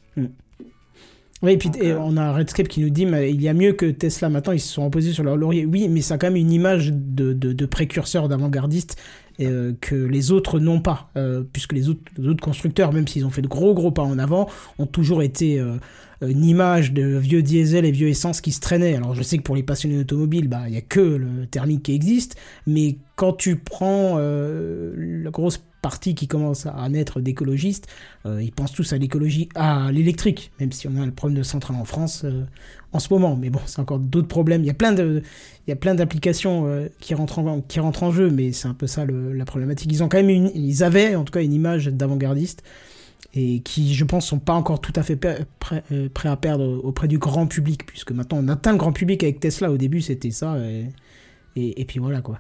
Oui, et puis Donc, et euh, on a Redscape qui nous dit mais il y a mieux que Tesla maintenant, ils se sont reposés sur leur laurier. Oui, mais ça a quand même une image de, de, de précurseur, d'avant-gardiste euh, que les autres n'ont pas. Euh, puisque les autres, les autres constructeurs, même s'ils ont fait de gros gros pas en avant, ont toujours été euh, une image de vieux diesel et vieux essence qui se traînaient. Alors je sais que pour les passionnés d'automobile, bah, il n'y a que le thermique qui existe, mais quand tu prends euh, la grosse partie qui commence à naître d'écologistes, euh, ils pensent tous à l'écologie, à l'électrique, même si on a le problème de centrales en France euh, en ce moment. Mais bon, c'est encore d'autres problèmes. Il y a plein de, il y a plein d'applications euh, qui rentrent en, qui rentrent en jeu, mais c'est un peu ça le, la problématique. Ils ont quand même une, ils avaient en tout cas une image d'avant-gardiste et qui, je pense, sont pas encore tout à fait pe- prêts, euh, prêts à perdre auprès du grand public, puisque maintenant on atteint le grand public avec Tesla. Au début, c'était ça, et, et, et puis voilà quoi.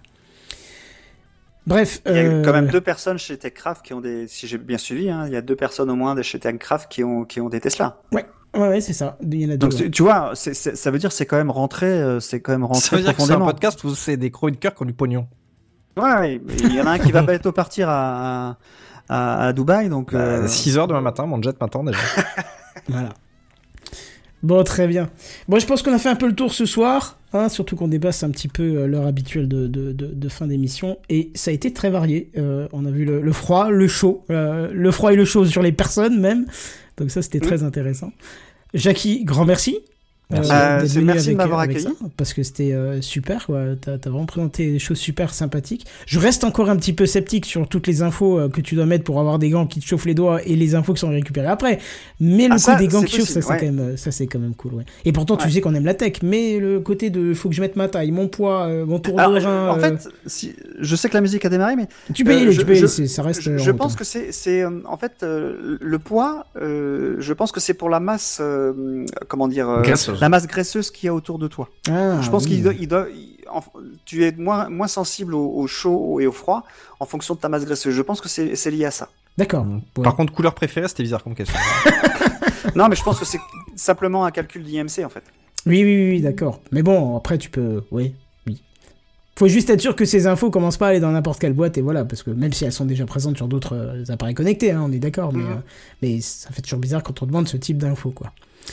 Bref, Il y a euh, quand même deux personnes chez TechCraft qui ont des, si j'ai bien suivi, hein, il y a deux personnes au moins de chez TechCraft qui ont, qui ont des Tesla. ouais, ouais, c'est ça. Il y en a deux. Donc ouais. tu- tu vois, c'est, c'est- ça veut dire que c'est quand même rentré, euh, c'est quand même Ça rentré veut dire que c'est un profondément. podcast où c'est des chroniqueurs qui ont du pognon. Ouais, ouais, mais il y en a un qui va bientôt partir à, à, à Dubaï, donc. euh, six heures demain matin, mon jet m'attend déjà. Voilà. Bon, très bien. Bon, je pense qu'on a fait un peu le tour ce soir, hein, surtout qu'on dépasse un petit peu euh, l'heure habituelle de, de, de, de fin d'émission, et ça a été très varié. Euh, on a vu le, le froid, le chaud, euh, le froid et le chaud sur les personnes même, donc ça c'était très intéressant. Jackie, grand merci. Merci. Euh, d'être c'est- venu merci de avec, m'avoir avec accueilli. ça, parce que c'était euh, super, quoi. T'as, t'as vraiment présenté des choses super sympathiques. Je reste encore un petit peu sceptique sur toutes les infos euh, que tu dois mettre pour avoir des gants qui te chauffent les doigts et les infos qui sont récupérées après. Mais le Ah, coup ça, des gants c'est qui chauffent, ça, possible, c'est ouais. quand même, euh, ça c'est quand même cool, ouais. Et pourtant, tu Ouais. sais qu'on aime la tech, mais le côté de faut que je mette ma taille, mon poids, euh, mon tour Alors, de je- rein, en euh, fait, si, je sais que la musique a démarré, mais tu peux y euh, aller, je- tu peux y aller, je- c'est- ça reste. je, euh, je en pense route. que c'est, c'est euh, en fait euh, le poids. Euh, je pense que c'est pour la masse, euh, comment dire, euh, Graisseuse. graisseuse. La masse graisseuse qu'il y a autour de toi. Ah, Je pense oui. qu'il doit, il doit, il- en- tu es moins, moins sensible au, au chaud et au froid en fonction de ta masse graisseuse. Je pense que c'est, c'est lié à ça. D'accord. Ouais. Par contre, couleur préférée, c'était bizarre comme question. Non, mais je pense que c'est simplement un calcul d'I M C en fait. Oui, oui, oui, oui, d'accord. Mais bon, après, tu peux... Oui, oui. Faut juste être sûr que ces infos commencent pas à aller dans n'importe quelle boîte, et voilà, parce que même si elles sont déjà présentes sur d'autres euh, appareils connectés, hein, on est d'accord, mais, Mhm. euh, mais ça fait toujours bizarre quand on demande ce type d'infos, quoi.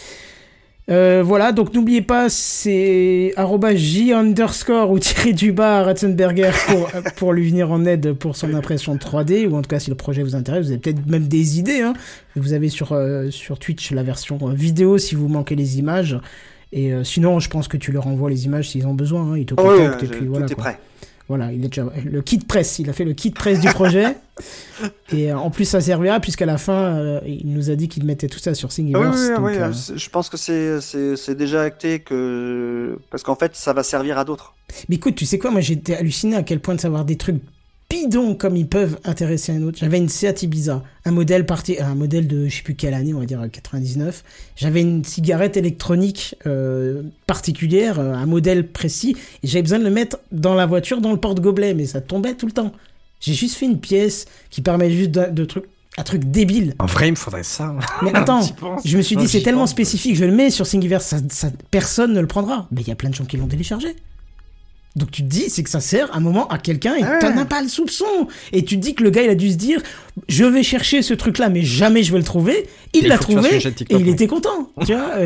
Euh, voilà, donc n'oubliez pas, c'est arobase J underscore ou tiré du bas Ratzenberger pour, euh, pour lui venir en aide pour son impression trois D, ou en tout cas si le projet vous intéresse, vous avez peut-être même des idées, hein. Vous avez sur, euh, sur Twitch la version euh, vidéo si vous manquez les images, et euh, sinon je pense que tu leur envoies les images s'ils ont besoin, hein. Ils te Oh, oui, contactent, et je- puis tout voilà, est quoi. prêt. Voilà, il est déjà le kit presse, il a fait le kit presse du projet. Et euh, en plus ça servira puisqu'à la fin euh, il nous a dit qu'il mettait tout ça sur Ah Thingiverse. oui, oui, donc, oui, euh, c'est- je pense que c'est, c'est, c'est déjà acté que parce qu'en fait ça va servir à d'autres. Mais écoute, tu sais quoi, moi j'étais halluciné à quel point de savoir des trucs bidons comme ils peuvent intéresser un autre. J'avais une Seat Ibiza, un modèle parti, un modèle de je sais plus quelle année, on va dire quatre-vingt-dix-neuf. J'avais une cigarette électronique euh, particulière, euh, un modèle précis, et j'avais besoin de le mettre dans la voiture, dans le porte-gobelet, mais ça tombait tout le temps. J'ai juste fait une pièce qui permet juste de, de trucs, un truc débile. En vrai, il me faudrait ça. Mais attends, T'y penses je me suis dit Non, c'est j'y tellement pense. spécifique, je le mets sur Thingiverse, ça, ça, personne ne le prendra. Mais il y a plein de gens qui l'ont téléchargé. Donc tu te dis, c'est que ça sert à un moment à quelqu'un et Ah ouais. t'en as pas le soupçon. Et tu te dis que le gars, il a dû se dire, je vais chercher ce truc-là, mais jamais je vais le trouver. Il Il l'a faut que tu fasses trouvé une chaîne et TikTok, il oui. était content. Tu vois. et-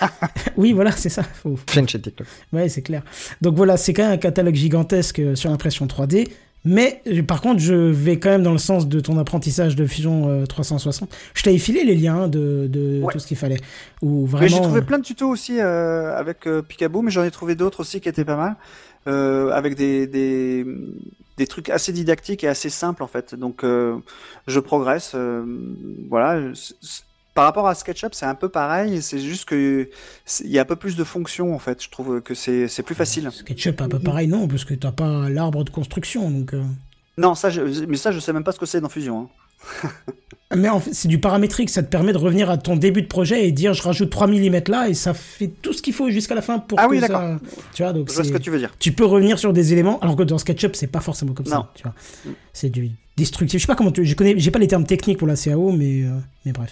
Oui, voilà, c'est ça. Faut... Fais une chaîne TikTok. Ouais, c'est clair. Donc voilà, c'est quand même un catalogue gigantesque euh, sur l'impression trois D. Mais euh, par contre, je vais quand même dans le sens de ton apprentissage de Fusion euh, trois cent soixante. Je t'avais filé les liens hein, de, de Ouais. tout ce qu'il fallait. Ou Mais vraiment. j'ai trouvé plein de tutos aussi euh, avec euh, Picaboo, mais j'en ai trouvé d'autres aussi qui étaient pas mal, euh, avec des, des des trucs assez didactiques et assez simples en fait. Donc euh, je progresse. euh, voilà. C'est- c'est- Par rapport à SketchUp, c'est un peu pareil. C'est juste que c'est- il y a un peu plus de fonctions en fait. Je trouve que c'est c'est plus facile. SketchUp, un peu pareil, non, parce que t'as pas l'arbre de construction. Donc, euh... Non, ça, je, mais ça, je sais même pas ce que c'est dans Fusion. Hein. Mais en fait, c'est du paramétrique, ça te permet de revenir à ton début de projet et dire je rajoute trois millimètres là et ça fait tout ce qu'il faut jusqu'à la fin pour Ah que oui, ça... d'accord. Tu vois, donc Je vois ce c'est- que tu veux dire. tu peux revenir sur des éléments, alors que dans SketchUp, c'est pas forcément comme Non. ça. Tu vois. C'est du destructif. Je sais pas comment tu... Je connais... J'ai pas les termes techniques pour la C A O, mais, euh, mais bref.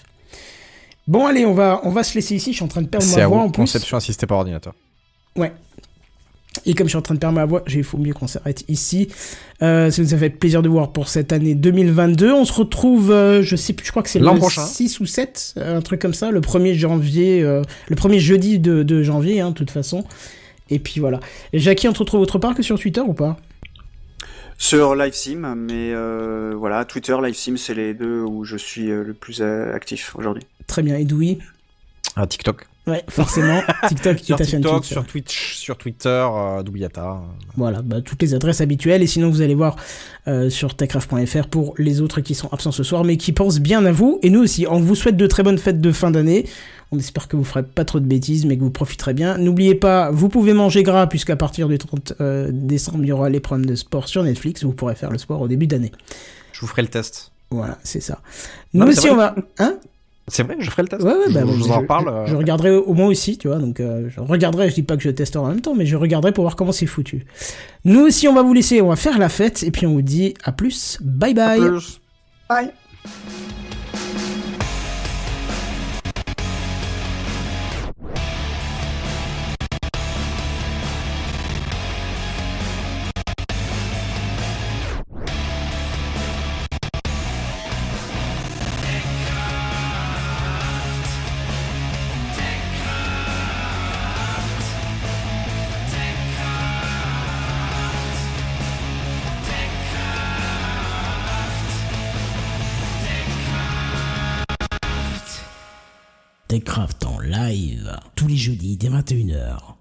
Bon, allez, on va, on va se laisser ici. Je suis en train de perdre C'est ma à voix en vous, plus. conception assistée par ordinateur. Ouais. Et comme je suis en train de perdre ma voix, il faut mieux qu'on s'arrête ici. Euh, ça nous a fait plaisir de voir pour cette année deux mille vingt-deux. On se retrouve, euh, je sais plus, je crois que c'est L'an le prochain. six ou sept, un truc comme ça, le premier janvier, euh, le premier jeudi de, de janvier, hein, de toute façon. Et puis voilà. Et Jackie, on te retrouve autre part que sur Twitter ou pas? Sur LiveSim, mais euh, voilà, Twitter, LiveSim, c'est les deux où je suis euh, le plus euh, actif aujourd'hui. Très bien. Edoui? Ah, TikTok. Ouais, forcément. TikTok et Sur ta chaîne TikTok, Twitch. sur Twitch, sur Twitter, euh, Doubliata. Voilà, bah, toutes les adresses habituelles. Et sinon, vous allez voir euh, sur techcraft point f r pour les autres qui sont absents ce soir, mais qui pensent bien à vous. Et nous aussi, on vous souhaite de très bonnes fêtes de fin d'année. On espère que vous ferez pas trop de bêtises, mais que vous profiterez bien. N'oubliez pas, vous pouvez manger gras, puisqu'à partir du trente euh, décembre, il y aura les programmes de sport sur Netflix. Vous pourrez faire le sport au début d'année. Je vous ferai le test. Voilà, c'est ça. Non, Nous mais c'est aussi, vrai. on va... Hein? C'est vrai, je ferai le test. Ouais, ouais, je, bah, je bon, vous en reparle. Je, euh, je regarderai au moins aussi, tu vois, donc euh, je regarderai, je dis pas que je testerai en même temps, mais je regarderai pour voir comment c'est foutu. Nous aussi, on va vous laisser, on va faire la fête, et puis on vous dit à plus, bye bye. À plus. Bye. Techcraft en live, tous les jeudis dès vingt et une heures.